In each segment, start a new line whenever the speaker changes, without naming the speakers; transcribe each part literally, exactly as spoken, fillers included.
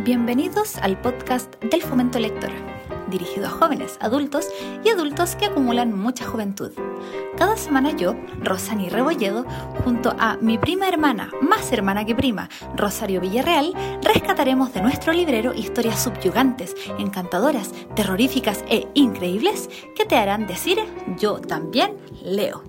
Bienvenidos al podcast del Fomento Lector, dirigido a jóvenes, adultos y adultos que acumulan mucha juventud. Cada semana yo, Rosani Rebolledo, junto a mi prima hermana, más hermana que prima, Rosario Villarreal, rescataremos de nuestro librero historias subyugantes, encantadoras, terroríficas e increíbles que te harán decir yo también leo.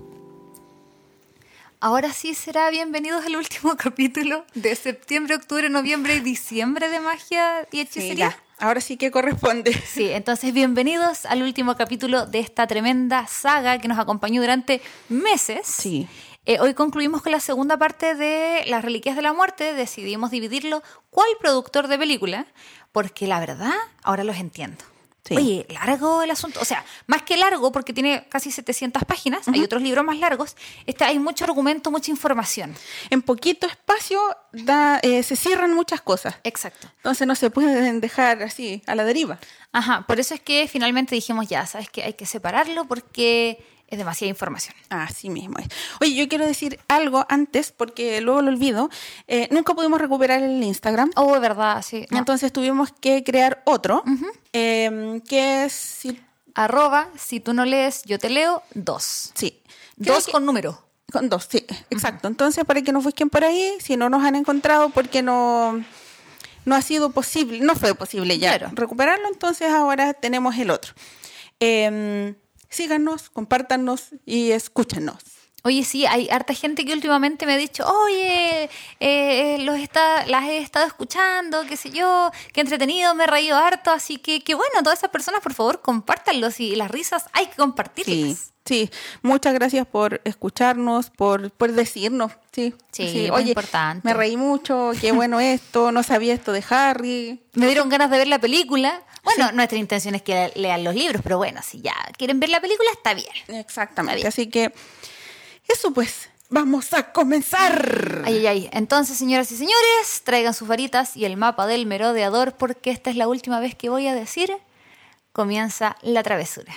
Ahora sí será bienvenidos al último capítulo de septiembre, octubre, noviembre y diciembre de Magia y Hechicería.
Sí, ya. Ahora sí que corresponde.
Sí, entonces bienvenidos al último capítulo de esta tremenda saga que nos acompañó durante meses.
Sí.
Eh, hoy concluimos con la segunda parte de Las Reliquias de la Muerte. Decidimos dividirlo cuál productor de película, porque la verdad, ahora los entiendo. Sí. Oye, largo el asunto, o sea, más que largo porque tiene casi setecientas páginas, uh-huh. Hay otros libros más largos, este, hay mucho argumento, mucha información.
En poquito espacio da, eh, se cierran muchas cosas.
Exacto.
Entonces no se pueden dejar así a la deriva.
Ajá, por eso es que finalmente dijimos ya, sabes que hay que separarlo porque es demasiada información.
Así mismo es. Oye, yo quiero decir algo antes, porque luego lo olvido. Eh, nunca pudimos recuperar el Instagram.
Oh, es verdad, sí. No.
Entonces tuvimos que crear otro,
uh-huh.
eh, que es... Si...
Arroba, si tú no lees, yo te leo, dos.
Sí.
Dos
que...
con número.
Con dos, sí, exacto. Uh-huh. Entonces, para que nos busquen por ahí, si no nos han encontrado, porque no... no ha sido posible, no fue posible ya claro. recuperarlo, entonces ahora tenemos el otro. Eh... Síganos, compártanos y escúchenos.
Oye, sí, hay harta gente que últimamente me ha dicho, oye, eh, los está, las he estado escuchando, qué sé yo, qué entretenido, me he reído harto, así que, que bueno, todas esas personas, por favor, compártanlos y las risas hay que compartirlas.
Sí, sí, muchas gracias por escucharnos, por, por decirnos, sí.
Sí, sí. Oye, importante.
Me reí mucho, qué bueno esto, no sabía esto de Harry.
Me dieron ganas de ver la película. Bueno, sí. Nuestra intención es que lean los libros, pero bueno, si ya quieren ver la película, está bien.
Exactamente,
está bien.
Así que eso pues, vamos a comenzar.
Ay, ay, ay. Entonces, señoras y señores, traigan sus varitas y el mapa del merodeador, porque esta es la última vez que voy a decir, comienza la travesura.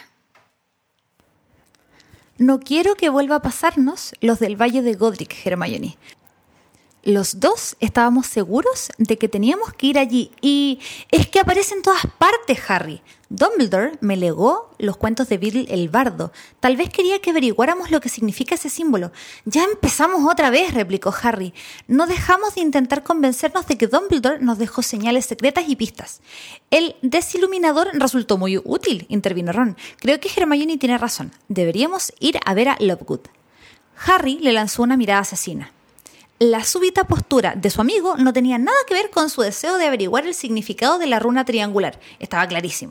No quiero que vuelva a pasarnos los del Valle de Godric, Hermione. Los dos estábamos seguros de que teníamos que ir allí y es que aparece en todas partes, Harry. Dumbledore me legó los cuentos de Bill el Bardo. Tal vez quería que averiguáramos lo que significa ese símbolo. Ya empezamos otra vez, replicó Harry. No dejamos de intentar convencernos de que Dumbledore nos dejó señales secretas y pistas. El desiluminador resultó muy útil, intervino Ron. Creo que Hermione tiene razón. Deberíamos ir a ver a Lovegood. Harry le lanzó una mirada asesina. La súbita postura de su amigo no tenía nada que ver con su deseo de averiguar el significado de la runa triangular. Estaba clarísimo.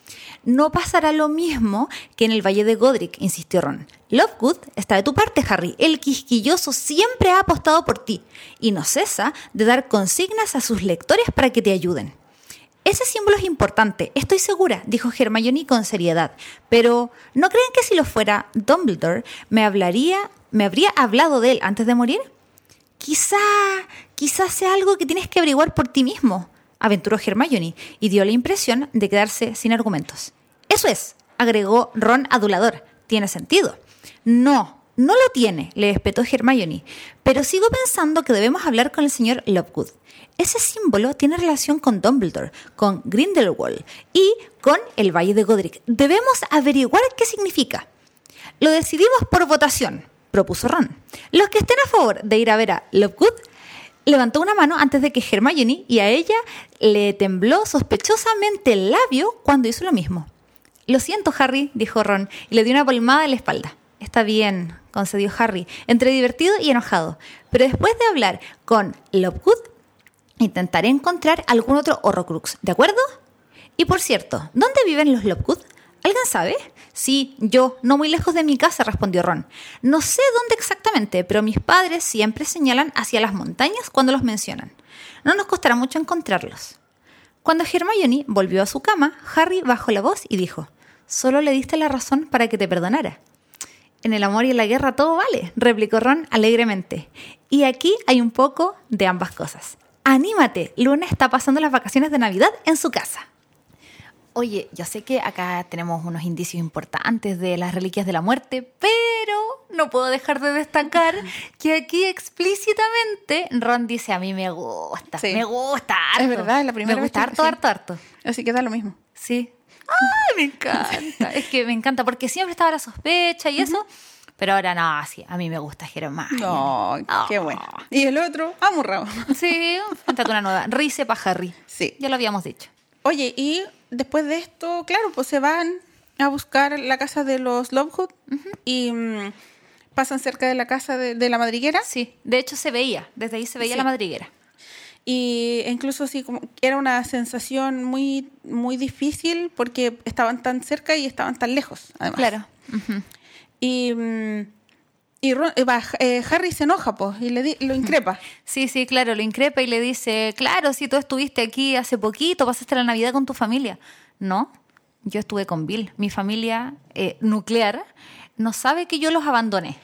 No pasará lo mismo que en el Valle de Godric, insistió Ron. Lovegood está de tu parte, Harry. El quisquilloso siempre ha apostado por ti y no cesa de dar consignas a sus lectores para que te ayuden. Ese símbolo es importante, estoy segura, dijo Hermione con seriedad. Pero, ¿no creen que si lo fuera Dumbledore me hablaría, me habría hablado de él antes de morir? Quizá, quizá sea algo que tienes que averiguar por ti mismo, aventuró Hermione, y dio la impresión de quedarse sin argumentos. Eso es, agregó Ron adulador. Tiene sentido. No, no lo tiene, le espetó Hermione, pero sigo pensando que debemos hablar con el señor Lovegood. Ese símbolo tiene relación con Dumbledore, con Grindelwald y con el Valle de Godric. Debemos averiguar qué significa. Lo decidimos por votación, propuso Ron. Los que estén a favor de ir a ver a Lovegood levantó una mano antes de que Hermione y a ella le tembló sospechosamente el labio cuando hizo lo mismo. Lo siento, Harry, dijo Ron y le dio una palmada en la espalda. Está bien, concedió Harry, entre divertido y enojado. Pero después de hablar con Lovegood, intentaré encontrar algún otro Horrocrux, ¿de acuerdo? Y por cierto, ¿dónde viven los Lovegood? ¿Alguien sabe? Sí, yo, no muy lejos de mi casa, respondió Ron. No sé dónde exactamente, pero mis padres siempre señalan hacia las montañas cuando los mencionan. No nos costará mucho encontrarlos. Cuando Hermione volvió a su cama, Harry bajó la voz y dijo, «Solo le diste la razón para que te perdonara». «En el amor y en la guerra todo vale», replicó Ron alegremente. Y aquí hay un poco de ambas cosas. «Anímate, Luna está pasando las vacaciones de Navidad en su casa». Oye, yo sé que acá tenemos unos indicios importantes de las reliquias de la muerte, pero no puedo dejar de destacar que aquí explícitamente Ron dice, a mí me gusta, sí. me gusta harto.
Es verdad, la primera
me gusta
vez
harto,
que,
harto, harto.
Así que da lo mismo.
Sí. ¡Ay, me encanta! Es que me encanta, porque siempre estaba la sospecha y uh-huh. eso, pero ahora no, sí, a mí me gusta Hermione.
No, oh. qué bueno. Y el otro, amurrado.
Sí, cuéntate una nueva. Rice para Harry.
Sí.
Ya lo habíamos dicho.
Oye, y después de esto, claro, pues se van a buscar la casa de los Lovegood uh-huh. y um, pasan cerca de la casa de, de la madriguera.
Sí, de hecho se veía, desde ahí se veía sí. la madriguera.
Y incluso sí, como era una sensación muy, muy difícil porque estaban tan cerca y estaban tan lejos, además.
Claro. Uh-huh.
Y... Um, Y Ron, eh, Harry se enoja, pues, y le di, lo increpa.
Sí, sí, claro, lo increpa y le dice, claro, si tú estuviste aquí hace poquito, pasaste la Navidad con tu familia. No, yo estuve con Bill. Mi familia eh, nuclear no sabe que yo los abandoné.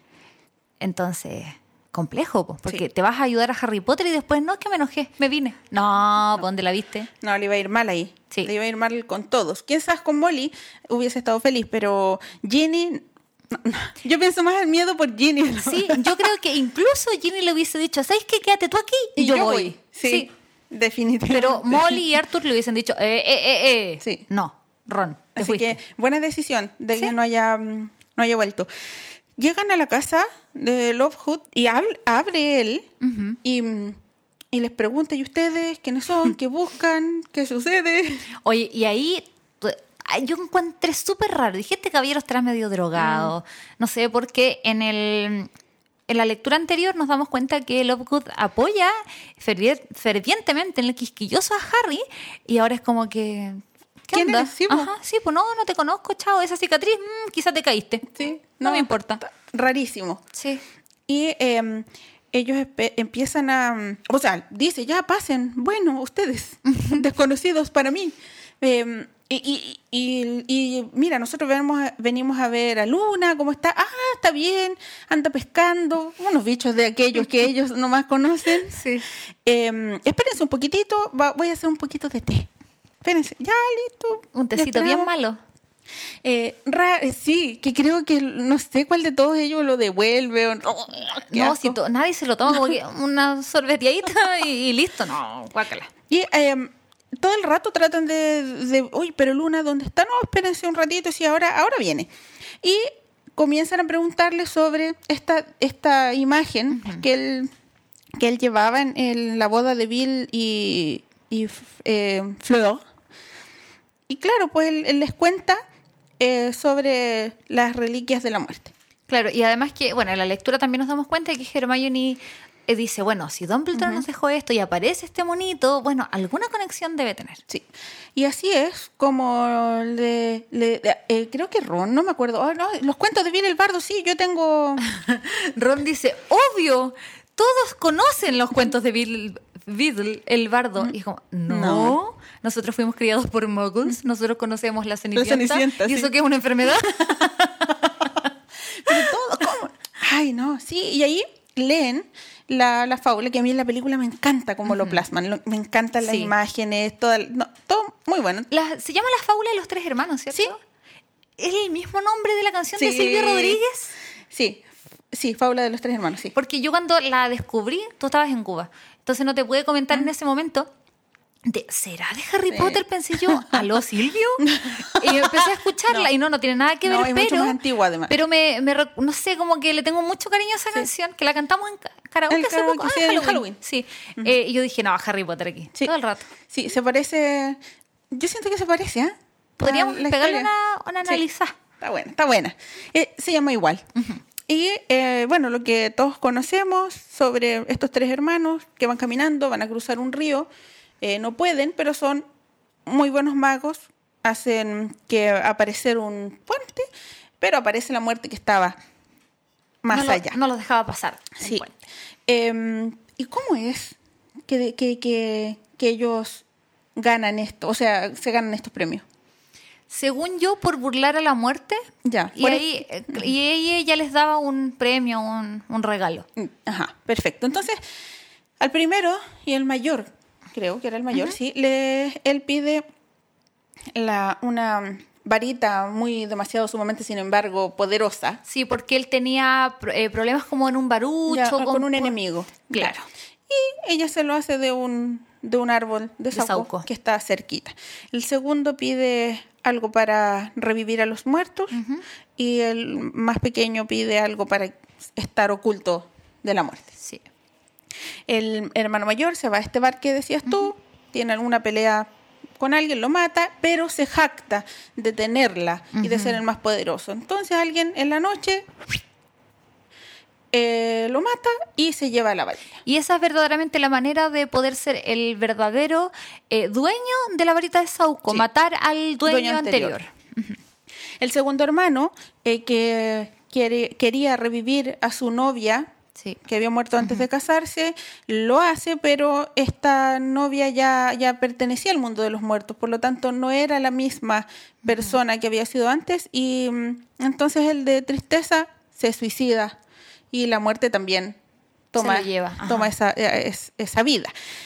Entonces, complejo, pues, porque sí. te vas a ayudar a Harry Potter y después, no, es que me enojé, me vine. No, no. ¿Dónde la viste?
No, le iba a ir mal ahí.
Sí.
Le iba a ir mal con todos. Quizás con Molly hubiese estado feliz, pero Ginny... Yo pienso más en miedo por Ginny, ¿no?
Sí, yo creo que incluso Ginny le hubiese dicho, ¿sabes qué? Quédate tú aquí y, y yo, yo voy. voy.
Sí, sí, definitivamente.
Pero Molly y Arthur le hubiesen dicho, eh, eh, eh, eh.
Sí.
No, Ron, te
Así
fuiste.
que buena decisión de
¿Sí?
que no haya, no haya vuelto. Llegan a la casa de Lovegood y abre, abre él uh-huh. y, y les pregunta, ¿y ustedes quiénes son? ¿Qué buscan? ¿Qué sucede?
Oye, y ahí... yo encontré súper raro. Dije, este caballero estará medio drogado. Mm. No sé, porque en el en la lectura anterior nos damos cuenta que Lovegood apoya fervientemente en el quisquilloso a Harry y ahora es como que... ¿Qué
¿Quién
onda?
eres? Sí,
Ajá, sí, pues no, no te conozco, chao. Esa cicatriz, mmm, quizás te caíste.
Sí,
no, no me importa.
Rarísimo.
Sí.
Y eh, ellos espe- empiezan a... O sea, dice, ya pasen. Bueno, ustedes, desconocidos para mí. Eh, Y, y, y, y mira, nosotros venimos a, venimos a ver a Luna, cómo está. Ah, está bien, anda pescando. Unos bichos de aquellos que ellos nomás conocen.
Sí.
Eh, espérense un poquitito, va, voy a hacer un poquito de té. Espérense, ya listo.
Un tecito bien malo.
Eh, ra- sí, que creo que no sé cuál de todos ellos lo devuelve. O, oh,
no, si to- nadie se lo toma como que una sorbeteadita y, y listo. No, guácala.
Y... Eh, todo el rato tratan de, de, uy, pero Luna, ¿dónde está? No, espérense un ratito, sí, ahora, ahora viene. Y comienzan a preguntarle sobre esta, esta imagen uh-huh. que, él, que él llevaba en, en la boda de Bill y, y eh, Fleur. Y claro, pues él, él les cuenta eh, sobre las reliquias de la muerte.
Claro, y además que, bueno, en la lectura también nos damos cuenta de que Hermione... dice, bueno, si Dumbledore uh-huh. nos dejó esto y aparece este monito, bueno, alguna conexión debe tener.
Sí. Y así es como le... le eh, creo que Ron, no me acuerdo. Oh, no, los cuentos de Bill el Bardo, sí, yo tengo...
Ron dice, obvio, todos conocen los cuentos de Bill, Bill el Bardo. Uh-huh. Y es como, no, no, nosotros fuimos criados por muggles, nosotros conocemos la Cenicienta. La Cenicienta, ¿y sí. eso qué es una enfermedad?
Pero todo, ¿cómo? Ay, no, sí, y ahí leen... La, la fábula, que a mí en la película me encanta cómo uh-huh. lo plasman, lo, me encantan las sí. imágenes, todo, no, todo muy bueno.
La, se llama La Fábula de los Tres Hermanos, ¿cierto?
Sí.
¿Es el mismo nombre de la canción
sí.
de Silvio Rodríguez?
Sí, sí, Fábula de los Tres Hermanos, sí.
Porque yo cuando la descubrí, tú estabas en Cuba, entonces no te pude comentar uh-huh. en ese momento... De, ¿será de Harry sí. Potter? Pensé yo, ¿aló Silvio? Y empecé a escucharla no. y no, no tiene nada que ver,
no, es
pero,
mucho más antigua además.
Pero me, me, no sé, como que le tengo mucho cariño a esa sí. canción, que la cantamos en karaoke hace poco, ah,
sí,
Halloween.
Halloween.
Sí, uh-huh. eh, y yo dije, no, Harry Potter aquí,
sí.
todo el rato.
Sí, se parece, yo siento que se parece, ¿eh?
Podríamos la, la pegarle una, una analizada.
Sí. Está buena, está buena. Eh, se llama igual. Uh-huh. Y eh, bueno, lo que todos conocemos sobre estos tres hermanos que van caminando, van a cruzar un río. Eh, no pueden, pero son muy buenos magos, hacen que aparecer un puente, pero aparece la muerte que estaba más
no
allá.
Lo, no los dejaba pasar.
Sí. Eh, ¿Y cómo es que, que, que, que ellos ganan esto? O sea, se ganan estos premios.
Según yo, por burlar a la muerte.
Ya.
Y ahí el... y ella ya les daba un premio, un, un regalo.
Ajá, perfecto. Entonces, al primero y el mayor, creo que era el mayor, uh-huh. sí, le, él pide la, una varita muy demasiado sumamente, sin embargo, poderosa.
Sí, porque él tenía eh, problemas como en un barucho.
Ya, con, con un
por...
enemigo.
Claro.
Y ella se lo hace de un, de un árbol de,
De
sauco,
sauco.
que está cerquita. El segundo pide algo para revivir a los muertos. Uh-huh. Y el más pequeño pide algo para estar oculto de la muerte.
Sí.
El hermano mayor se va a este bar que decías tú, uh-huh. tiene alguna pelea con alguien, lo mata, pero se jacta de tenerla uh-huh. y de ser el más poderoso. Entonces alguien en la noche eh, lo mata y se lleva a la varita.
Y esa es verdaderamente la manera de poder ser el verdadero eh, dueño de la varita de Sauco, sí. matar al dueño, dueño anterior. anterior.
Uh-huh. El segundo hermano, eh, que quiere, quería revivir a su novia, sí. que había muerto antes uh-huh. de casarse, lo hace, pero esta novia ya, ya pertenecía al mundo de los muertos, por lo tanto no era la misma persona uh-huh. que había sido antes, y entonces el de tristeza se suicida, y la muerte también toma,
se lo lleva.
toma esa, es, esa vida.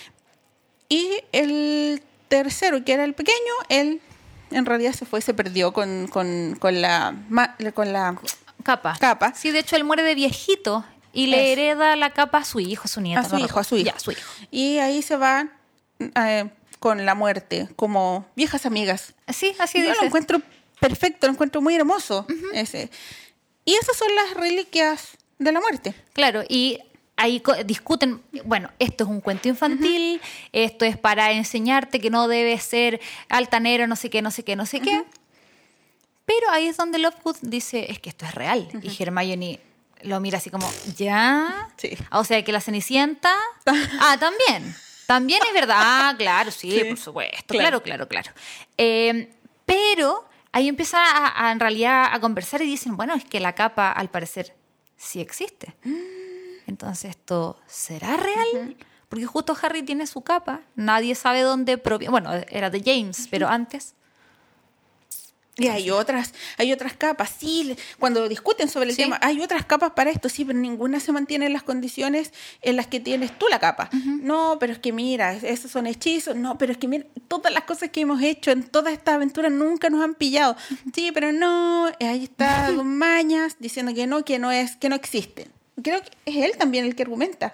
Y el tercero, que era el pequeño, él en realidad se fue, se perdió con, con, con, la, con la
capa.
capa.
Sí, de hecho él muere de viejito. Y le es. hereda la capa a su hijo, a su nieto.
A su
no
hijo, a su hijo.
Ya, su hijo.
Y ahí se va eh, con la muerte, como viejas amigas.
Sí, así
Yo
dice.
lo encuentro perfecto, lo encuentro muy hermoso. Uh-huh. ese. Y esas son las reliquias de la muerte.
Claro, y ahí discuten, bueno, esto es un cuento infantil, uh-huh. esto es para enseñarte que no debes ser altanero, no sé qué, no sé qué, no sé uh-huh. qué. Pero ahí es donde Lovegood dice, es que esto es real. Uh-huh. Y Hermione lo mira así como, ¿ya?
Sí.
O sea, que la Cenicienta... ah, también. También es verdad. Ah, claro, sí, sí. por supuesto. Claro, claro, claro. claro. Eh, pero ahí empiezan a, a, en realidad a conversar y dicen, bueno, es que la capa, al parecer, sí existe. Entonces, ¿esto será real? Uh-huh. Porque justo Harry tiene su capa. Nadie sabe dónde proviene. Bueno, era de James, uh-huh. pero antes...
Y hay otras, hay otras capas, sí, cuando discuten sobre el sí. tema, hay otras capas para esto, sí, pero ninguna se mantiene en las condiciones en las que tienes tú la capa. Uh-huh. No, pero es que mira, esos son hechizos, no, pero es que mira, todas las cosas que hemos hecho en toda esta aventura nunca nos han pillado. Uh-huh. Sí, pero no, ahí está Don Mañas diciendo que no, que no es, que no existen. Creo que es él también el que argumenta.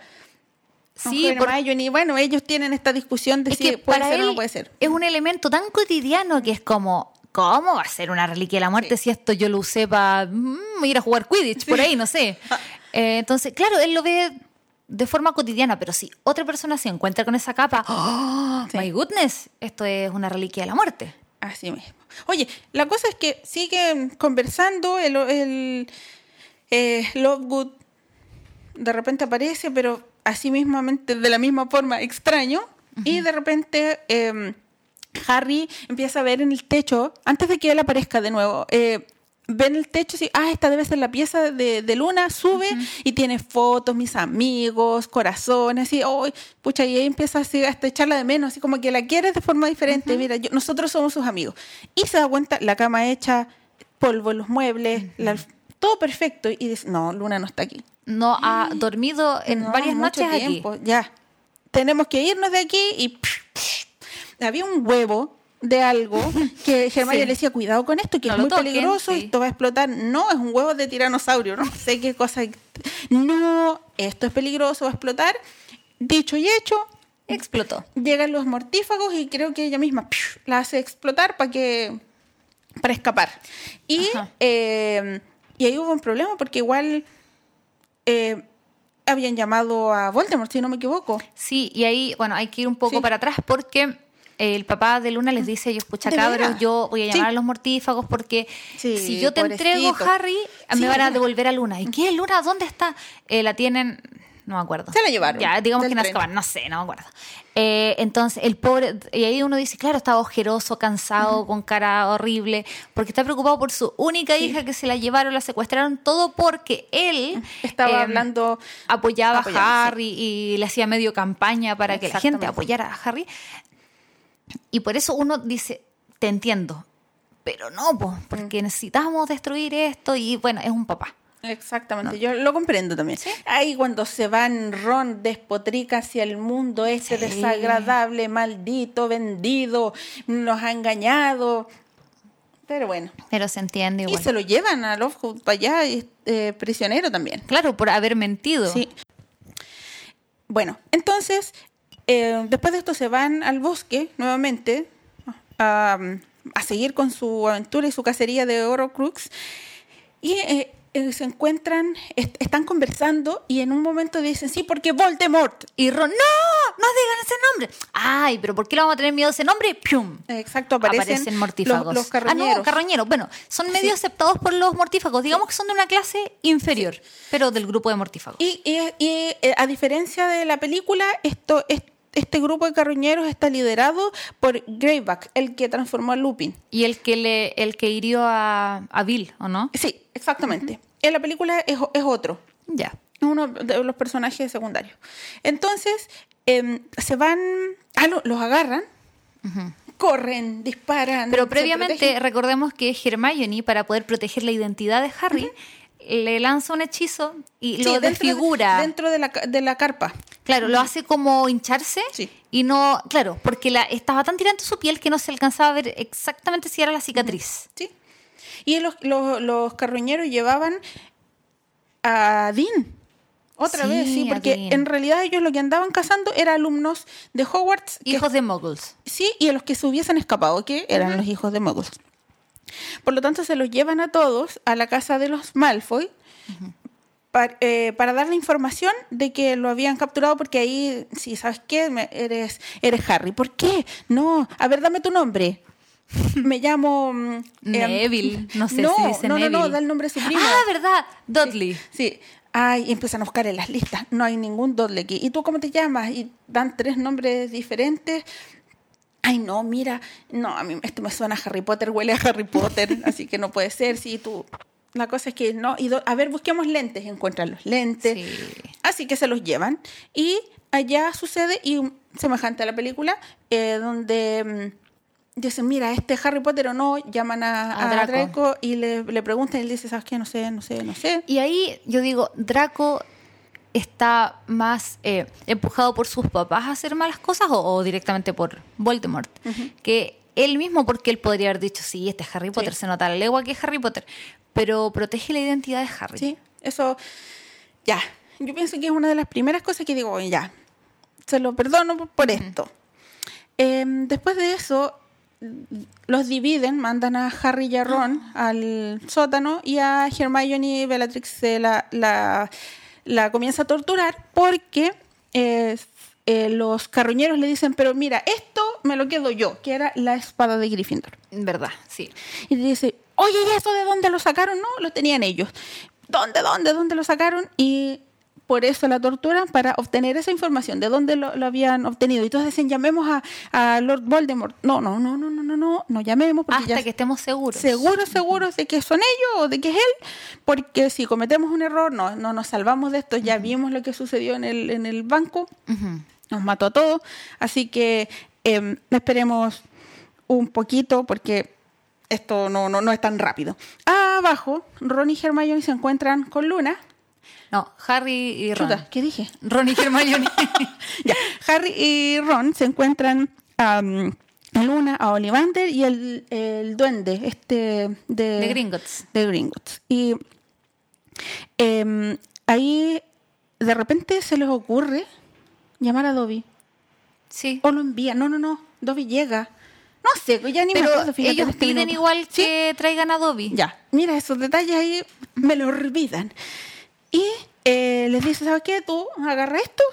Sí,
por... y bueno, ellos tienen esta discusión de
es
si
que
puede
para
ser
él
o no puede ser.
Es un elemento tan cotidiano que es como... ¿Cómo va a ser una reliquia de la muerte sí. si esto yo lo usé para mm, ir a jugar Quidditch sí. por ahí? No sé. Eh, entonces, claro, él lo ve de forma cotidiana, pero si otra persona se encuentra con esa capa, ¡oh, sí. my goodness! Esto es una reliquia de la muerte.
Así mismo. Oye, la cosa es que siguen conversando, el, el eh, Lovegood de repente aparece, pero así mismamente, de la misma forma, extraño, uh-huh. y de repente... Eh, Harry empieza a ver en el techo, antes de que él aparezca de nuevo, eh, ve en el techo y dice, ah, esta debe ser la pieza de, de Luna, sube uh-huh. y tiene fotos, mis amigos, corazones, y oh, pucha, y ahí empieza así, hasta echarla de menos, así como que la quieres de forma diferente, uh-huh. mira, yo, nosotros somos sus amigos. Y se da cuenta, la cama hecha, polvo en los muebles, uh-huh. la, todo perfecto, y dice, no, Luna no está aquí.
No ha dormido en no, varias noches
tiempo,
aquí.
Ya, tenemos que irnos de aquí y... Psh, psh, había un huevo de algo que Hermione sí. le decía, cuidado con esto, que no es muy toquen, peligroso, sí. esto va a explotar. No, es un huevo de tiranosaurio, no sé qué cosa. No, esto es peligroso, va a explotar. Dicho y hecho,
explotó.
Llegan los mortífagos y creo que ella misma psh, la hace explotar para que para escapar. Y, eh, y ahí hubo un problema porque igual... Eh, habían llamado a Voldemort, si no me equivoco.
Sí, y ahí, bueno, hay que ir un poco sí. para atrás porque el papá de Luna les dice, ellos, pucha cabros, yo voy a llamar sí. a los mortífagos porque sí, si yo te pobrecito. entrego Harry, sí, me van a devolver a Luna. ¿Y qué, Luna? ¿Dónde está? Eh, la tienen... No me acuerdo.
Se la llevaron.
Ya, digamos que en Azkaban, no sé, no me acuerdo. Eh, entonces, el pobre, y ahí uno dice, claro, estaba ojeroso, cansado, uh-huh. con cara horrible, porque está preocupado por su única sí. hija que se la llevaron, la secuestraron, todo porque él
estaba eh, hablando,
apoyaba a Harry sí. y le hacía medio campaña para que la gente apoyara a Harry. Y por eso uno dice, te entiendo, pero no, po, porque uh-huh. necesitamos destruir esto y bueno, es un papá.
Exactamente, no. Yo lo comprendo también. ¿Sí? Ahí cuando se van, Ron despotrica hacia el mundo ese sí. desagradable, maldito, vendido, nos ha engañado. Pero bueno.
Pero se entiende igual.
Y se lo llevan a Lovegood para allá, eh, prisionero también.
Claro, por haber mentido.
Sí. Bueno, entonces, eh, después de esto se van al bosque nuevamente a, a seguir con su aventura y su cacería de Horcrux. Y eh, eh, se encuentran, est- están conversando y en un momento dicen, sí, porque Voldemort.
Y Ron, no, no digan ese nombre. Ay, pero ¿por qué le vamos a tener miedo a ese nombre? ¡Pium!
Exacto, aparecen,
aparecen mortífagos.
Los, los carroñeros.
Ah, no, carroñeros. Bueno, son medio sí. aceptados por los mortífagos. Digamos sí. que son de una clase inferior, sí. pero del grupo de mortífagos.
Y, y, y a diferencia de la película, esto es este grupo de carroñeros está liderado por Greyback, el que transformó a Lupin.
Y el que le el que hirió a, a Bill, ¿o no?
Sí, exactamente. Uh-huh. En la película es, es otro.
Ya.
Es uno de los personajes secundarios. Entonces, eh, se van... Ah, lo, los agarran, uh-huh. corren, disparan...
Pero previamente, recordemos que Hermione, para poder proteger la identidad de Harry... Uh-huh. le lanza un hechizo y sí, lo desfigura.
Dentro de, dentro de, la, de la carpa.
Claro, lo hace como hincharse
sí.
y no... Claro, porque la, estaba tan tirante su piel que no se alcanzaba a ver exactamente si era la cicatriz.
Sí. Y los, los, los carroñeros llevaban a Dean. Otra sí, vez, sí, porque en realidad ellos lo que andaban cazando eran alumnos de Hogwarts.
Hijos
que,
de muggles.
Sí, y a los que se hubiesen escapado, que eran uh-huh. los hijos de muggles. Por lo tanto, se los llevan a todos a la casa de los Malfoy uh-huh. para, eh, para darle información de que lo habían capturado porque ahí, sí, ¿sabes qué? Me, eres, eres Harry. ¿Por qué? No, a ver, dame tu nombre. Me llamo...
Neville, eh, no sé
no,
si dice
no,
Neville.
No, no, da el nombre de su primo.
Ah, ¿verdad? Dudley.
Sí, sí. Ay, y empiezan a buscar en las listas. No hay ningún Dudley aquí. ¿Y tú cómo te llamas? Y dan tres nombres diferentes. Ay, no, mira, no, a mí esto me suena a Harry Potter, huele a Harry Potter, así que no puede ser, sí, tú... La cosa es que no, y do, a ver, busquemos lentes, encuentran los lentes, sí. Así que se los llevan, y allá sucede, y semejante a la película, eh, donde mmm, dicen, mira, este es Harry Potter o no, llaman a, a, Draco. a Draco y le, le preguntan, y él dice, ¿sabes qué? No sé, no sé, no sé.
Y ahí yo digo, Draco... está más eh, empujado por sus papás a hacer malas cosas o, o directamente por Voldemort, uh-huh. que él mismo, porque él podría haber dicho, sí, este es Harry Potter, sí. se nota la legua que es Harry Potter, pero protege la identidad de Harry.
Sí, eso, ya, yo pienso que es una de las primeras cosas que digo, ya, se lo perdono por, por uh-huh. esto. Eh, después de eso, los dividen, mandan a Harry y a Ron uh-huh. al sótano y a Hermione y Bellatrix se la... la la comienza a torturar porque eh, eh, los carroñeros le dicen, pero mira, esto me lo quedo yo, que era la espada de Gryffindor.
¿Verdad? Sí.
Y dice, oye, ¿y eso de dónde lo sacaron? No, lo tenían ellos. ¿Dónde, dónde, dónde lo sacaron? Y por eso la torturan, para obtener esa información, de dónde lo, lo habían obtenido. Y entonces dicen, llamemos a, a Lord Voldemort. No, no, no, no, no, no, no, no llamemos. Porque
hasta
ya
que estemos seguros.
Seguros, seguros de que son ellos o de que es él. Porque si cometemos un error, no, no nos salvamos de esto. Ya uh-huh. vimos lo que sucedió en el, en el banco. Uh-huh. Nos mató a todos. Así que eh, esperemos un poquito porque esto no, no, no es tan rápido. Abajo, Ron y Hermione se encuentran con Luna.
No, Harry y Ron.
Chuta, ¿qué dije?
Ron y Hermione.
Ya, Harry y Ron se encuentran um, a Luna, a Ollivander y el, el duende este de,
de Gringotts.
De Gringotts. Y eh, ahí de repente se les ocurre llamar a Dobby.
Sí.
O lo envían. No, no, no. Dobby llega. No sé, ya ni
pero
me acuerdo. Fíjate,
ellos
este
piden
minuto.
igual
¿Sí?
que traigan a Dobby.
Ya, mira, esos detalles ahí me lo olvidan. Y eh, les dice, ¿sabes qué? Tú agarra esto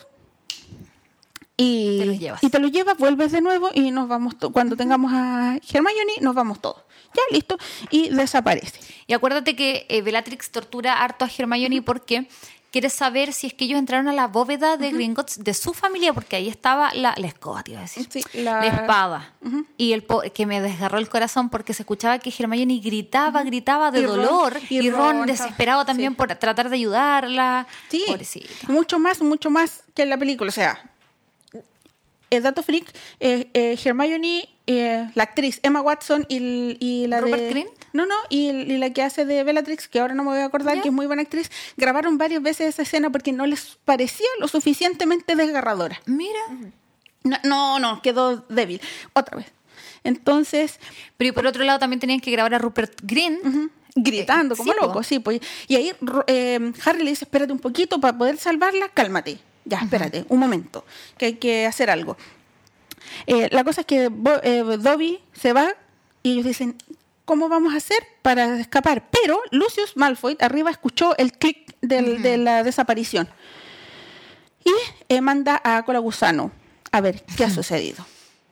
y
te los llevas.
Y te lo llevas, vuelves de nuevo y nos vamos to- cuando tengamos a Hermione, nos vamos todos. Ya, listo. Y desaparece.
Y acuérdate que eh, Bellatrix tortura harto a Hermione uh-huh. porque quiere saber si es que ellos entraron a la bóveda de uh-huh. Gringotts de su familia, porque ahí estaba la, la escoba, te iba a decir,
sí, la...
la espada.
Uh-huh.
Y el po- que me desgarró el corazón porque se escuchaba que Hermione gritaba, uh-huh. gritaba de
y
dolor.
Ron,
y,
y
Ron,
Ron
desesperado también
sí.
por tratar de ayudarla.
Sí,
pobrecita.
mucho más, mucho más que en la película. O sea, eh, dato freak, eh, eh, Hermione, eh, la actriz Emma Watson y, y la
¿Rupert
de...
Grint?
No, no, y, y la que hace de Bellatrix, que ahora no me voy a acordar,
¿Ya?
que es muy buena actriz, grabaron varias veces esa escena porque no les parecía lo suficientemente desgarradora.
Mira.
No, no, no, quedó débil. Otra vez. Entonces...
Pero y por otro lado también tenían que grabar a Rupert Grint.
Uh-huh. Gritando
Eh,
como
sí,
loco,
po.
sí, pues. Y ahí eh, Harry le dice, espérate un poquito para poder salvarla, cálmate. Ya, espérate, un momento, que hay que hacer algo. Eh, la cosa es que Bo- eh, Dobby se va y ellos dicen, ¿cómo vamos a hacer para escapar? Pero Lucius Malfoy arriba escuchó el clic del-
Ujú.
de la desaparición y eh, manda a Colagusano a ver qué ha sucedido.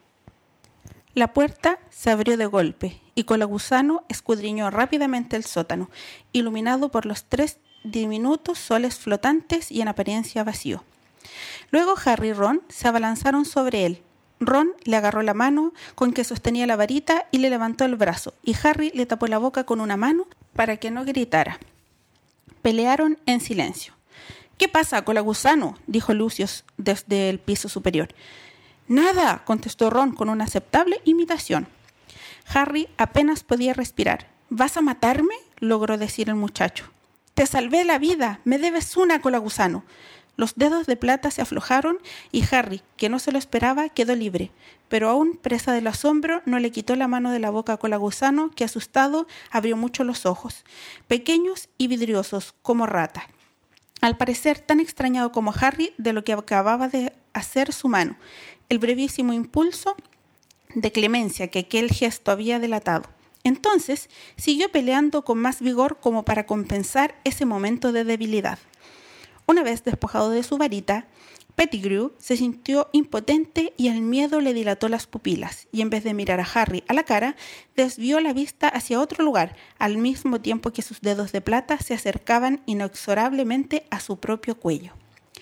La puerta se abrió de golpe y Colagusano escudriñó rápidamente el sótano, iluminado por los tres diminutos soles flotantes y en apariencia vacío. Luego Harry y Ron se abalanzaron sobre él. Ron le agarró la mano con que sostenía la varita y le levantó el brazo, y Harry le tapó la boca con una mano para que no gritara. Pelearon en silencio. ¿Qué pasa, Colagusano?, dijo Lucius desde el piso superior. Nada, contestó Ron con una aceptable imitación. Harry apenas podía respirar. ¿Vas a matarme?, logró decir el muchacho. Te salvé la vida, me debes una, Colagusano. Los dedos de plata se aflojaron y Harry, que no se lo esperaba, quedó libre. Pero aún presa del asombro, no le quitó la mano de la boca a Colagusano, que asustado abrió mucho los ojos, pequeños y vidriosos como rata. Al parecer tan extrañado como Harry de lo que acababa de hacer su mano, el brevísimo impulso de clemencia que aquel gesto había delatado. Entonces siguió peleando con más vigor como para compensar ese momento de debilidad. Una vez despojado de su varita, Pettigrew se sintió impotente y el miedo le dilató las pupilas, y en vez de mirar a Harry a la cara, desvió la vista hacia otro lugar, al mismo tiempo que sus dedos de plata se acercaban inexorablemente a su propio cuello.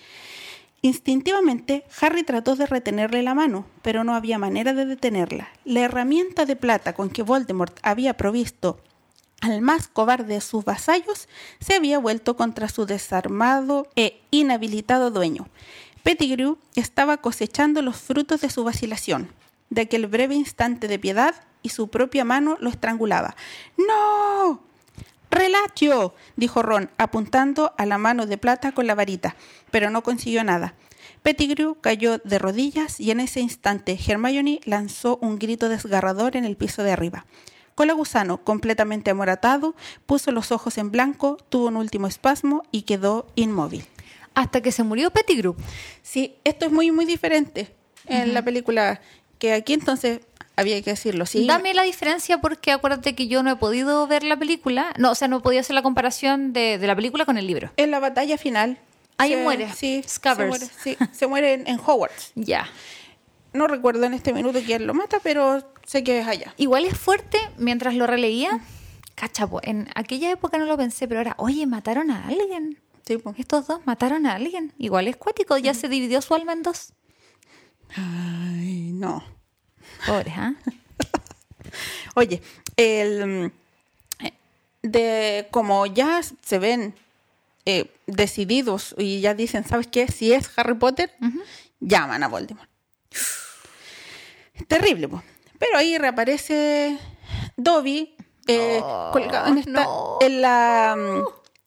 Instintivamente, Harry trató de retenerle la mano, pero no había manera de detenerla. La herramienta de plata con que Voldemort había provisto al más cobarde de sus vasallos se había vuelto contra su desarmado e inhabilitado dueño. Pettigrew estaba cosechando los frutos de su vacilación, de aquel breve instante de piedad, y su propia mano lo estrangulaba. ¡No! ¡Relatio!, dijo Ron, apuntando a la mano de plata con la varita, pero no consiguió nada. Pettigrew cayó de rodillas y en ese instante Hermione lanzó un grito desgarrador en el piso de arriba. Colagusano, completamente amoratado, puso los ojos en blanco, tuvo un último espasmo y quedó inmóvil.
Hasta que se murió Pettigrew.
Sí, esto es muy, muy diferente en
uh-huh.
la película que aquí, entonces había que decirlo. Sí.
Dame la diferencia porque acuérdate que yo no he podido ver la película, no, o sea, no he podido hacer la comparación de, de la película con el libro.
En la batalla final.
Ahí
se,
muere.
Sí,
Scabbers.
se muere, sí, se muere en, en Hogwarts.
Ya.
No recuerdo en este minuto quién lo mata, pero sé que es allá.
Igual es fuerte, mientras lo releía, cachapo, en aquella época no lo pensé, pero ahora, oye, mataron a alguien.
Sí, pues.
Estos dos mataron a alguien. Igual es cuático, ya uh-huh. se dividió su alma en dos.
Ay, no.
Pobre, ¿ah? ¿eh?
Oye, el, de como ya se ven eh, decididos y ya dicen, ¿sabes qué? Si es Harry Potter, uh-huh. llaman a Voldemort. Terrible, pues. Pero ahí reaparece Dobby eh, oh, colgado en, esta,
no.
en la um,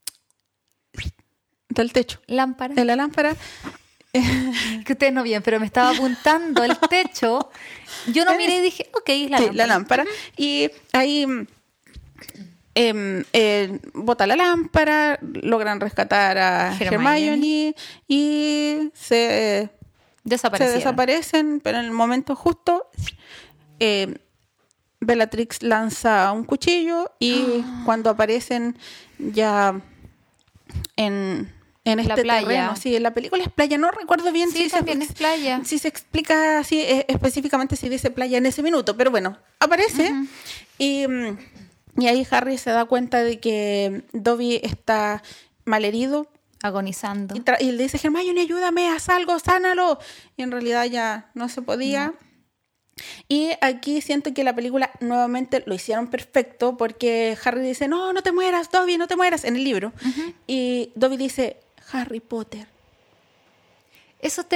del techo.
Lámpara.
En la lámpara.
Que ustedes no vieron, pero me estaba apuntando el techo. Yo no miré y dije, ok, es la
sí,
lámpara.
la lámpara. Y ahí eh, eh, bota la lámpara, logran rescatar a Hermione, Hermione y se, se desaparecen, pero en el momento justo eh, Bellatrix lanza un cuchillo y oh. cuando aparecen ya en... En este
la playa.
terreno, sí, en la película es playa, no recuerdo bien
sí,
si,
también
se,
es playa.
si se explica así eh, específicamente si dice playa en ese minuto, pero bueno, aparece uh-huh. y, y ahí Harry se da cuenta de que Dobby está malherido,
agonizando.
Y, tra- y le dice, Hermione, ayúdame, haz algo, sánalo. Y en realidad ya no se podía. No. Y aquí siento que la película nuevamente lo hicieron perfecto porque Harry dice, no, no te mueras, Dobby, no te mueras, en el libro. Uh-huh. Y Dobby dice, Harry Potter.
Eso te...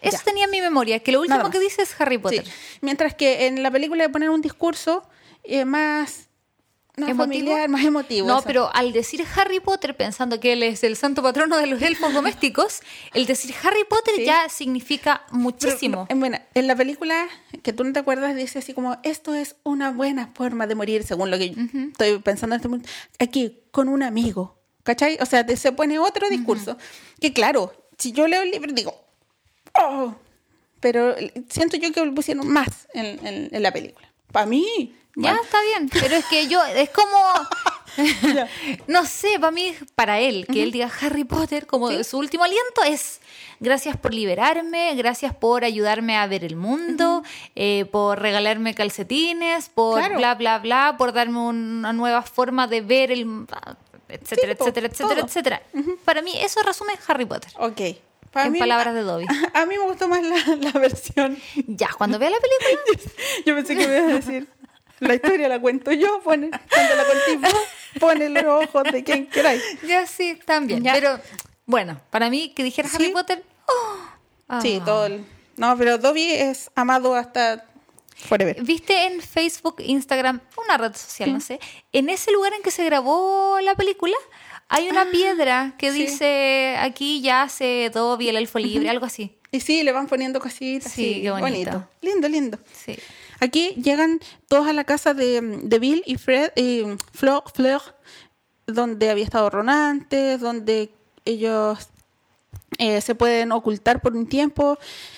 Eso
Ya.
tenía en mi memoria, que lo último
Nada
que
más.
dice es Harry Potter.
Sí. Mientras que en la película le ponen un discurso eh, más, más
¿Emotivo?
familiar, más emotivo.
No,
eso.
pero al decir Harry Potter, pensando que él es el santo patrono de los elfos domésticos, el decir Harry Potter
Sí.
ya significa
Pero,
muchísimo.
en, bueno, en la película, que tú no te acuerdas, dice así como, esto es una buena forma de morir, según lo que yo
Ujú.
estoy pensando en este momento, aquí, con un amigo, ¿cachai? O sea, te- se pone otro discurso, que claro, si yo leo el libro digo, oh, pero siento yo que lo pusieron más en, en- en la película. Para mí,
Ya,
bueno,
está bien, pero es que yo, es como,
Ya.
no sé, para mí, para él, que él diga Harry Potter como
Sí.
su último aliento es gracias por liberarme, gracias por ayudarme a ver el mundo, eh, por regalarme calcetines, por
Claro.
bla, bla, bla, por darme una nueva forma de ver el... etcétera,
Sí, po,
etcétera, etcétera,
todo.
etcétera. Para mí eso resume Harry Potter.
ok. Para
En
mí-
palabras de Dobby.
A, a mí me gustó más la, la versión.
Ya, cuando vea la película...
Yo pensé que me ibas a decir, la historia la cuento yo, pone, cuando la conté vos, pone los ojos de quien queráis.
Ya sí, también.
Ya.
Pero bueno, para mí que dijera
Sí.
Harry Potter... oh, ah.
Sí, todo el... No, pero Dobby es amado hasta forever.
¿Viste en Facebook, Instagram, una red social, no sé? En ese lugar en que se grabó la película, hay una piedra que
sí.
dice aquí ya hace Dobby, el elfo libre, algo así.
Y sí, le van poniendo cositas.
Sí, qué bonito.
Lindo, lindo.
Sí.
Aquí llegan todos a la casa de, de Bill y Fred y Fleur, Fleur, donde había estado Ron antes, donde ellos eh, se pueden ocultar por un tiempo.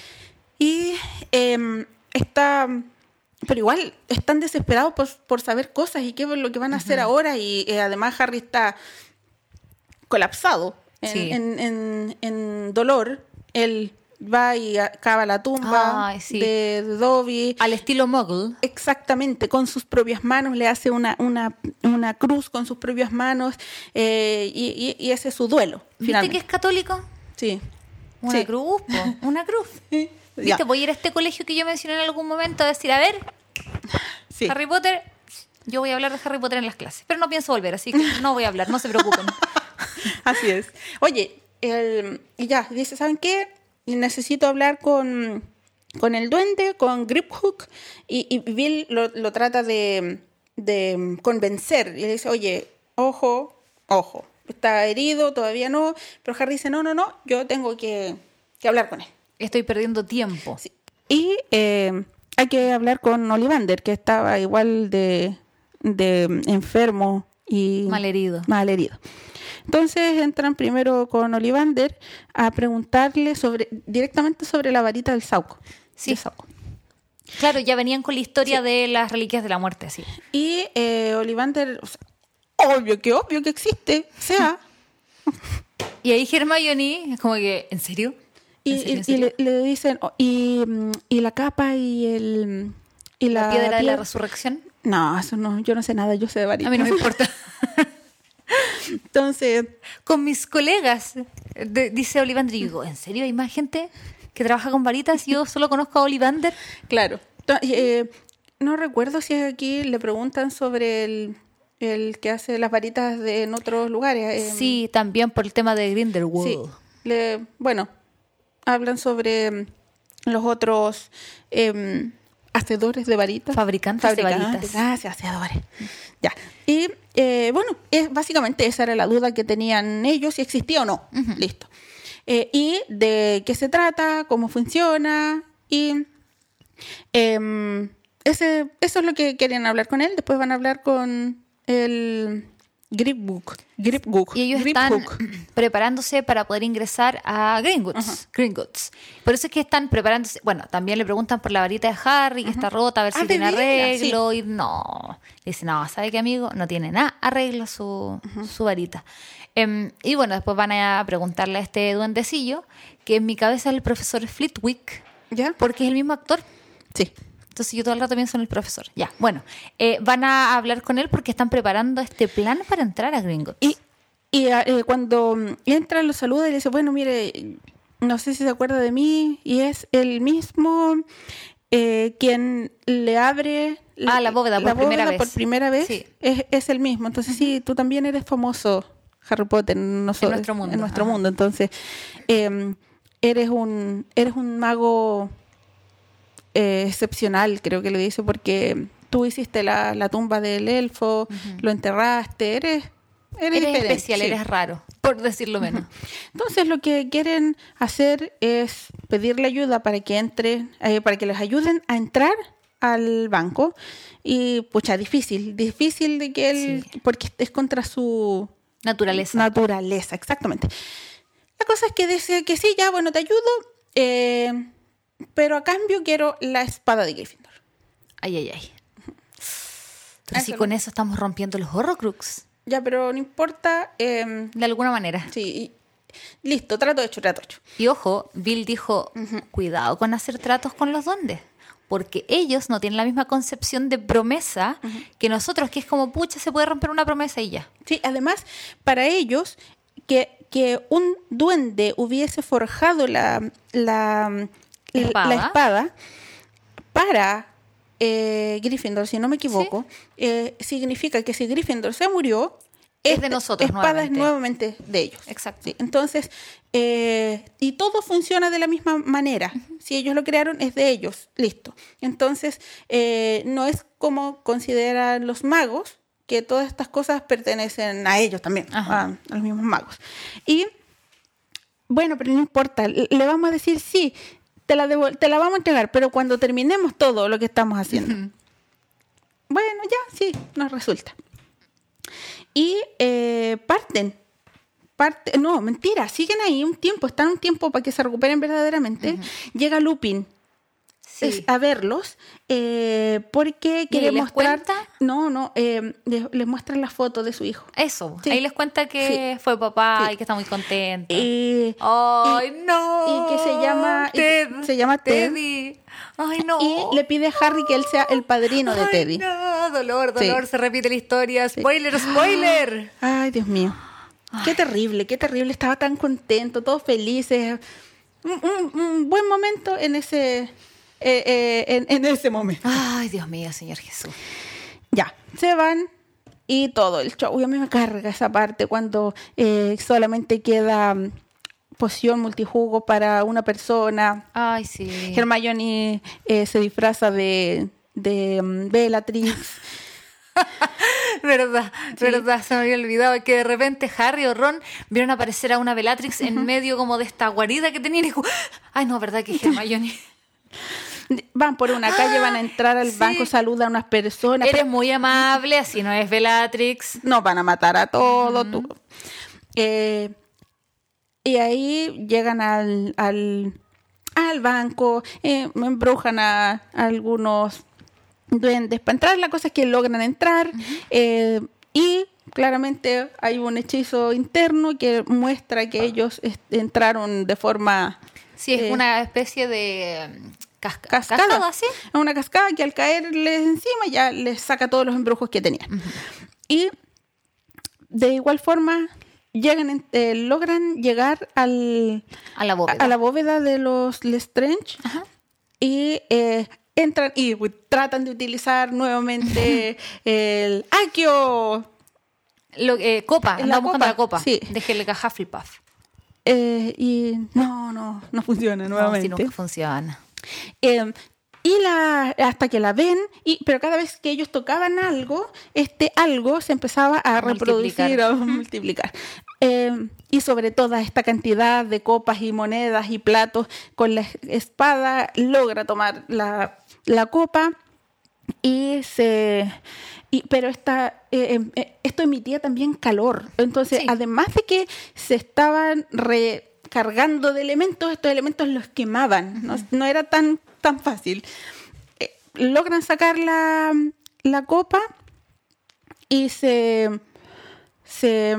Y eh, está... Pero igual están desesperados por, por saber cosas y qué es lo que van a hacer ahora. Y eh, además Harry está colapsado en,
Sí.
en, en, en dolor. Él va y cava la tumba
Ay, sí.
de Dobby.
Al estilo Muggle.
Exactamente, con sus propias manos, le hace una, una, una cruz con sus propias manos eh, y, y- y ese es su duelo.
¿Viste
Finalmente.
que es católico?
Sí.
Una
Sí.
cruz, po, una cruz.
Ya.
¿Viste? Voy a ir a este colegio que yo mencioné en algún momento a decir, a ver,
Sí.
Harry Potter, yo voy a hablar de Harry Potter en las clases, pero no pienso volver, así que no voy a hablar, no se preocupen.
Así es. Oye, el- y ya, dice, ¿saben qué? Necesito hablar con, con el duende, con Griphook, y, y Bill lo, lo trata de, de convencer. Y le dice, oye, ojo, ojo, está herido, todavía no. Pero Harry dice, no, no, no, yo tengo que, que hablar con él.
Estoy perdiendo tiempo.
Sí. Y eh, hay que hablar con Ollivander, que estaba igual de, de enfermo y
Malherido.
malherido. Entonces entran primero con Ollivander a preguntarle sobre directamente sobre la varita del Sauco.
Sí.
de Sauco.
Claro, ya venían con la historia de las reliquias de la muerte, sí.
Y eh, Ollivander, o sea, obvio que obvio que existe, o sea,
Y ahí Hermione es como que, ¿en serio?
y,
¿En serio, en
y- y
serio?
le, le dicen, oh, y, mm, y la capa y el y
¿La,
la,
piedra de la
piedra-
resurrección?
No, eso no, yo no sé nada, yo sé de varitas.
A mí no me importa.
Entonces,
Con mis colegas, de- dice Ollivander, y yo digo, ¿en serio hay más gente que trabaja con varitas? Yo solo conozco a Ollivander.
claro. To- eh, no recuerdo si aquí le preguntan sobre el, el que hace las varitas de, en otros lugares. eh,
Sí, también por el tema de Grindelwald.
Sí. Le, bueno, hablan sobre mm, los otros em, hacedores de varitas.
Fabricantes de varitas.
Gracias, hacedores. Ya. Y eh, bueno, es, básicamente esa era la duda que tenían ellos, si existía o no. Listo. Eh, y de qué se trata, cómo funciona y em, ese, eso es lo que querían hablar con él. Después van a hablar con el Griphook. Griphook.
Y ellos
Griphook.
están preparándose para poder ingresar a Gringotts. Gringotts. Por eso es que están preparándose. Bueno, también le preguntan por la varita de Harry, que está rota, a ver
Ah,
si
¿de
tiene
veras?
arreglo. Y no. Dice, no, ¿sabe qué, amigo? No tiene nada, arregla su, su varita. Em, y bueno, después van a preguntarle a este duendecillo, que en mi cabeza es el profesor Flitwick,
¿Ya?
porque es el mismo actor.
Sí.
Entonces yo todo el rato pienso en el profesor. Ya, bueno, eh, van a hablar con él porque están preparando este plan para entrar a Gringotts.
Y, y eh, cuando mm, entra, lo saluda y le dice, bueno, mire, no sé si se acuerda de mí, y es el mismo eh, quien le abre
Ah, la bóveda por primera vez.
por primera vez.
Sí.
Es, es el mismo. Entonces, sí, tú también eres famoso, Harry Potter, en, nosotros,
nuestro mundo.
En nuestro
Ajá.
mundo. Entonces, eh, eres un, eres un mago eh, excepcional, creo que le dice, porque tú hiciste la, la tumba del elfo, uh-huh. lo enterraste, eres...
Eres, eres especial, sí. Eres raro, por decirlo menos.
Entonces lo que quieren hacer es pedirle ayuda para que entre, eh, para que les ayuden a entrar al banco. Y pucha, difícil, difícil de que él, sí. porque es contra su
naturaleza.
Naturaleza, exactamente. La cosa es que dice que sí, ya, bueno, te ayudo, eh, pero a cambio quiero la espada de Gryffindor.
Ay, ay, ay. Pero si con eso estamos rompiendo los Horrocrux.
Ya, pero no importa. Eh,
de alguna manera.
Sí, y, listo, trato hecho, trato hecho.
Y ojo, Bill dijo, uh-huh. cuidado con hacer tratos con los duendes, porque ellos no tienen la misma concepción de promesa uh-huh. que nosotros, que es como, pucha, se puede romper una promesa y ya.
Sí, además, para ellos, que, que un duende hubiese forjado la, la,
espada.
la espada para... Eh, Gryffindor, si no me equivoco, ¿sí? eh, significa que si Gryffindor se murió,
es de nosotros
espada
nuevamente.
es nuevamente de ellos.
Exacto.
¿Sí? Entonces, eh, y todo funciona de la misma manera. Uh-huh. Si ellos lo crearon, es de ellos. Listo. Entonces, eh, no es como consideran los magos, que todas estas cosas pertenecen a ellos también, a, a los mismos magos. Y, bueno, pero no importa, le vamos a decir sí. Te la, devol- te la vamos a entregar, pero cuando terminemos todo lo que estamos haciendo. Uh-huh. Bueno, ya, sí, nos resulta. Y eh, parten. Parte, no, mentira, siguen ahí un tiempo, están un tiempo para que se recuperen verdaderamente. Uh-huh. Llega Lupin sí. es, a verlos eh, porque quiere
les
mostrar...
cuenta?
No, no, eh, les, les muestran la foto de su hijo.
Eso,
sí.
ahí les cuenta que sí. fue papá sí. y que está muy contento.
Y,
¡Ay,
y,
no!
Y que se llama
Ted,
y se llama Ted.
Teddy. ¡Ay, no!
Y le pide a Harry que él sea el padrino
Ay,
de Teddy.
no, dolor, dolor,
sí.
se repite la historia. ¡Spoiler, sí. spoiler!
Ay, Dios mío. Ay. Qué terrible, qué terrible. Estaba tan contento, todos felices. Un, un, un buen momento en ese... Eh, eh, en, en ese momento.
Ay, Dios mío, Señor Jesús.
Ya, se van y todo el show. Y a mí me carga esa parte cuando eh, solamente queda um, poción multijugo para una persona.
Ay, sí.
Hermione eh, se disfraza de, de um, Bellatrix.
verdad, sí. verdad, se me había olvidado que de repente Harry o Ron vieron aparecer a una Bellatrix uh-huh. en medio como de esta guarida que tenían y dijo, ay, no, verdad que es Hermione.
Van por una calle, van a entrar al
sí.
banco, saludan a unas personas.
Eres muy amable, así no es Bellatrix.
Nos van a matar a todos. Uh-huh. Eh, y ahí llegan al, al, al banco, eh, embrujan a, a algunos duendes para entrar. La cosa es que logran entrar uh-huh. eh, y claramente hay un hechizo interno que muestra que ellos est- entraron de forma...
Sí, es eh, una especie de... Casca-
cascada,
cascada ¿sí?
Es una cascada que al caerles encima ya les saca todos los embrujos que tenían. Uh-huh. Y de igual forma llegan, eh, logran llegar al,
a, la bóveda.
a, a la bóveda de los Lestrange uh-huh. y eh, entran y uh, tratan de utilizar nuevamente el Accio.
Lo, eh, copa, andamos buscando la copa
sí.
de Helga Hufflepuff.
Eh, y no, no, no funciona nuevamente.
No, si nunca funciona.
Eh, y la hasta que la ven, y pero cada vez que ellos tocaban algo, este algo se empezaba a, a reproducir, a multiplicar. Eh, y sobre toda esta cantidad de copas y monedas y platos, con la espada logra tomar la, la copa y se... Y, pero esta, eh, eh, esto emitía también calor. Entonces, sí. además de que se estaban recargando de elementos, estos elementos los quemaban. Uh-huh. No, no era tan, tan fácil. Eh, logran sacar la, la copa y se... se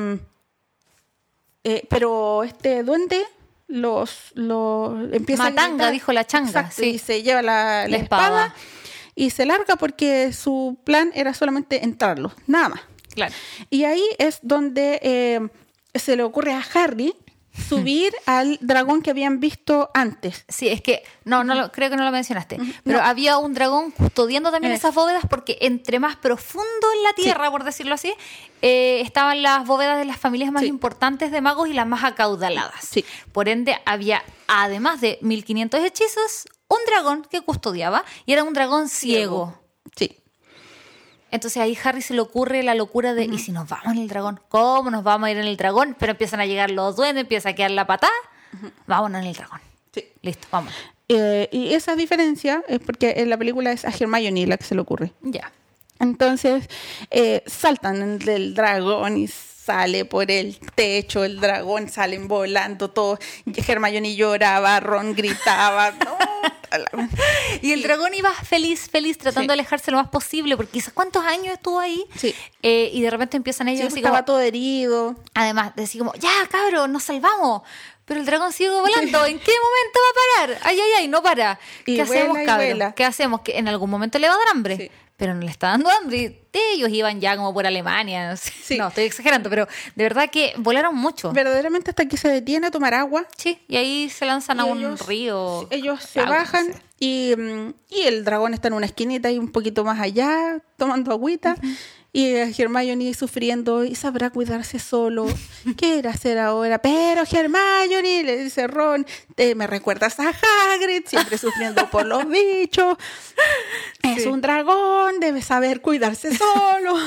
eh, pero este duende los, los empieza
Matanga,
a gritar,
dijo la changa.
Exacto,
sí.
Y se lleva la, la, la espada. espada. Y se larga porque su plan era solamente entrarlo, nada más.
Claro.
Y ahí es donde eh, se le ocurre a Harry subir al dragón que habían visto antes.
Sí, es que, no, no lo, creo que no lo mencionaste, pero no. Había un dragón custodiando también eh. esas bóvedas porque entre más profundo en la tierra, sí. por decirlo así, eh, estaban las bóvedas de las familias más sí. importantes de magos y las más acaudaladas.
Sí.
Por ende, había, además de mil quinientos hechizos, un dragón que custodiaba y era un dragón ciego.
Sí.
Entonces ahí Harry se le ocurre la locura de, uh-huh. ¿y si nos vamos en el dragón? ¿Cómo nos vamos a ir en el dragón? Pero empiezan a llegar los duendes, empieza a quedar la patada. Uh-huh. Vámonos en el dragón.
Sí.
Listo, vamos.
Eh, y esa diferencia es porque en la película es a Hermione la que se le ocurre.
Ya.
Entonces eh, saltan del dragón y sale por el techo el dragón, salen volando todos. Hermione lloraba, Ron gritaba. No.
Y el dragón iba feliz, feliz, tratando sí. de alejarse lo más posible, porque quizás cuántos años estuvo ahí.
Sí.
Eh, y de repente empiezan ellos
sí,
así
estaba
como,
todo herido.
Además, decir como, ya cabros, nos salvamos. Pero el dragón sigue volando. ¿En qué momento va a parar? Ay, ay, ay, no para.
Y
¿Qué
vuela
hacemos,
y
cabros?
vuela.
¿Qué hacemos? Que en algún momento le va a dar hambre.
Sí.
Pero no le está dando hambre. Ellos iban ya como por Alemania.
Sí.
No, estoy exagerando, pero de verdad que volaron mucho.
Verdaderamente hasta que se detiene a tomar agua.
Sí, y ahí se lanzan
y
a
ellos,
un río.
Ellos se agua, bajan no sé. y, y el dragón está en una esquinita y un poquito más allá, tomando agüita. Uh-huh. Y Hermione sufriendo, y sabrá cuidarse solo. ¿Qué era hacer ahora? Pero Hermione, le dice Ron, te me recuerdas a Hagrid, siempre sufriendo por los bichos. Sí. Es un dragón, debe saber cuidarse solo.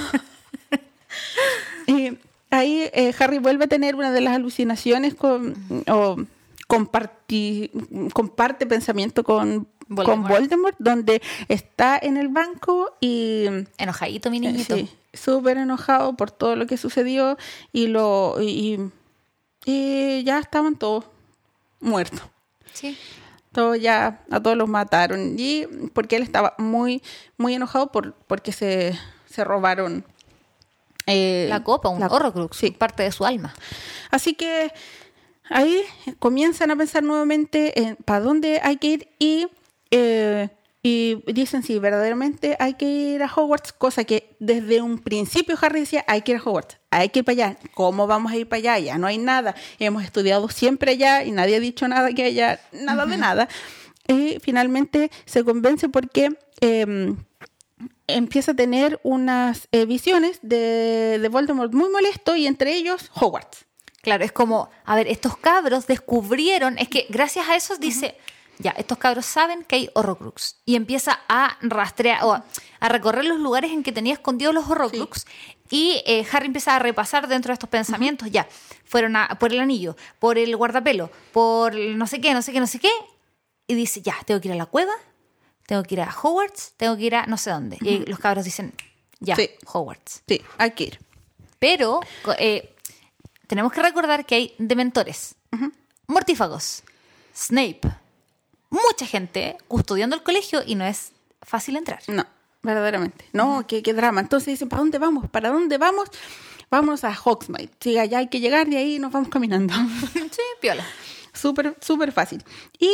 Y ahí eh, Harry vuelve a tener una de las alucinaciones con, o comparti, comparte pensamiento con Voldemort. con Voldemort, donde está en el banco y...
Enojadito, mi niñito.
Sí, súper enojado por todo lo que sucedió y lo y, y ya estaban todos muertos.
Sí.
Todos ya, a todos los mataron. Y porque él estaba muy, muy enojado por porque se, se robaron...
Eh, la copa, un Horrocrux, sí. parte de su alma.
Así que ahí comienzan a pensar nuevamente en para dónde hay que ir y... Eh, y dicen sí, verdaderamente hay que ir a Hogwarts, cosa que desde un principio Harry decía, hay que ir a Hogwarts, hay que ir para allá. ¿Cómo vamos a ir para allá? Ya no hay nada. Hemos estudiado siempre allá y nadie ha dicho nada que haya, nada uh-huh. de nada. Y finalmente se convence porque eh, empieza a tener unas eh, visiones de, de Voldemort muy molesto y entre ellos Hogwarts.
Claro, es como, a ver, estos cabros descubrieron, es que gracias a eso dice... Uh-huh. Ya, estos cabros saben que hay Horrocrux y empieza a rastrear o a, a recorrer los lugares en que tenía escondidos los Horrocrux sí. y eh, Harry empieza a repasar dentro de estos pensamientos, uh-huh. ya, fueron a, por el anillo, por el guardapelo, por no sé qué, no sé qué, no sé qué, y dice, ya, tengo que ir a la cueva, tengo que ir a Hogwarts, tengo que ir a no sé dónde. Uh-huh. Y los cabros dicen, ya, sí. Hogwarts.
Sí, hay que ir.
Pero eh, tenemos que recordar que hay dementores, uh-huh. mortífagos, Snape, mucha gente custodiando el colegio y no es fácil entrar.
No, verdaderamente. No, qué, qué drama. Entonces dicen, ¿para dónde vamos? ¿Para dónde vamos? Vamos a Hogsmeade. Sí, allá hay que llegar, de ahí nos vamos caminando.
Sí, piola.
Súper, súper fácil. Y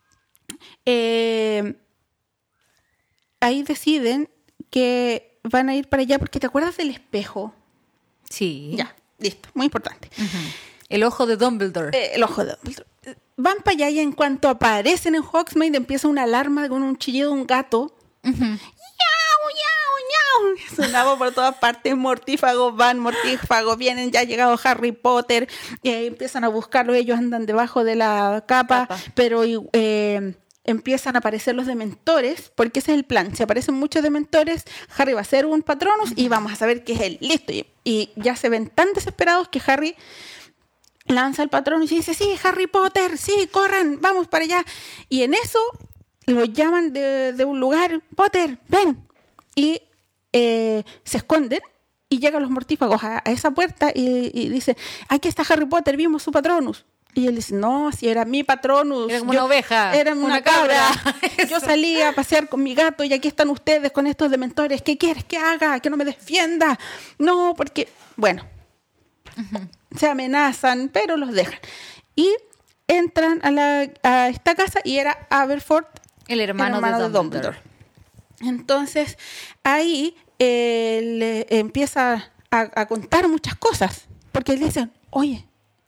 eh, ahí deciden que van a ir para allá porque ¿te acuerdas del espejo?
Sí.
Ya, listo. Muy importante.
Uh-huh. El ojo de Dumbledore.
Eh, el ojo de Dumbledore. Van para allá y en cuanto aparecen en Hogsmeade empieza una alarma con un chillido de un gato. Uh-huh. ¡Yau, yau, yau! Sonaba por todas partes, mortífagos van, mortífagos vienen, ya ha llegado Harry Potter, eh, empiezan a buscarlo, ellos andan debajo de la capa, capa. pero eh, empiezan a aparecer los dementores, porque ese es el plan. Si aparecen muchos dementores, Harry va a ser un Patronus uh-huh. y vamos a saber que es él. Listo. Y, y ya se ven tan desesperados que Harry... lanza el patrón y dice, sí, Harry Potter, sí, corran, vamos para allá. Y en eso lo llaman de, de un lugar, Potter, ven. Y eh, se esconden y llegan los mortífagos a, a esa puerta y, y dice, aquí está Harry Potter, vimos su Patronus. Y él dice, no, si era mi Patronus.
Era como yo, una oveja.
Era una, una cabra. cabra. Yo salí a pasear con mi gato y aquí están ustedes con estos dementores. ¿Qué quieres que haga? ¿Que no me defienda? No, porque, bueno... Uh-huh. Se amenazan, pero los dejan. Y entran a, la, a esta casa y era Aberforth,
el hermano, el hermano de, Dumbledore. de Dumbledore.
Entonces, ahí eh, le empieza a, a contar muchas cosas. Porque le dicen, oye,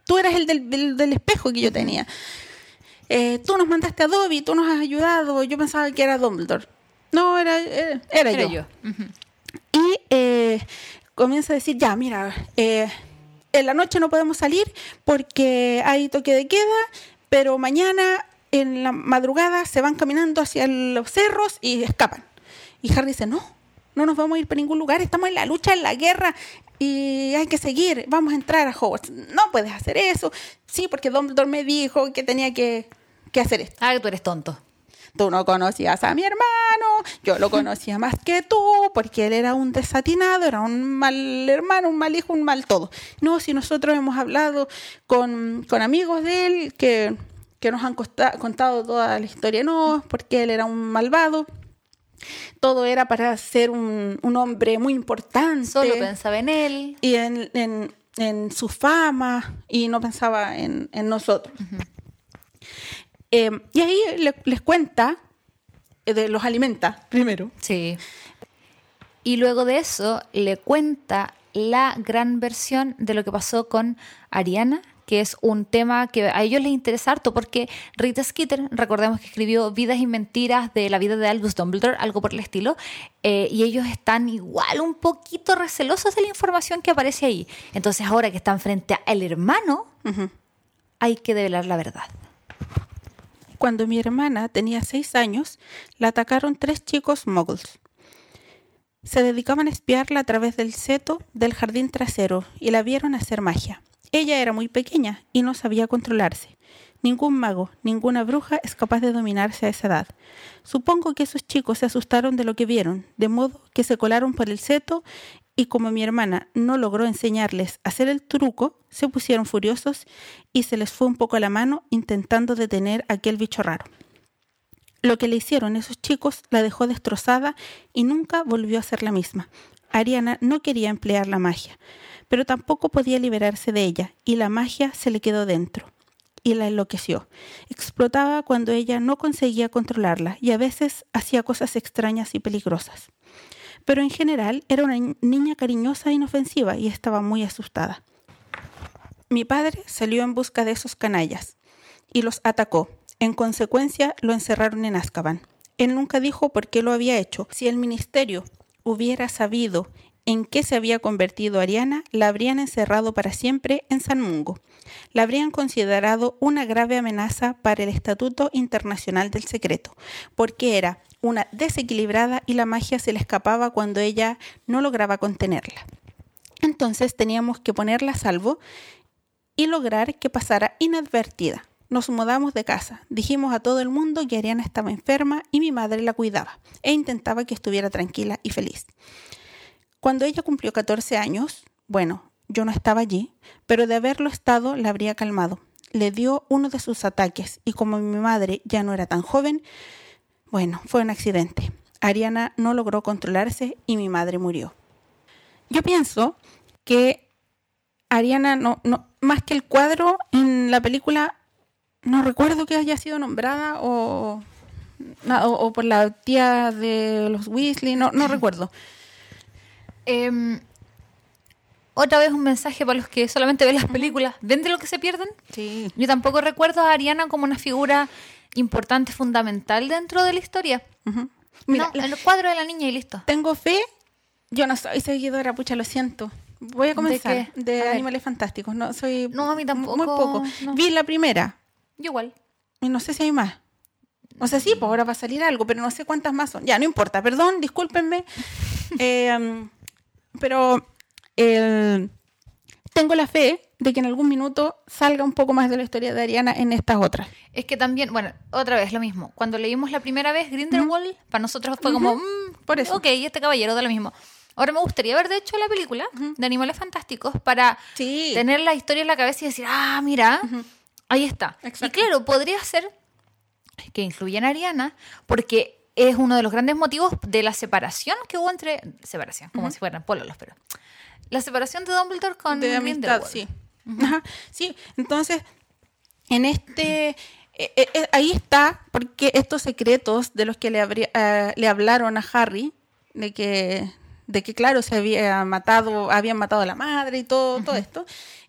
tú eras el del, del, del espejo que yo tenía. Eh, tú nos mandaste a Dobby, tú nos has ayudado. Yo pensaba que era Dumbledore. No, era, era, era, era yo. yo. Uh-huh. Y eh, comienza a decir, ya, mira, eh, en la noche no podemos salir porque hay toque de queda, pero mañana en la madrugada se van caminando hacia los cerros y escapan. Y Harry dice, no, no nos vamos a ir para ningún lugar, estamos en la lucha, en la guerra y hay que seguir, vamos a entrar a Hogwarts. No puedes hacer eso. Sí, porque Dumbledore me dijo que tenía que, que hacer esto.
Ah, que tú eres tonto.
Tú no conocías a mi hermano, yo lo conocía más que tú, porque él era un desatinado, era un mal hermano, un mal hijo, un mal todo. No, si nosotros hemos hablado con, con amigos de él que, que nos han costa, contado toda la historia, no, porque él era un malvado. Todo era para ser un, un hombre muy importante.
Solo pensaba en él.
Y en, en, en su fama, y no pensaba en, en nosotros. Uh-huh. Eh, y ahí le, les cuenta, eh, de, los alimenta primero.
Sí. Y luego de eso le cuenta la gran versión de lo que pasó con Ariana, que es un tema que a ellos les interesa harto porque Rita Skeeter, recordemos que escribió Vidas y Mentiras de la vida de Albus Dumbledore, algo por el estilo, eh, y ellos están igual un poquito recelosos de la información que aparece ahí. Entonces ahora que están frente al hermano, uh-huh, hay que develar la verdad.
Cuando mi hermana tenía seis años, la atacaron tres chicos muggles. Se dedicaban a espiarla a través del seto del jardín trasero y la vieron hacer magia. Ella era muy pequeña y no sabía controlarse. Ningún mago, ninguna bruja es capaz de dominarse a esa edad. Supongo que esos chicos se asustaron de lo que vieron, de modo que se colaron por el seto y como mi hermana no logró enseñarles a hacer el truco, se pusieron furiosos y se les fue un poco la mano intentando detener a aquel bicho raro. Lo que le hicieron esos chicos la dejó destrozada y nunca volvió a ser la misma. Ariana no quería emplear la magia, pero tampoco podía liberarse de ella y la magia se le quedó dentro y la enloqueció. Explotaba cuando ella no conseguía controlarla y a veces hacía cosas extrañas y peligrosas. Pero en general era una niña cariñosa e inofensiva y estaba muy asustada. Mi padre salió en busca de esos canallas y los atacó. En consecuencia, lo encerraron en Azkaban. Él nunca dijo por qué lo había hecho. Si el ministerio hubiera sabido en qué se había convertido Ariana, la habrían encerrado para siempre en San Mungo. La habrían considerado una grave amenaza para el Estatuto Internacional del Secreto, porque era una desequilibrada y la magia se le escapaba cuando ella no lograba contenerla. Entonces teníamos que ponerla a salvo y lograr que pasara inadvertida. Nos mudamos de casa. Dijimos a todo el mundo que Ariana estaba enferma y mi madre la cuidaba e intentaba que estuviera tranquila y feliz. Cuando ella cumplió catorce años, bueno, yo no estaba allí, pero de haberlo estado la habría calmado. Le dio uno de sus ataques y como mi madre ya no era tan joven, bueno, fue un accidente. Ariana no logró controlarse y mi madre murió. Yo pienso que Ariana, no, no, más que el cuadro en la película, no recuerdo que haya sido nombrada o, o, o por la tía de los Weasley, no, no recuerdo.
Eh, otra vez un mensaje para los que solamente ven las películas. ¿Ven de lo que se pierden?
Sí.
Yo tampoco recuerdo a Ariana como una figura importante, fundamental dentro de la historia. Uh-huh. Mira, no, el cuadro de la niña y listo.
Tengo fe. Yo no soy seguidora, pucha, lo siento. Voy a comenzar. ¿De,
¿De
a Animales Fantásticos. No, soy
no, a mí tampoco.
Muy poco. No. Vi la primera.
Yo igual.
Y no sé si hay más. O sea, sí, pues ahora va a salir algo, pero no sé cuántas más son. Ya, no importa. Perdón, discúlpenme. eh, um, pero eh, tengo la fe de que en algún minuto salga un poco más de la historia de Ariana en estas otras.
Es que también, bueno, otra vez lo mismo. Cuando leímos la primera vez Grindelwald, uh-huh, para nosotros fue uh-huh, como, mmm, por eso. Ok, este caballero da lo mismo. Ahora me gustaría haber de hecho la película uh-huh, de Animales Fantásticos para sí, tener la historia en la cabeza y decir, ah, mira, uh-huh, ahí está. Exacto. Y claro, podría ser que incluyan a Ariana porque es uno de los grandes motivos de la separación que hubo entre... Separación, como uh-huh, si fueran pololos, pero... La separación de Dumbledore con
de amistad, sí. Uh-huh. Ajá, sí, entonces, en este... Eh, eh, ahí está, porque estos secretos de los que le, habría, eh, le hablaron a Harry, de que, de que claro, se había matado, habían matado a la madre y todo, uh-huh, todo esto,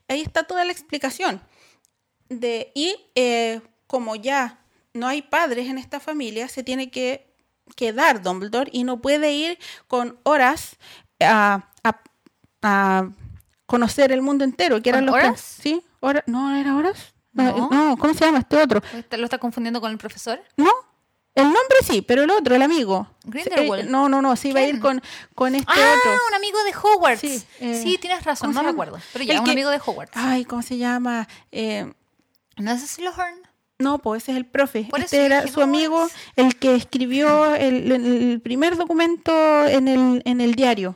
ahí está toda la explicación. De, y eh, como ya no hay padres en esta familia, se tiene que quedar Dumbledore y no puede ir con Horace a, a, a conocer el mundo entero. Que eran los
Horace?
¿Sí? Hora, ¿No era Horace?
No.
no, ¿cómo se llama este otro?
¿Lo está confundiendo con el profesor?
No, el nombre sí, pero el otro, el amigo.
Grindelwald.
Eh, no, no, no, sí iba a ir con, con este
ah,
otro.
un amigo de Hogwarts.
Sí, eh,
sí tienes razón, no me acuerdo. Pero ya,
el
un
que,
amigo de Hogwarts.
Ay, ¿cómo se llama? Eh,
¿No es Slughorn?
No, pues ese es el profe.
Por
este
eso
era
dije,
su
no,
amigo,
es...
el que escribió el, el primer documento en el, en el diario.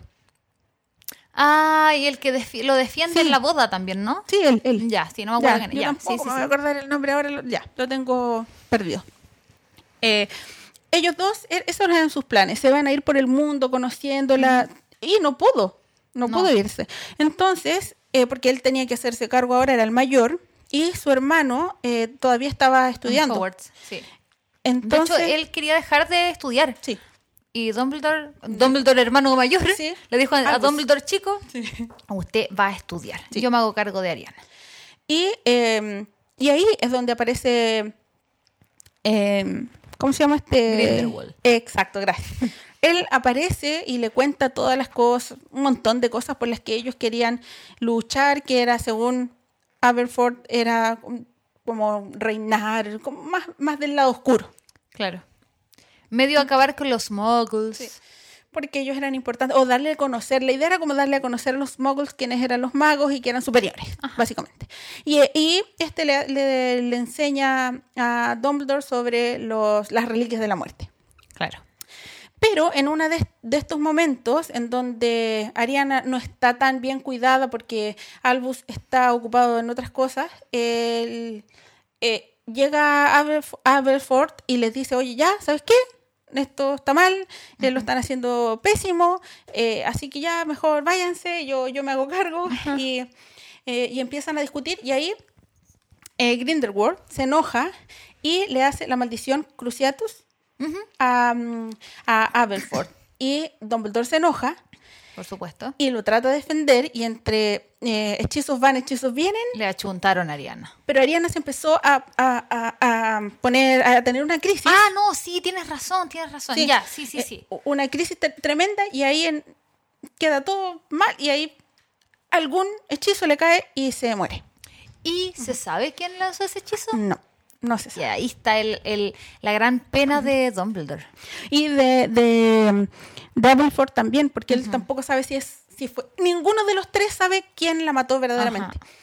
Ah, y el que defi- lo defiende
Sí.
en la boda también, ¿no?
Sí, él. él.
Ya, sí, no me acuerdo
Ya,
quién
yo
ya,
tampoco
sí, sí,
me
sí.
voy a acordar el nombre ahora, lo- ya, lo tengo perdido. Eh, ellos dos, e- esos eran sus planes, se van a ir por el mundo conociéndola, y no pudo, no,
No.
pudo irse. Entonces, eh, porque él tenía que hacerse cargo ahora, era el mayor, y su hermano eh, todavía estaba estudiando.
Hogwarts, sí.
Entonces,
de hecho, él quería dejar de estudiar.
Sí.
Y Dumbledore, Dumbledore hermano mayor,
Sí.
le dijo a, a
Albus.
Dumbledore chico, usted va a estudiar.
Sí.
Yo me hago cargo de Ariana.
Y, eh, y ahí es donde aparece, eh, ¿cómo se llama este?
Grindelwald.
Exacto, gracias. Él aparece y le cuenta todas las cosas, un montón de cosas por las que ellos querían luchar, que era, según Aberforth, era como reinar, como más, más del lado oscuro.
Claro. Medio acabar con los muggles.
Sí. Porque ellos eran importantes, o darle a conocer, la idea era como darle a conocer a los muggles quiénes eran los magos y que eran superiores, Ajá. básicamente. Y, y este le, le, le enseña a Dumbledore sobre los, las reliquias de la muerte.
Claro.
Pero en uno de, de estos momentos en donde Ariana no está tan bien cuidada porque Albus está ocupado en otras cosas, él, eh, llega a Aberforth y les dice, oye, ya, ¿sabes qué? Esto está mal, uh-huh. eh, lo están haciendo pésimo, eh, así que ya mejor váyanse, yo, yo me hago cargo. Uh-huh. y, eh, y empiezan a discutir y ahí eh, Grindelwald se enoja y le hace la maldición Cruciatus uh-huh. a, a Aberforth. Y Dumbledore se enoja.
Por supuesto.
Y lo trata de defender y entre eh, hechizos van, hechizos vienen.
Le achuntaron a Ariana.
Pero Ariana se empezó a, a, a, a poner, a tener una crisis.
Ah, no, sí, tienes razón, tienes razón.
Sí.
Ya, sí, sí, sí.
Eh, una crisis t- tremenda y ahí en, queda todo mal y ahí algún hechizo le cae y se muere.
¿Y uh-huh. se sabe quién lanzó ese hechizo?
No. No se sabe.
Y ahí está el, el, la gran pena de Dumbledore.
Y de, de, de Aberforth también, porque uh-huh. él tampoco sabe si es si fue. Ninguno de los tres sabe quién la mató verdaderamente. Ajá.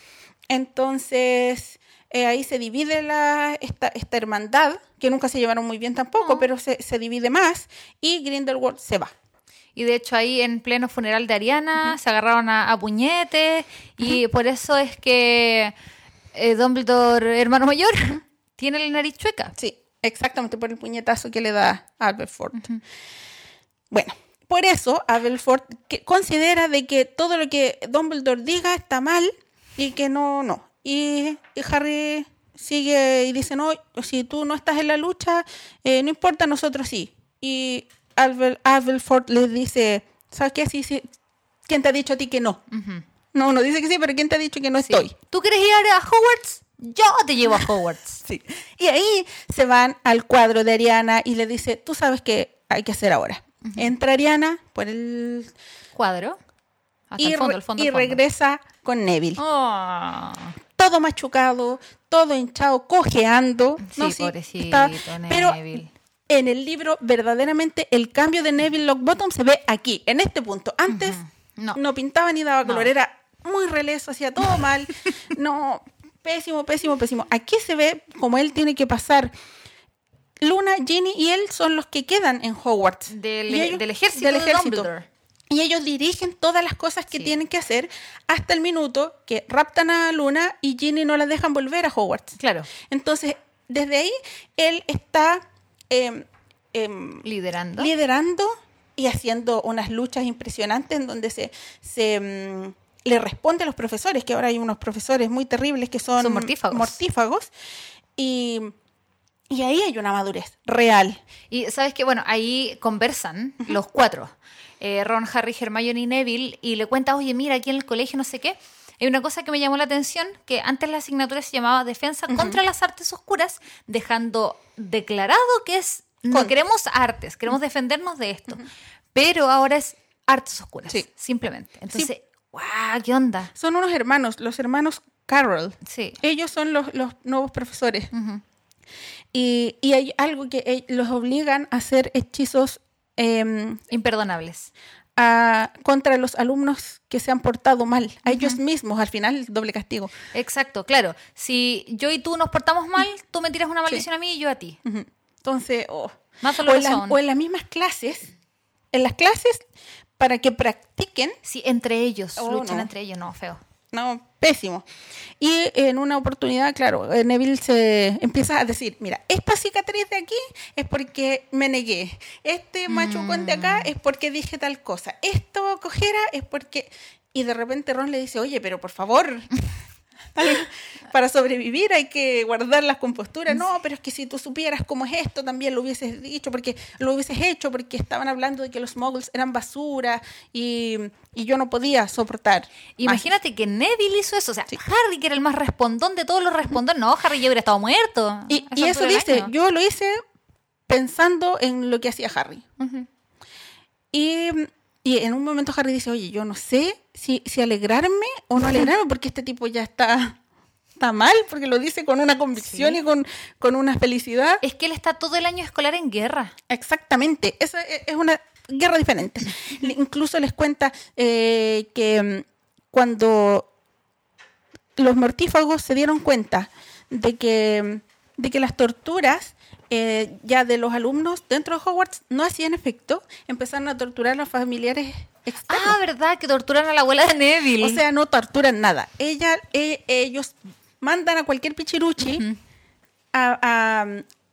Entonces, eh, ahí se divide la, esta, esta hermandad, que nunca se llevaron muy bien tampoco, no. pero se, se divide más, y Grindelwald se va.
Y de hecho ahí en pleno funeral de Ariana uh-huh. se agarraron a, a puñetes, uh-huh. y por eso es que eh, Dumbledore, hermano mayor... Uh-huh. Tiene la nariz chueca.
Sí, exactamente, por el puñetazo que le da a Aberforth. Uh-huh. Bueno, por eso Aberforth que considera de que todo lo que Dumbledore diga está mal y que no, no. Y, y Harry sigue y dice, no, si tú no estás en la lucha, eh, no importa, nosotros sí. Y Aberforth le dice, ¿sabes qué? Sí, sí. ¿Quién te ha dicho a ti que no? Uh-huh. No, uno dice que sí, pero ¿quién te ha dicho que no sí. estoy?
¿Tú quieres ir a Hogwarts? Yo te llevo a Hogwarts.
Sí. Y ahí se van al cuadro de Ariana y le dice, tú sabes qué hay que hacer ahora. Uh-huh. Entra Ariana por el
cuadro hasta
y,
el fondo, el fondo,
y
el fondo.
regresa con Neville.
Oh.
Todo machucado, todo hinchado, cojeando.
Sí,
no,
pobrecito,
está,
Neville.
Pero en el libro, verdaderamente, el cambio de Neville Longbottom se ve aquí, en este punto. Antes uh-huh. no. no pintaba ni daba color, no. Era muy releso, hacía todo mal. No... Pésimo, pésimo, pésimo. Aquí se ve como él tiene que pasar. Luna, Ginny y él son los que quedan en Hogwarts.
Del,
ellos,
del ejército
del
de
ejército.
Dumbledore.
Y ellos dirigen todas las cosas que sí. tienen que hacer hasta el minuto que raptan a Luna y Ginny no la dejan volver a Hogwarts.
Claro.
Entonces, desde ahí, él está eh, eh,
liderando.
liderando y haciendo unas luchas impresionantes en donde se... se um, le responde a los profesores, que ahora hay unos profesores muy terribles que son,
son mortífagos,
mortífagos y, y ahí hay una madurez real.
Y sabes que, bueno, ahí conversan uh-huh. los cuatro, eh, Ron, Harry, Hermione y Neville, y le cuenta, oye, mira, aquí en el colegio no sé qué, Hay una cosa que me llamó la atención, que antes la asignatura se llamaba Defensa uh-huh. contra las Artes Oscuras, dejando declarado que es no contra. Queremos artes, queremos uh-huh. defendernos de esto. Uh-huh. Pero ahora es Artes Oscuras, sí. simplemente. Entonces, sí. ¡guau! ¿Qué onda?
Son unos hermanos, los hermanos Carroll.
Sí.
Ellos son los, los nuevos profesores.
Uh-huh.
Y, y hay algo que los obligan a hacer hechizos eh,
imperdonables.
A, contra los alumnos que se han portado mal, a uh-huh. ellos mismos, al final, doble castigo.
Exacto, claro. Si yo y tú nos portamos mal, tú me tiras una maldición sí. a mí y yo a ti.
Uh-huh. Entonces, oh.
Más
o, en la, o en las mismas clases, en las clases, para que practiquen.
Sí, entre ellos,
oh,
luchan
no.
entre ellos, no, feo.
No, pésimo. Y en una oportunidad, claro, Neville se empieza a decir, mira, esta cicatriz de aquí es porque me negué. Este machucón de acá es porque dije tal cosa. Esto cojera es porque... Y de repente Ron le dice, oye, pero por favor, para sobrevivir hay que guardar las composturas. No, pero es que si tú supieras cómo es esto, también lo hubieses dicho, porque lo hubieses hecho, porque estaban hablando de que los muggles eran basura y, y yo no podía soportar.
Imagínate más. Que Neville hizo eso. O sea, sí. Harry, que era el más respondón de todos los respondones. No, Harry ya hubiera estado muerto.
Y, y eso dice, yo lo hice pensando en lo que hacía Harry.
Uh-huh.
Y... Y en un momento Harry dice, oye, yo no sé si, si alegrarme o no alegrarme, porque este tipo ya está, está mal, porque lo dice con una convicción sí. y con, con una felicidad.
Es que él está todo el año escolar en guerra.
Exactamente, esa es una guerra diferente. Incluso les cuenta eh, que cuando los mortífagos se dieron cuenta de que, de que las torturas... Eh, ya de los alumnos dentro de Hogwarts no hacían efecto, empezaron a torturar a los familiares externos.
Ah, ¿verdad? Que torturan a la abuela de Neville.
O sea, no torturan nada. Ella, eh, ellos mandan a cualquier pichiruchi uh-huh. a, a,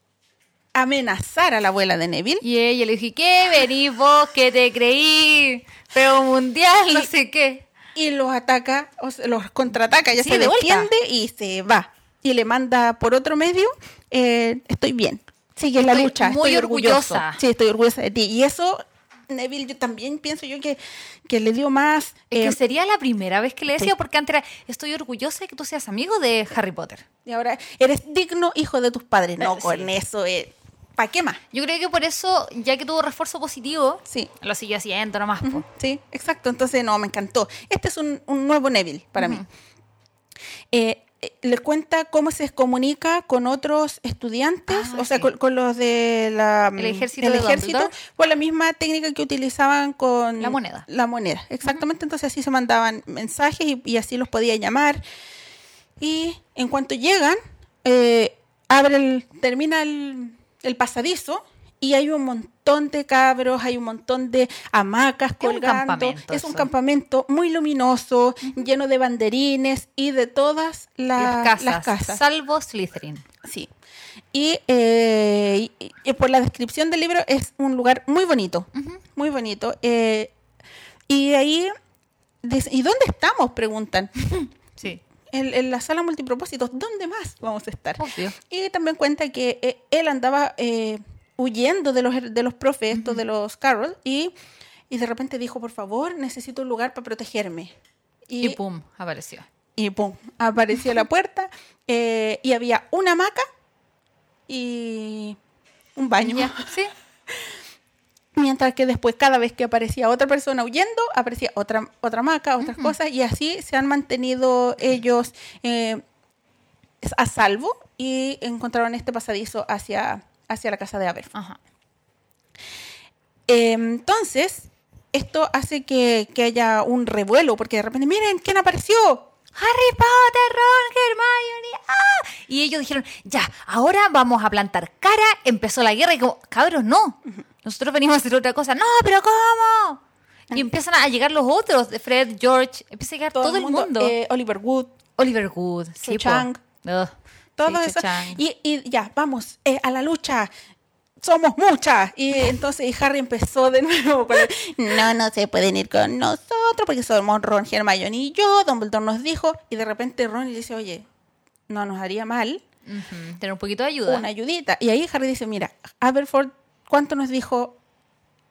a amenazar a la abuela de Neville.
Y ella le dije, ¿qué venís vos que te creí? Pero mundial,
y,
no sé qué.
Y los ataca, o sea, los contraataca, ya sí, se de defiende vuelta. Y se va. Y le manda por otro medio, eh, estoy bien. Sigue la lucha,
muy
estoy
orgullosa.
Orgulloso. Sí, estoy orgullosa de ti. Y eso, Neville, yo también pienso yo que, que le dio más...
Es
eh,
que sería la primera vez que le decía, sí. porque antes era, estoy orgullosa de que tú seas amigo de Harry Potter.
Y ahora, eres digno hijo de tus padres. No, sí. con eso, eh, ¿para qué más?
Yo creo que por eso, ya que tuvo refuerzo positivo,
sí.
lo siguió haciendo nomás.
Uh-huh. Sí, exacto. Entonces, no, me encantó. Este es un, un nuevo Neville para uh-huh. mí. Eh... Les cuenta cómo se comunica con otros estudiantes, ah, o sea, sí. con, con los de la,
el ejército,
el
de
ejército por la misma técnica que utilizaban con
la moneda.
La moneda, exactamente. Uh-huh. Entonces así se mandaban mensajes y, y así los podía llamar. Y en cuanto llegan, eh, abre el, termina el, el pasadizo. Y hay un montón de cabros, hay un montón de hamacas colgando.
Es un campamento.
Es un campamento muy luminoso, uh-huh. lleno de banderines y de todas la,
las, casas,
las casas.
Salvo Slytherin.
Sí. Y, eh, y, y por la descripción del libro es un lugar muy bonito, uh-huh. muy bonito. Eh, y ahí, ¿y dónde estamos? Preguntan.
Sí.
En, en la sala multipropósitos, ¿dónde más vamos a estar?
Obvio.
Y también cuenta que eh, él andaba... Eh, huyendo de los, de los profes, estos, uh-huh. de los Carroll, y, y de repente dijo, por favor, necesito un lugar para protegerme.
Y, y pum, apareció.
Y pum, apareció la puerta, eh, y había una hamaca y un baño.
Ya, sí.
Mientras que después, cada vez que aparecía otra persona huyendo, aparecía otra, otra hamaca, otras uh-huh. cosas, y así se han mantenido ellos eh, a salvo, y encontraron este pasadizo hacia... hacia la casa de Aberforth.
Ajá.
Eh, entonces, esto hace que, que haya un revuelo, porque de repente, miren, ¿quién apareció?
Harry Potter, Ron, Hermione, ¡ah! Y ellos dijeron, ya, ahora vamos a plantar cara, empezó la guerra, y como, cabros, no, uh-huh. nosotros venimos a hacer otra cosa. No, pero ¿cómo? Y empiezan a llegar los otros, de Fred, George, empieza a llegar todo, todo el mundo. mundo.
Eh, Oliver Wood.
Oliver Wood, sí,
Chang.
Uh.
Todo sí, eso. Y, y ya, vamos, eh, a la lucha. Somos muchas. Y entonces y Harry empezó de nuevo con el, no, no se pueden ir con nosotros porque somos Ron, Hermione y yo. Dumbledore nos dijo. Y de repente Ron le dice, oye, no nos haría mal
uh-huh. tener un poquito de ayuda.
Una ayudita. Y ahí Harry dice, mira, Aberforth, ¿cuánto nos dijo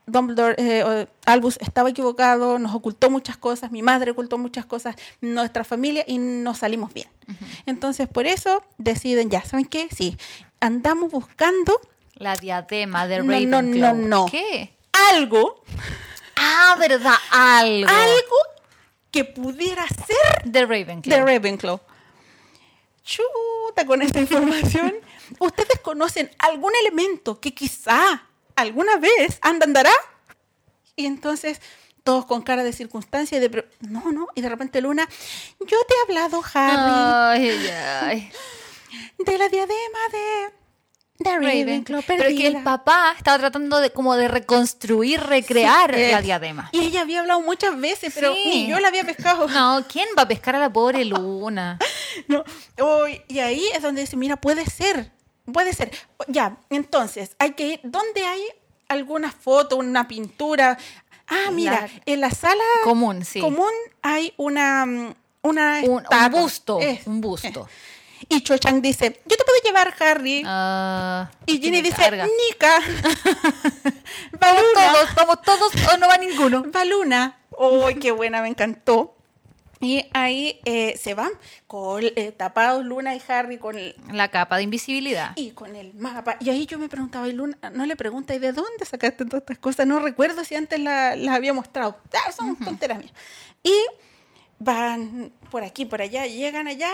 Dumbledore, eh, Albus estaba equivocado, nos ocultó muchas cosas, mi madre ocultó muchas cosas, nuestra familia, y nos salimos bien. Uh-huh. Entonces, por eso deciden, ya, ¿saben qué? Sí, andamos buscando...
La diadema de
no,
Ravenclaw.
No, no, no.
¿Qué?
Algo.
Ah, ¿verdad? Algo.
Algo que pudiera ser...
De Ravenclaw.
De Ravenclaw. Chuta, con esta información. ¿Ustedes conocen algún elemento que quizá alguna vez anda andará? Y entonces, todos con cara de circunstancia y de... No, no. Y de repente Luna, yo te he hablado, Harry.
Ay, ay.
De la diadema de... De Ravenclaw,
pero es que el papá estaba tratando de como de reconstruir, recrear
sí, eh,
la diadema.
Y ella había hablado muchas veces, pero sí. Ni yo la había pescado.
No, ¿quién va a pescar a la pobre Luna?
No, oh, y ahí es donde dice, mira, puede ser, puede ser. Ya, entonces, hay que ir, ¿dónde hay alguna foto, una pintura? Ah, mira, la, en la sala
común, sí.
común hay una, una
un, un busto, es, un busto.
Es. Y Cho Chang dice, yo te puedo llevar, Harry.
Uh,
y Ginny dice, carga. Nika.
¿Vamos todos? ¿Vamos todos o no va ninguno?
Va Luna. ¡Ay, oh, qué buena! Me encantó. Y ahí eh, se van con, eh, tapados Luna y Harry con el,
la capa de invisibilidad.
Y con el mapa. Y ahí yo me preguntaba, y Luna no le pregunta, ¿y de dónde sacaste todas estas cosas? No recuerdo si antes la, las había mostrado. Ah, son uh-huh. tonteras mías. Y van por aquí, por allá, llegan allá.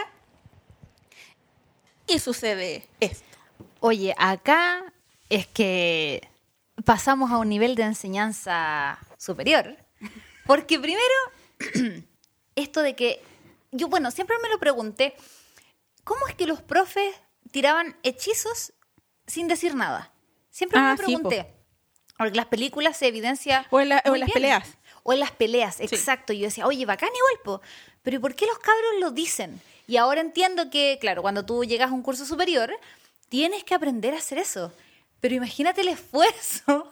Y sucede esto.
Oye, acá es que pasamos a un nivel de enseñanza superior. Porque primero, esto de que... Yo, bueno, siempre me lo pregunté. ¿Cómo es que los profes tiraban hechizos sin decir nada? Siempre ah, me lo pregunté. Sí, porque en las películas se evidencia...
O en, la, o en las peleas.
O en las peleas, sí. Exacto. Y yo decía, oye, bacán igual, po. Pero ¿por qué los cabros lo dicen? Y ahora entiendo que, claro, cuando tú llegas a un curso superior, tienes que aprender a hacer eso. Pero imagínate el esfuerzo,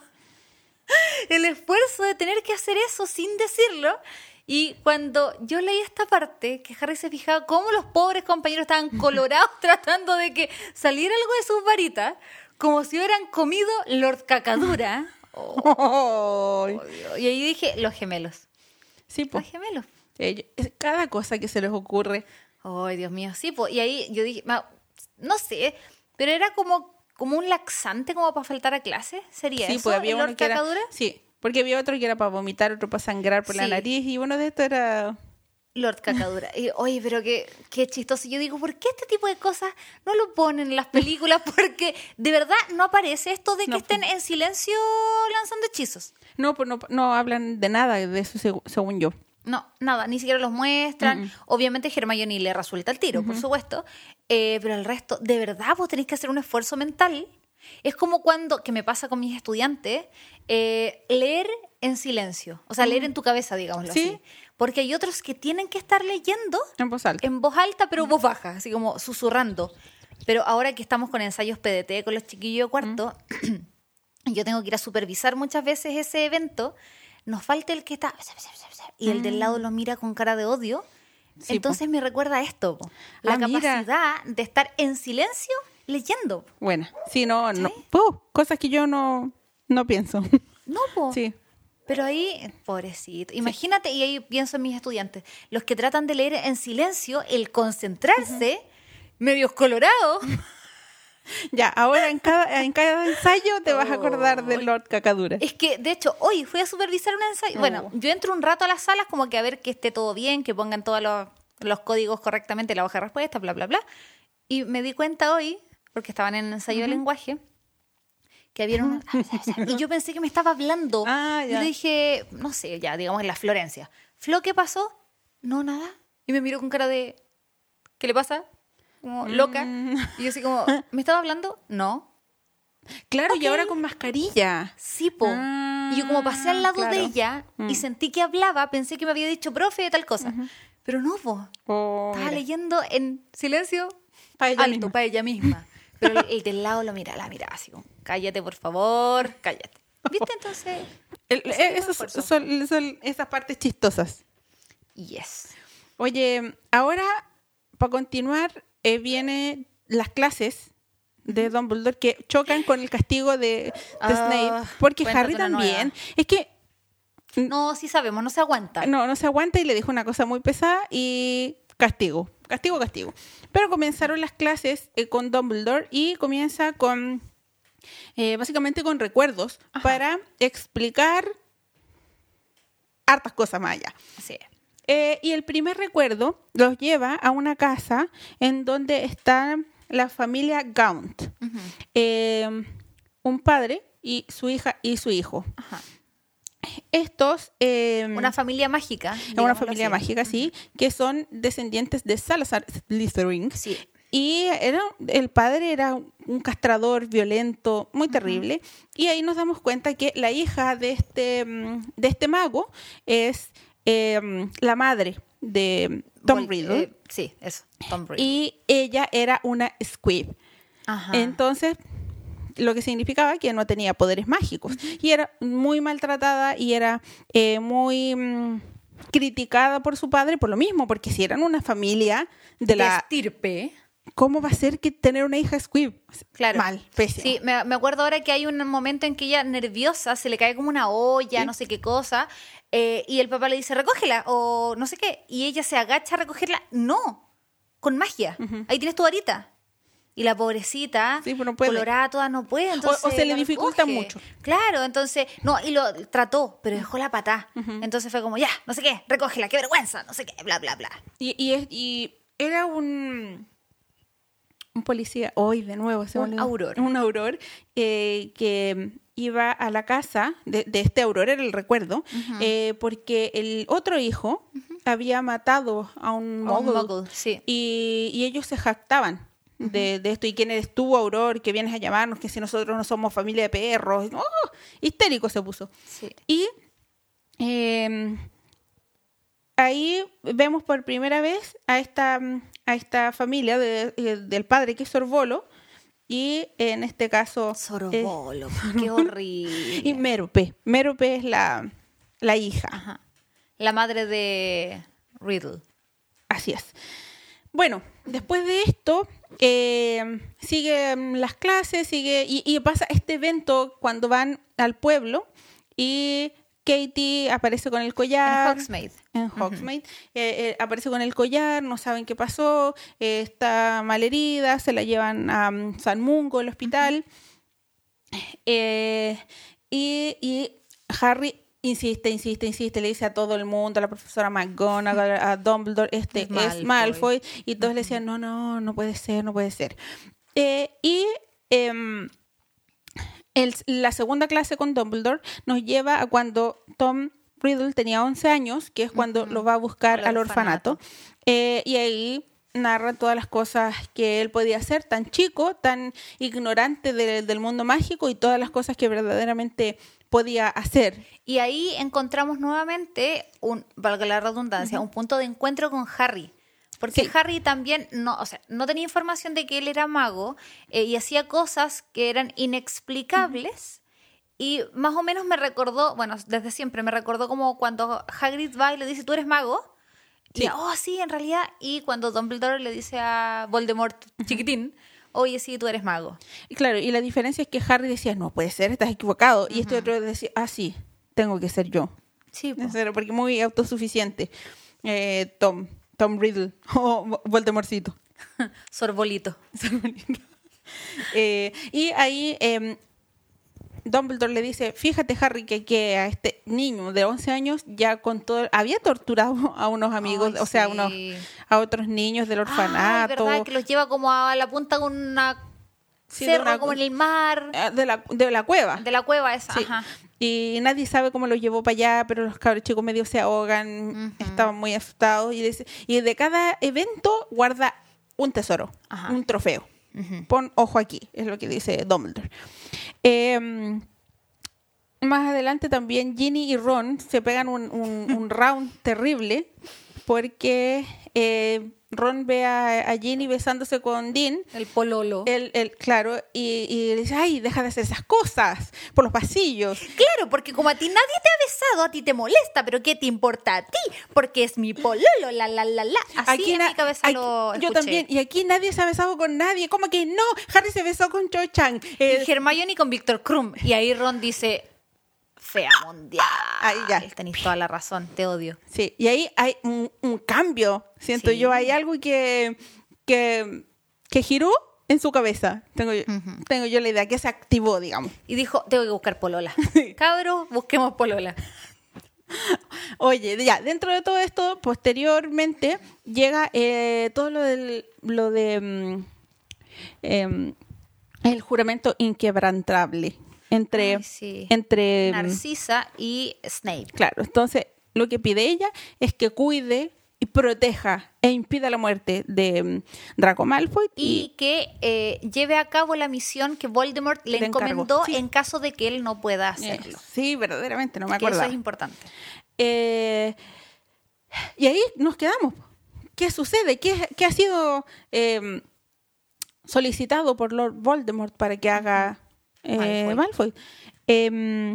el esfuerzo de tener que hacer eso sin decirlo. Y cuando yo leí esta parte, que Harry se fijaba cómo los pobres compañeros estaban colorados tratando de que saliera algo de sus varitas, como si hubieran comido Lord Cacadura. Oh, oh, y ahí dije, los gemelos.
Sí, pues.
Los gemelos.
Eh, cada cosa que se les ocurre.
Ay, Dios mío, sí, pues, y ahí yo dije, no sé, pero era como, como un laxante como para faltar a clase, ¿sería
sí,
eso?
Pues había
¿El
uno que era, sí, porque había otro que era para vomitar, otro para sangrar por sí. la nariz, y uno de estos era...
Lord Cacadura. Y, oye, pero qué, qué chistoso. Yo digo, ¿por qué este tipo de cosas no lo ponen en las películas? Porque de verdad no aparece esto de que no, estén pues, en silencio lanzando hechizos.
No, pues no, no hablan de nada de eso, según yo.
No, nada, ni siquiera los muestran. Uh-uh. Obviamente Hermione le resulta el tiro, uh-huh. por supuesto. Eh, pero el resto, de verdad, vos tenés que hacer un esfuerzo mental. Es como cuando, que me pasa con mis estudiantes, eh, leer en silencio. O sea, uh-huh. leer en tu cabeza, digámoslo ¿Sí? así. Porque hay otros que tienen que estar leyendo
en voz alta,
en voz alta pero uh-huh. voz baja, así como susurrando. Pero ahora que estamos con ensayos P D T con los chiquillos de cuarto, uh-huh. yo tengo que ir a supervisar muchas veces ese evento. Nos falta el que está... Y el del lado lo mira con cara de odio. Sí, entonces po. me recuerda a esto. Po. La ah, capacidad mira. de estar en silencio leyendo.
Bueno, sí, no, ¿sí? no. Oh, cosas que yo no, no pienso.
No, po.
Sí.
Pero ahí, pobrecito. Imagínate, sí. y ahí pienso en mis estudiantes, los que tratan de leer en silencio, el concentrarse, uh-huh. medios colorados.
Ya, ahora en cada, en cada ensayo te vas a acordar oh, del Lord Cacadura.
Es que, de hecho, hoy fui a supervisar un ensayo. Oh. Bueno, yo entro un rato a las salas como que a ver que esté todo bien, que pongan todos los, los códigos correctamente en la hoja de respuesta, bla, bla, bla. Y me di cuenta hoy, porque estaban en el ensayo uh-huh. de lenguaje, que había un... y yo pensé que me estaba hablando. Ah, y le dije, no sé, ya, digamos en la Florencia. Flo, ¿qué pasó? No, nada. Y me miró con cara de... ¿Qué le pasa? Como loca. Mm. Y yo así como, ¿me estaba hablando? No.
Claro, okay. Y ahora con mascarilla.
Sí, po. Ah, y yo como pasé al lado claro. de ella mm. y sentí que hablaba, pensé que me había dicho profe de tal cosa. Uh-huh. Pero no, po. Oh, estaba mira. leyendo en silencio
pa ella
alto, para ella misma. Pero el, el del lado lo mira, la miraba así como, cállate, por favor, cállate. ¿Viste? Entonces...
El, esos son, son, son esas partes chistosas.
Yes.
Oye, ahora, para continuar... Eh, vienen las clases de Dumbledore que chocan con el castigo de, de
Ah,
Snape, porque
cuéntate
Harry
una
también,
nueva.
es que
No, sí sabemos, no se aguanta.
no, no se aguanta y le dijo una cosa muy pesada y castigo, castigo, castigo. Pero comenzaron las clases eh, con Dumbledore y comienza con, eh, básicamente con recuerdos
Ajá.
para explicar hartas cosas más allá.
Sí.
Eh, y el primer recuerdo los lleva a una casa en donde está la familia Gaunt.
Ujú.
Eh, un padre y su hija y su hijo.
Ajá.
Estos... eh,
Una familia mágica.
es una
digámoslo
familia
así.
mágica, sí, que son descendientes de Salazar Slytherin.
Sí.
Y era, el padre era un castrador violento, muy terrible. Y ahí nos damos cuenta que la hija de este, mm, de este mago es eh, la madre de Tom
Vol-
Riddle.
eh, sí, eso. Tom Riddle.
Y ella era una squib.
Ajá.
Entonces, lo que significaba que no tenía poderes mágicos. Y era muy maltratada y era eh, muy mm, criticada por su padre por lo mismo, porque si eran una familia de
De
la...
estirpe.
¿Cómo va a ser que tener una hija squib?
Claro.
Mal, pésimo.
Sí, me, me acuerdo ahora que hay un momento en que ella, nerviosa, se le cae como una olla,
Sí.
no sé qué cosa, eh, y el papá le dice, recógela, o no sé qué, y ella se agacha a recogerla. No, con magia.
Ujú.
Ahí tienes tu varita. Y la pobrecita,
Sí, pues no puede.
colorada toda, no puede. Entonces
O- o se le
la
dificulta
recoge.
mucho.
Claro, entonces, no, y lo trató, pero dejó la patá. Entonces fue como, ya, no sé qué, recógela, qué vergüenza, no sé qué, bla, bla, bla.
Y, y, es- y era un, un policía, hoy de nuevo, se me
Un
olvidó.
auror.
Un auror eh, que iba a la casa de, de este auror, era el recuerdo, eh, porque el otro hijo había matado a un
A un
muggle.
muggle, sí.
Y, y ellos se jactaban de, de esto. ¿Y quién eres tú, Auror, que vienes a llamarnos? Que si nosotros no somos familia de perros. ¡Oh! Histérico se puso.
Sí.
Y eh, ahí vemos por primera vez a esta, a esta familia de- eh, del padre que es Sorbolo. Y en este caso... eh,
Sorbolo, qué horrible.
y Mérope. Mérope es la, la hija.
Ajá. La madre de Riddle.
Así es. Bueno, después de esto, eh, siguen las clases, sigue y, y pasa este evento cuando van al pueblo y Katie aparece con el collar.
En Hogsmeade.
En Hogsmeade. Eh, eh, aparece con el collar, no saben qué pasó, eh, está malherida, se la llevan a um, San Mungo, el hospital. Eh, y, y Harry insiste, insiste, insiste, le dice a todo el mundo, a la profesora McGonagall, a Dumbledore, este
Es
es
Malfoy.
Malfoy, y todos le decían, no, no, no puede ser, no puede ser. Eh, y em, el- la segunda clase con Dumbledore nos lleva a cuando Tom Riddle tenía once años, que es cuando lo va a buscar
Al
al orfanato, Eh, y ahí narra todas las cosas que él podía hacer, tan chico, tan ignorante de- del mundo mágico y todas las cosas que verdaderamente podía hacer.
Y ahí encontramos nuevamente, un, valga la redundancia, un punto de encuentro con Harry. Porque
Sí.
Harry también no, o sea, no tenía información de que él era mago eh, y hacía cosas que eran inexplicables. Y más o menos me recordó, bueno, desde siempre me recordó como cuando Hagrid va y le dice, ¿tú eres mago?
Sí.
Y, oh, sí, en realidad. Y cuando Dumbledore le dice a Voldemort, chiquitín, oye, sí, tú eres mago.
Y claro, y la diferencia es que Harry decía, no puede ser, estás equivocado. Y este otro decía, ah, sí, tengo que ser yo.
Sí, po.
En serio, porque muy autosuficiente. Eh, Tom, Tom Riddle, o Voldemortcito.
Sorbolito.
Eh, y ahí eh, Dumbledore le dice, fíjate Harry que, que a este niño de once años ya con todo, había torturado a unos amigos,
Ay,
o sea,
sí.
unos, a otros niños del
Ah,
orfanato.
verdad, que los lleva como a la punta de una
Sí, de
cerro,
una-
como en el mar,
eh, de la, de la cueva.
de la cueva esa.
Sí.
Ajá.
Y nadie sabe cómo lo llevó para allá, pero los cabros chicos medio se ahogan,
Ujú.
estaban muy asustados. Y de, y de cada evento guarda un tesoro,
Ajá.
un trofeo.
Ujú.
Pon ojo aquí, es lo que dice Dumbledore. Eh, más adelante también Ginny y Ron se pegan un, un- un round terrible porque eh, Ron ve a, a Ginny besándose con Dean.
El pololo.
El, el, claro, y, y le dice, ay, deja de hacer esas cosas por los pasillos.
Claro, porque como a ti nadie te ha besado, a ti te molesta, pero ¿qué te importa a ti? Porque es mi pololo, la, la, la, la. Así
Aquí
en
na-
mi cabeza
aquí-
lo
Yo
escuché.
también, y aquí nadie se ha besado con nadie. ¿Cómo que no? Harry se besó con Cho Chang. Eh,
Y Hermione con Víctor Krum. Y ahí Ron dice, fea mundial.
Ahí ya.
Tenéis toda la razón, te odio.
Sí, y ahí hay un, un cambio, siento
Sí.
yo, hay algo que, que, que giró en su cabeza, tengo yo,
Ujú.
tengo yo la idea, que se activó, digamos.
Y dijo, tengo que buscar polola. Cabros, busquemos polola.
Oye, ya, dentro de todo esto, posteriormente, llega eh, todo lo, del, lo de mm, em, el juramento inquebrantable entre,
Ay, sí.
entre mm,
Narcisa y Snape.
claro, entonces lo que pide ella es que cuide y proteja e impida la muerte de mm, Draco Malfoy
Y
y,
que eh, lleve a cabo la misión que Voldemort le
Le encargó,
encomendó
sí.
en caso de que él no pueda hacerlo.
sí, verdaderamente, no me
Que eso
acuerdo.
es importante.
Eh, y ahí nos quedamos. ¿Qué sucede? ¿Qué, qué ha sido eh, solicitado por Lord Voldemort para que haga eh,
Malfoy.
Malfoy? Eh,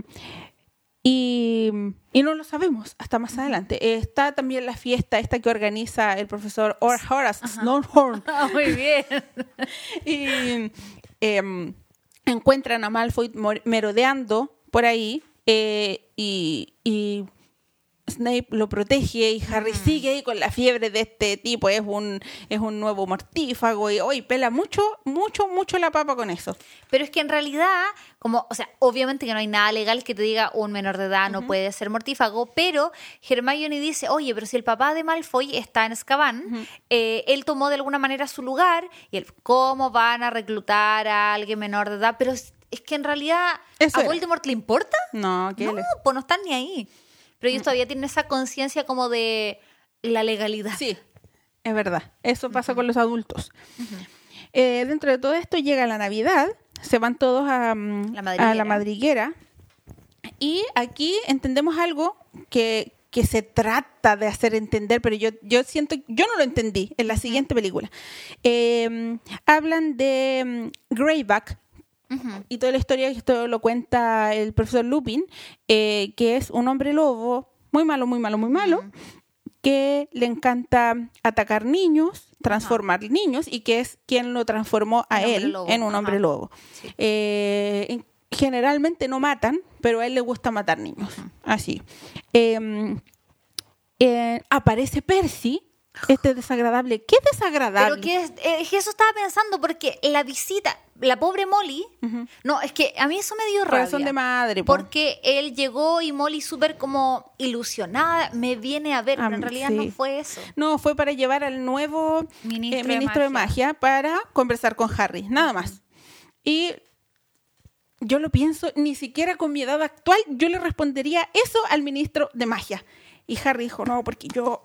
y, y no lo sabemos hasta más adelante. Eh, está también la fiesta esta que organiza el profesor Or Horace Snowhorn.
Ah, muy bien.
Y eh, encuentran a Malfoy mor- merodeando por ahí eh, y, y Snape lo protege y Harry sigue ahí con la fiebre de este tipo, es un es un nuevo mortífago y hoy pela mucho, mucho, mucho la papa con eso.
Pero es que en realidad, como, o sea, obviamente que no hay nada legal que te diga un menor de edad no puede ser mortífago, pero Hermione dice, oye, pero si el papá de Malfoy está en Azkaban, eh, él tomó de alguna manera su lugar, y él, ¿cómo van a reclutar a alguien menor de edad? Pero es, es que en realidad,
Eso
¿a
era.
Voldemort le importa?
No, ¿qué
No,
le-
pues no están ni ahí. Pero ellos todavía tienen esa conciencia como de la legalidad.
Sí, es verdad. Eso pasa con los adultos. Eh, dentro de todo esto llega la Navidad, se van todos a, mm,
La
a
madriguera.
la madriguera y aquí entendemos algo que, que se trata de hacer entender, pero yo, yo siento, yo no lo entendí en la siguiente película. Eh, hablan de mm, Greyback,
Ujú.
y toda la historia, esto lo cuenta el profesor Lupin, eh, que es un hombre lobo muy malo, muy malo, muy malo, que le encanta atacar niños, transformar niños, y que es quien lo transformó a
Un hombre
él
lobo,
en un
ajá.
hombre lobo.
Sí.
Eh, en- generalmente no matan, pero a él le gusta matar niños. Así. Eh, eh, aparece Percy, este desagradable. ¿Qué desagradable?
Pero que es, es que eso estaba pensando, porque la visita, la pobre Molly, no, es que a mí eso me dio rabia.
Corazón de madre. po.
Porque él llegó y Molly súper como ilusionada, me viene a ver,
Ah,
pero en realidad
sí.
no fue eso.
No, fue para llevar al nuevo
Ministro
eh,
de
ministro de, magia. para conversar con Harry, nada más. Y yo lo pienso, ni siquiera con mi edad actual, yo le respondería eso al ministro de magia. Y Harry dijo, no, porque yo...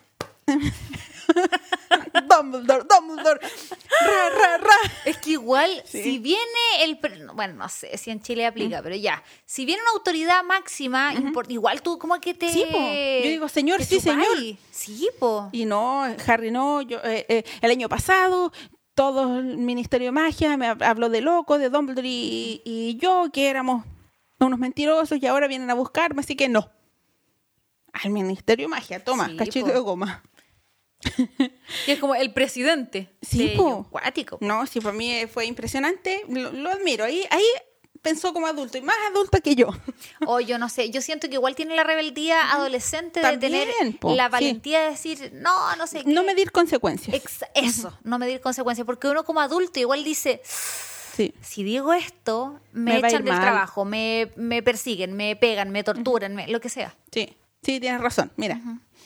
Dumbledore, Dumbledore, ra, ra, ra.
Es que igual,
Sí.
si viene el... pre- Bueno, no sé si en Chile aplica, pero ya. Si viene una autoridad máxima, import- igual tú como que te...
Sí, po. Yo digo, señor,
te
sí,
chupáis.
señor.
Sí, po.
Y no, Harry, no, yo eh, eh, el año pasado todo el Ministerio de Magia me hab- habló de loco, de Dumbledore y, y yo, que éramos unos mentirosos y ahora vienen a buscarme, así que no. Al Ministerio de Magia, toma,
Sí,
cachito
po.
de goma.
Y es como el presidente.
Sí,
de
po.
ellos. Cuático.
No, sí, para mí fue impresionante, lo, lo admiro. Ahí, ahí pensó como adulto y más adulta que yo.
O yo no sé, yo siento que igual tiene la rebeldía adolescente de
También,
tener
po,
la
sí.
valentía de decir, no, no sé qué.
No medir consecuencias.
Ex- eso, no medir consecuencias, porque uno como adulto igual dice,
Sí.
si digo esto, me,
Me va a
echan
ir
del
mal.
trabajo, me, me persiguen, me pegan, me torturan, me- lo que sea.
Sí, sí, tienes razón. Mira.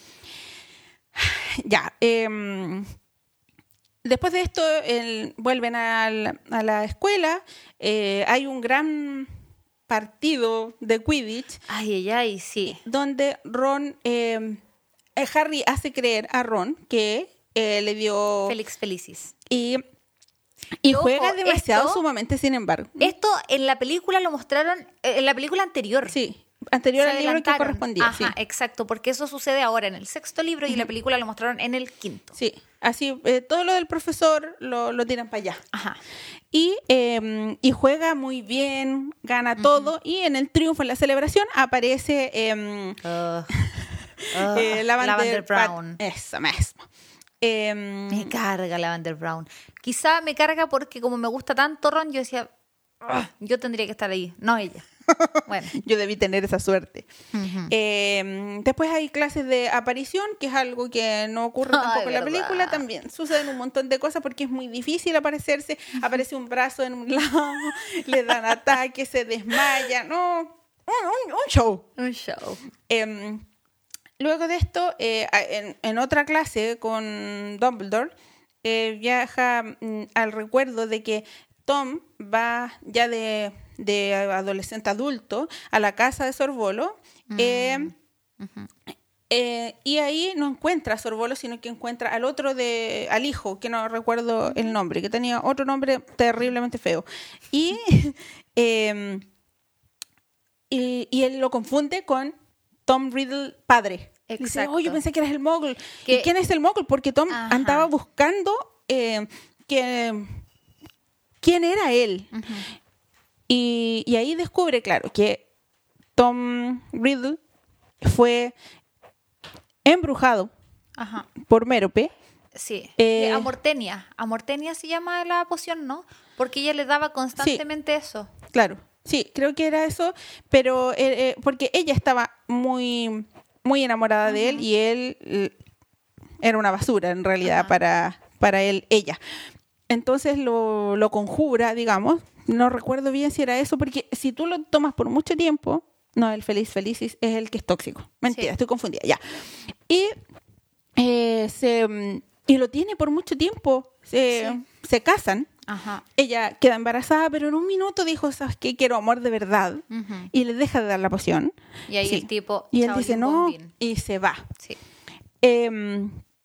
Ya. em, después de esto, el- vuelven al- a la escuela. eh, hay un gran partido de Quidditch
Ay, ay, ay, sí.
donde Ron, em, eh, Harry hace creer a Ron que eh, le dio...
Félix Felicis.
Y, y
Ojo,
juega demasiado
esto-
sumamente, sin embargo.
Esto en la película lo mostraron, eh, en la película anterior.
Sí. anterior
Se
al libro que correspondía.
Ajá,
sí.
exacto, porque eso sucede ahora en el sexto libro y uh-huh. la película lo mostraron en el quinto.
Sí, así eh, todo lo del profesor lo, lo tiran para allá.
Ajá.
Y, eh, y juega muy bien, gana uh-huh. todo, y en el triunfo, en la celebración, aparece eh,
uh, uh,
eh, Lavender,
Lavender Brown.
Pat, eso mismo. Eh,
me carga Lavender Brown. Quizá me carga porque como me gusta tanto Ron, yo decía, yo tendría que estar ahí, no ella. Bueno.
Yo debí tener esa suerte.
Uh-huh.
Eh, después hay clases de aparición, que es algo que no ocurre tampoco Ay, en la película.
¿verdad?
También suceden un montón de cosas porque es muy difícil aparecerse. Uh-huh. Aparece un brazo en un lado, le dan ataque, se desmaya. No, un, un, un show.
Un show.
Eh, luego de esto, eh, en, en otra clase con Dumbledore, eh, viaja mm, al recuerdo de que Tom va ya de, de adolescente adulto a la casa de Sorbolo mm. eh, uh-huh. eh, y ahí no encuentra a Sorbolo, sino que encuentra al otro, de al hijo, que no recuerdo uh-huh. el nombre, que tenía otro nombre terriblemente feo. Y, eh, y, y él lo confunde con Tom Riddle padre.
Exacto.
Dice, oh, yo pensé que eras el Muggle. ¿Y quién es el Muggle? Porque Tom Ajá. andaba buscando eh, que... quién era él. Uh-huh. Y, y ahí descubre, claro, que Tom Riddle fue embrujado
Ajá.
por Mérope.
Sí, eh, Amortenia. Amortenia se llama la poción, ¿no? Porque ella le daba constantemente
sí,
eso.
Claro, sí, creo que era eso, pero eh, eh, porque ella estaba muy, muy enamorada uh-huh. de él y él eh, era una basura en realidad uh-huh. para, para él, ella. Entonces lo, lo conjura, digamos. No recuerdo bien si era eso, porque si tú lo tomas por mucho tiempo, no, el Feliz Felicis es el que es tóxico. Mentira, sí. estoy confundida, ya. Y, eh, se, y lo tiene por mucho tiempo. Se, sí. se casan.
Ajá.
Ella queda embarazada, pero en un minuto dijo, ¿sabes qué? Quiero amor de verdad.
Uh-huh.
Y le deja de dar la poción.
Y ahí
sí.
el tipo...
Y él dice, no, bombín. Y se va.
Sí.
Eh,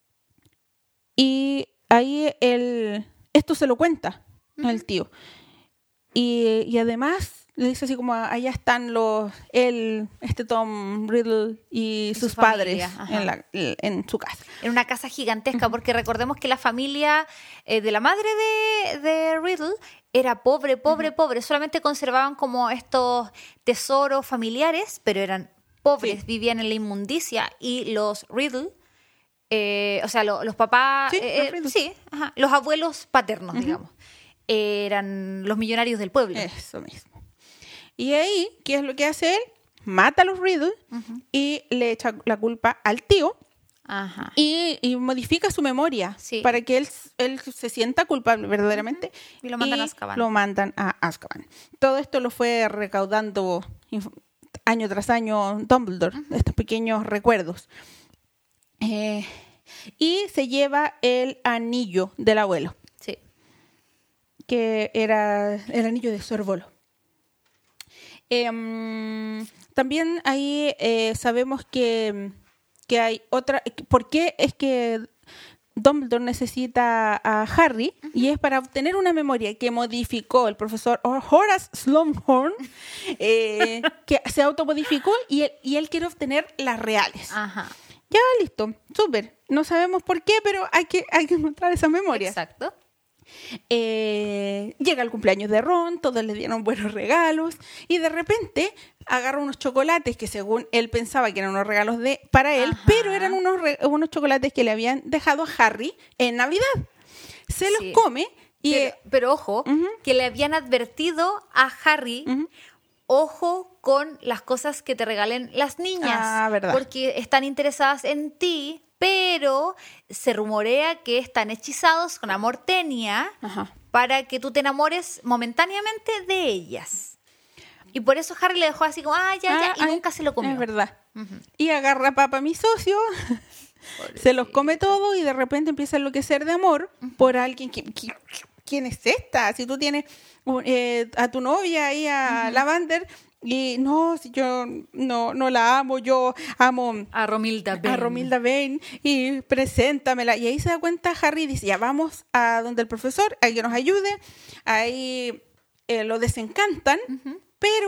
y ahí él... Esto se lo cuenta uh-huh. el tío. Y, y además le dice así como, allá están los, él, este Tom Riddle y, y sus su padres en, la, en su casa.
En una casa gigantesca, uh-huh. porque recordemos que la familia eh, de la madre de, de Riddle era pobre, pobre, uh-huh. pobre. Solamente conservaban como estos tesoros familiares, pero eran pobres, sí. vivían en la inmundicia. Y los Riddle... Eh, o sea, lo, los papás,
sí,
eh,
los,
sí ajá, los abuelos paternos, uh-huh. digamos, eh, eran los millonarios del pueblo.
Eso mismo. Y ahí, ¿qué es lo que hace él? Mata a los Riddle uh-huh. y le echa la culpa al tío
Ajá.
Y, y modifica su memoria
sí.
para que él, él se sienta culpable verdaderamente.
Uh-huh. Y lo mandan
y
a Azkaban.
Lo mandan a Azkaban. Todo esto lo fue recaudando año tras año Dumbledore, uh-huh. estos pequeños recuerdos. Eh, y se lleva el anillo del abuelo.
Sí.
Que era el anillo de Sorbolo. Eh, también ahí eh, sabemos que, que hay otra... ¿Por qué es que Dumbledore necesita a Harry? Uh-huh. Y es para obtener una memoria que modificó el profesor Horace Slughorn, eh, que se automodificó y él, y él quiere obtener las reales.
Ajá.
Ya, listo, súper. No sabemos por qué, pero hay que, hay que encontrar esa memoria.
Exacto.
Eh, llega el cumpleaños de Ron, todos le dieron buenos regalos y de repente agarra unos chocolates que según él pensaba que eran unos regalos de para él, Ajá. pero eran unos, re, unos chocolates que le habían dejado a Harry en Navidad. Se sí. los come y...
Pero, pero ojo, uh-huh. que le habían advertido a Harry... Uh-huh. Ojo con las cosas que te regalen las niñas,
ah, ¿verdad?
Porque están interesadas en ti, pero se rumorea que están hechizados con Amortenia
Ajá.
para que tú te enamores momentáneamente de ellas. Y por eso Harry le dejó así como, ah, ya, ya, ah, y ay, nunca se lo comió.
Es verdad. Uh-huh. Y agarra a Papa, mi socio, se los come todo y de repente empieza a enloquecer de amor uh-huh. por alguien que... que ¿quién es esta? Si tú tienes eh, a tu novia ahí, a uh-huh. Lavender, y no, si yo no, no la amo, yo amo
a Romilda Vane.
A Romilda Vane, y preséntamela. Y ahí se da cuenta Harry y dice, ya vamos a donde el profesor, a que nos ayude. Ahí eh, lo desencantan, uh-huh. pero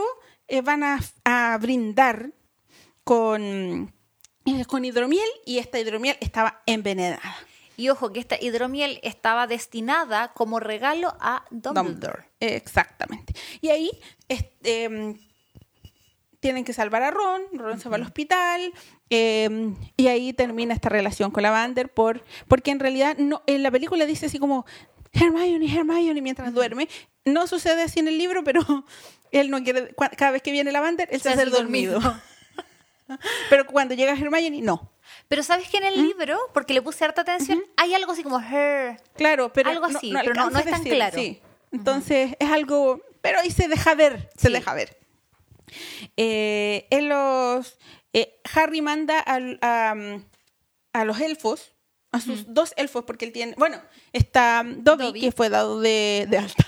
eh, van a, a brindar con, eh, con hidromiel y esta hidromiel estaba envenenada.
Y ojo, que esta hidromiel estaba destinada como regalo a Dumbledore.
Dumbledore. Exactamente. Y ahí este, eh, tienen que salvar a Ron, Ron uh-huh. se va al hospital, eh, y ahí termina esta relación con Lavander, por, porque en realidad no, en la película dice así como Hermione, Hermione, mientras uh-huh. duerme. No sucede así en el libro, pero él no quiere, cada vez que viene Lavander, él se, se hace dormido. dormido. Pero cuando llega Hermione, no.
Pero ¿sabes que en el ¿Mm? libro, porque le puse harta atención, uh-huh. hay algo así como her?
Claro, pero
algo así,
no, no
pero no, no es tan
decir,
claro.
Sí. Entonces, uh-huh. es algo, pero ahí se deja ver, se sí. deja ver. Eh, en los, eh, Harry manda a, a, a los elfos, a sus uh-huh. dos elfos, porque él tiene, bueno, está Dobby, Dobby. que fue dado de, de alta,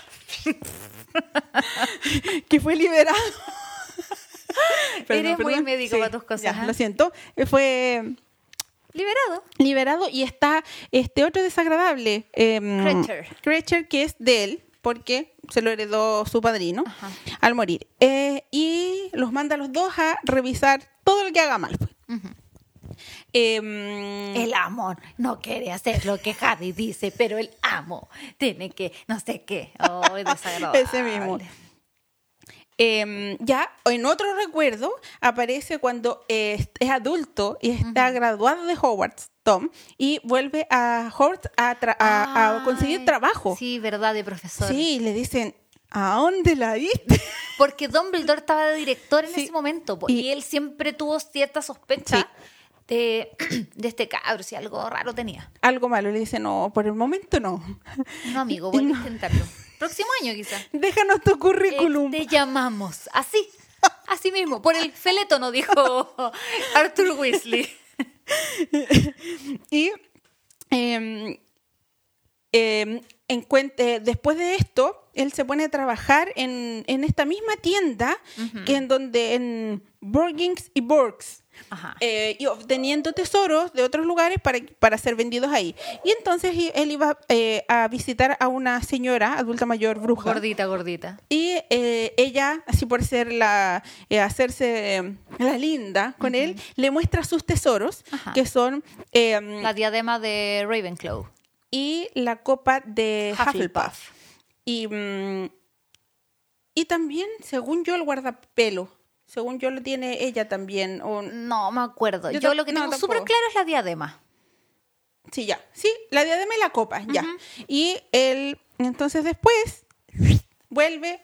que fue liberado.
Pero Eres no, muy médico sí, para tus cosas.
Ya, ¿eh? Lo siento. Fue
liberado.
Liberado y está este otro desagradable. Eh,
Kreacher.
Kreacher, que es de él, porque se lo heredó su padrino Ajá. al morir. Eh, y los manda a los dos a revisar todo lo que haga mal. Pues.
Uh-huh.
Eh,
el amo no quiere hacer lo que Harry dice, pero el amo tiene que no sé qué. Oh, es desagradable.
Ese mismo. Eh, ya en otro recuerdo aparece cuando eh, es adulto y está uh-huh. graduado de Hogwarts, Tom, y vuelve a Hogwarts a, tra- a, a conseguir trabajo.
Sí, verdad, de profesor.
Sí, le dicen, ¿a dónde la diste?
Porque Dumbledore estaba de director en sí. ese momento y, y él siempre tuvo cierta sospecha sí. de, de este cabro, si algo raro tenía.
Algo malo, le dice, no, por el momento no.
No, amigo, vuelve no. a intentarlo. Próximo año, quizás.
Déjanos tu currículum.
Eh, te llamamos. Así. Así mismo. Por el felétono, dijo Arthur Weasley.
Y eh, eh, encuentre, después de esto, él se pone a trabajar en, en esta misma tienda uh-huh. que en donde en Borgins y Borgs. Ajá. Eh, y obteniendo tesoros de otros lugares para, para ser vendidos ahí. Y entonces él iba eh, a visitar a una señora adulta mayor, bruja.
Gordita, gordita.
Y eh, ella, así por ser la, eh, hacerse eh, la linda con uh-huh. él, le muestra sus tesoros, Ajá. que son... Eh,
la diadema de Ravenclaw.
Y la copa de Hufflepuff. Hufflepuff. Y, mm, y también, según yo, el guardapelo. Según yo lo tiene ella también. O...
No me acuerdo. Yo, yo lo que tengo no, súper claro es la diadema.
Sí, ya. Sí, la diadema y la copa, uh-huh. ya. Y él, entonces después, vuelve,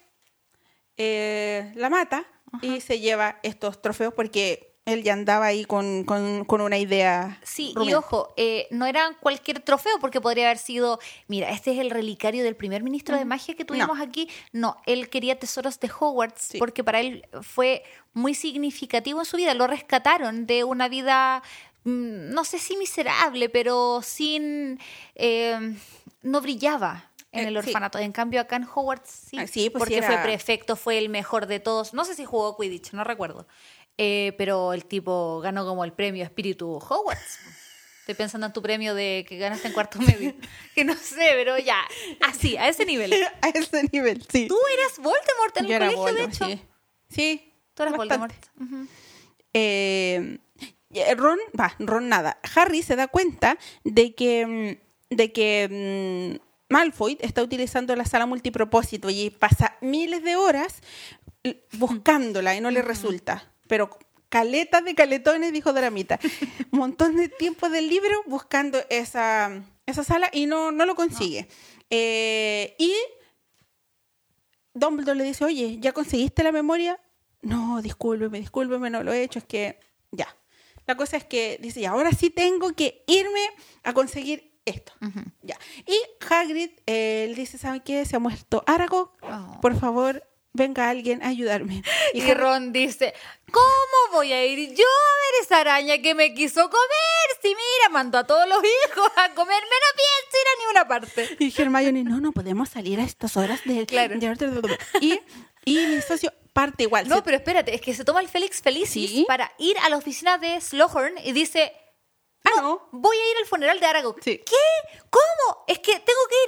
eh, la mata uh-huh. y se lleva estos trofeos porque él ya andaba ahí con, con, con una idea.
Sí,
rumena.
Y ojo, eh, no era cualquier trofeo porque podría haber sido, mira, este es el relicario del primer ministro uh-huh. de magia que tuvimos no. aquí. No, él quería tesoros de Hogwarts sí. porque para él fue muy significativo en su vida. Lo rescataron de una vida, no sé si miserable, pero sin... Eh, no brillaba en el orfanato. Sí. En cambio, acá en Hogwarts sí,
ah, sí pues
porque
sí era...
fue prefecto, fue el mejor de todos. No sé si jugó Quidditch, no recuerdo. Eh, pero el tipo ganó como el premio Espíritu Hogwarts. Estoy pensando en tu premio de que ganaste en cuarto medio. Que no sé, pero ya, así, a ese nivel.
A ese nivel, sí.
Tú eras Voldemort en
Yo
el colegio,
Voldemort,
de hecho.
Sí, sí
tú eras
bastante.
Voldemort. Uh-huh.
Eh, Ron, va, Ron nada. Harry se da cuenta de que, de que um, Malfoy está utilizando la sala multipropósito y pasa miles de horas buscándola y no le resulta. Pero caletas de caletones, dijo Dramita. Un montón de tiempo del libro buscando esa, esa sala y no, no lo consigue. No. Eh, y Dumbledore le dice, oye, ¿ya conseguiste la memoria? No, discúlpeme, discúlpeme, no lo he hecho, es que ya. La cosa es que dice, ya, ahora sí tengo que irme a conseguir esto. Uh-huh. Ya. Y Hagrid, eh, él dice, ¿saben qué? Se ha muerto Aragog, oh. por favor, venga alguien a ayudarme.
Y, y Ron dice, ¿cómo voy a ir yo a ver esa araña que me quiso comer? Si mira, mandó a todos los hijos a comer, no pienso ir a ninguna parte.
Y Hermione, no, no podemos salir a estas horas de...
Claro.
Y, y mi socio parte igual.
No,
se...
pero espérate, es que se toma el Félix Felicis ¿Sí? para ir a la oficina de Slughorn y dice...
Ah, no.
Voy a ir al funeral de Aragog.
Sí.
¿Qué? ¿Cómo? Es que tengo que ir.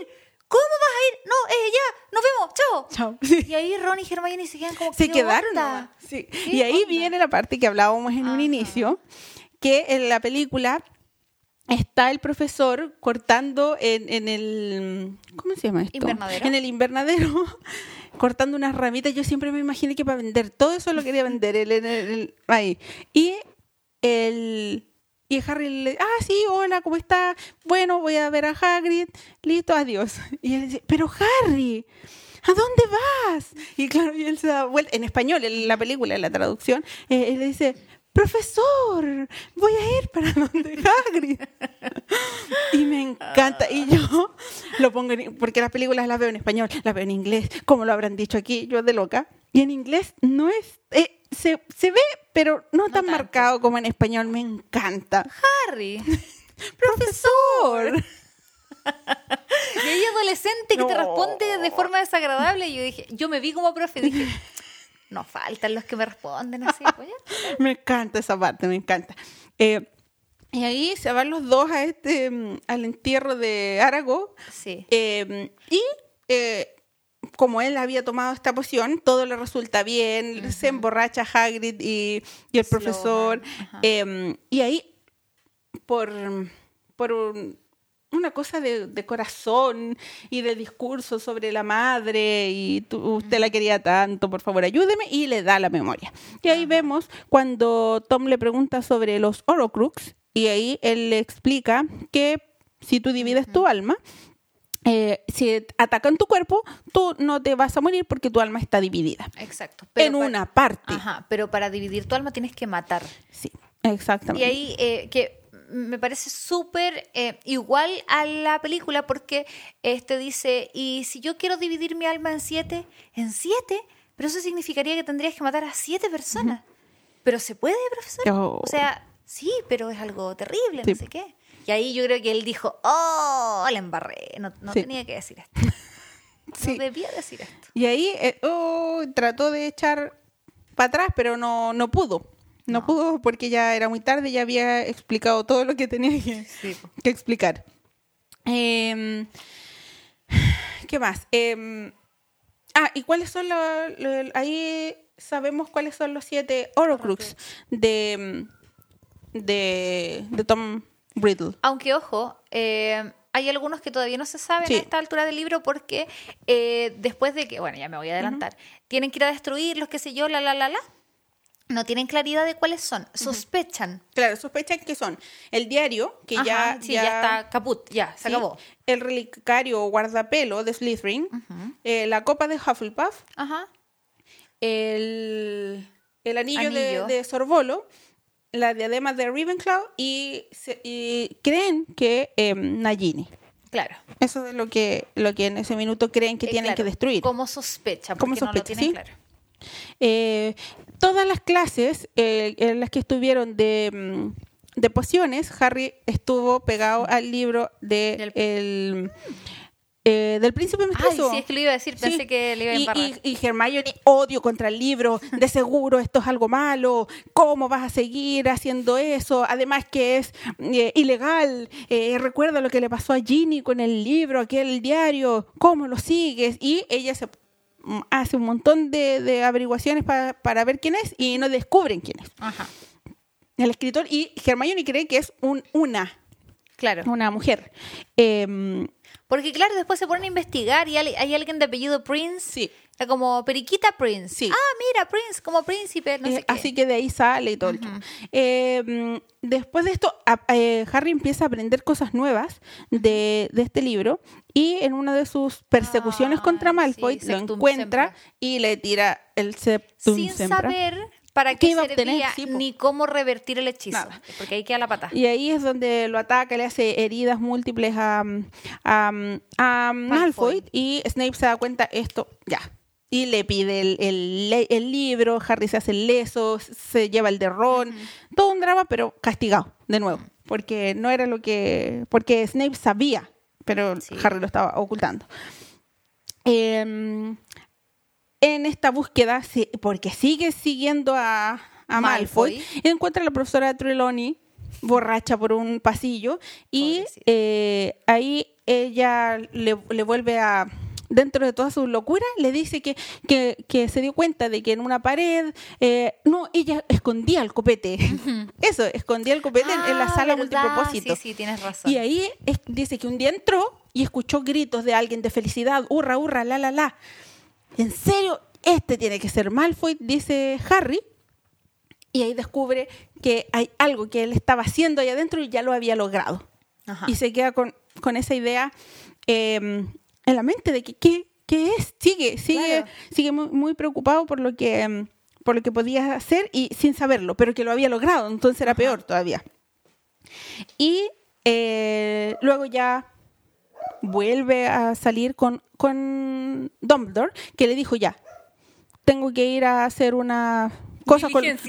¿cómo vas a ir? No, eh, ya, nos vemos, chao.
Chao. Sí.
Y ahí Ron y Hermione se quedan como,
Se
¿qué
quedaron
onda?
nomás. Sí. Y ahí onda? Viene la parte que hablábamos en Ajá. un inicio, que en la película está el profesor cortando en, en el... ¿Cómo se llama esto?
Invernadero.
En el invernadero, cortando unas ramitas. Yo siempre me imaginé que para vender, todo eso lo quería vender, el, el, el, el, ahí. Y el... Y Harry le dice, ah, sí, hola, ¿cómo está? Bueno, voy a ver a Hagrid. Listo, adiós. Y él dice, pero Harry, ¿a dónde vas? Y claro, y él se da vuelta, en español, en la película, en la traducción, eh, él le dice, profesor, voy a ir para donde Hagrid. Y me encanta. Y yo lo pongo, en, porque las películas las veo en español, las veo en inglés, como lo habrán dicho aquí, yo de loca. Y en inglés no es... Eh, Se, se ve, pero no, no tan tanto. Marcado como en español. Me encanta.
Harry.
Profesor.
Y hay adolescente que no. te responde de forma desagradable. Y yo dije, yo me vi como profe y dije, no faltan los que me responden así. Pues ya.
Me encanta esa parte, me encanta. Eh, y ahí se van los dos a este, al entierro de Aragog.
Sí.
Eh, y... Eh, como él había tomado esta poción, todo le resulta bien, uh-huh. se emborracha Hagrid y, y el Slogan. Profesor. Uh-huh. Eh, y ahí, por, por un, una cosa de, de corazón y de discurso sobre la madre, y tú, usted uh-huh. la quería tanto, por favor ayúdeme, y le da la memoria. Y ahí uh-huh. vemos cuando Tom le pregunta sobre los Horcrux, y ahí él le explica que si tú divides uh-huh. tu alma, Eh, si atacan tu cuerpo, tú no te vas a morir porque tu alma está dividida.
Exacto.
Pero en para, una parte.
Ajá, pero para dividir tu alma tienes que matar.
Sí, exactamente.
Y ahí eh, que me parece súper eh, igual a la película porque este dice, y si yo quiero dividir mi alma en siete, en siete, pero eso significaría que tendrías que matar a siete personas. Uh-huh. ¿Pero se puede, profesor?
Oh.
O sea, sí, pero es algo terrible,
sí.
no sé qué. Y ahí yo creo que él dijo, oh, la embarré, no, no sí. tenía que decir esto. No sí. debía decir esto.
Y ahí eh, oh, trató de echar para atrás, pero no, no pudo. No, no pudo porque ya era muy tarde, ya había explicado todo lo que tenía que, sí. que explicar. Eh, ¿Qué más? Eh, ah, ¿y cuáles son los...? los ahí sabemos cuáles son los siete Horcrux de, de, de Tom Riddle.
Aunque, ojo, eh, hay algunos que todavía no se saben sí. a esta altura del libro porque eh, después de que, bueno, ya me voy a adelantar, uh-huh. tienen que ir a destruirlos, qué sé yo, la, la, la, la, no tienen claridad de cuáles son, sospechan.
Uh-huh. Claro, sospechan que son el diario, que
Ajá,
ya,
sí,
ya...
ya está caput, ya, se sí, acabó.
El relicario guardapelo de Slytherin, uh-huh. eh, la copa de Hufflepuff,
Ajá.
el, el anillo,
anillo.
De, de Sorbolo, la diadema de Ravenclaw y, se, y creen que eh, Nagini.
Claro.
Eso es lo que, lo que en ese minuto creen que eh, tienen
claro.
que destruir.
Como sospecha, porque
Como sospecha,
no lo tienen
¿sí?
claro.
Eh, todas las clases eh, en las que estuvieron de, de pociones, Harry estuvo pegado sí. al libro de del, el, eh, del príncipe mestizo.
Ay, sí, es que lo iba a decir, pensé sí. que le iba a embarrar.
Y, y, y Hermione, odio contra el libro, de seguro esto es algo malo, ¿cómo vas a seguir haciendo eso? Además que es eh, ilegal, eh, recuerda lo que le pasó a Ginny con el libro, aquel diario, ¿cómo lo sigues? Y ella se hace un montón de, de averiguaciones para, para ver quién es y no descubren quién es.
Ajá.
El escritor, y Hermione cree que es un, una,
claro.
una mujer. Eh,
Porque claro, después se ponen a investigar y hay, hay alguien de apellido Prince,
sí.
como Periquita Prince.
Sí.
Ah, mira, Prince, como príncipe, no
eh,
sé qué.
Así que de ahí sale y todo. Uh-huh. eh, después de esto, a, eh, Harry empieza a aprender cosas nuevas de, de este libro y en una de sus persecuciones ah, contra Malfoy sí, lo encuentra sempra. Y le tira el septum
sin
sempra.
saber para qué, qué servía
obtener, sí,
ni cómo revertir el hechizo.
Nada.
Porque ahí queda la pata.
Y ahí es donde lo ataca, le hace heridas múltiples a, a, a Malfoy y Snape se da cuenta, esto, ya. Y le pide el, el, el libro, Harry se hace el leso, se lleva el de Ron, uh-huh. todo un drama, pero castigado, de nuevo, porque no era lo que... Porque Snape sabía, pero sí. Harry lo estaba ocultando. Eh, en esta búsqueda, porque sigue siguiendo a, a Malfoy, Malfoy, encuentra a la profesora Trelawney borracha por un pasillo y eh, ahí ella le, le vuelve a... dentro de toda su locura, le dice que, que, que se dio cuenta de que en una pared, eh, no, ella escondía el copete. Uh-huh. Eso, escondía el copete ah, en, en la sala
¿verdad?
multipropósito.
Sí, sí, tienes razón.
Y ahí es, dice que un día entró y escuchó gritos de alguien de felicidad, hurra, hurra, la, la, la. ¿En serio? Este tiene que ser Malfoy, dice Harry. Y ahí descubre que hay algo que él estaba haciendo ahí adentro y ya lo había logrado. Ajá. Y se queda con, con esa idea... Eh, en la mente de que qué, qué es, sigue, sigue, claro. sigue muy, muy preocupado por lo que por lo que podía hacer y sin saberlo, pero que lo había logrado, entonces era Ajá. peor todavía. Y eh, luego ya vuelve a salir con, con Dumbledore, que le dijo ya, tengo que ir a hacer una cosa con, con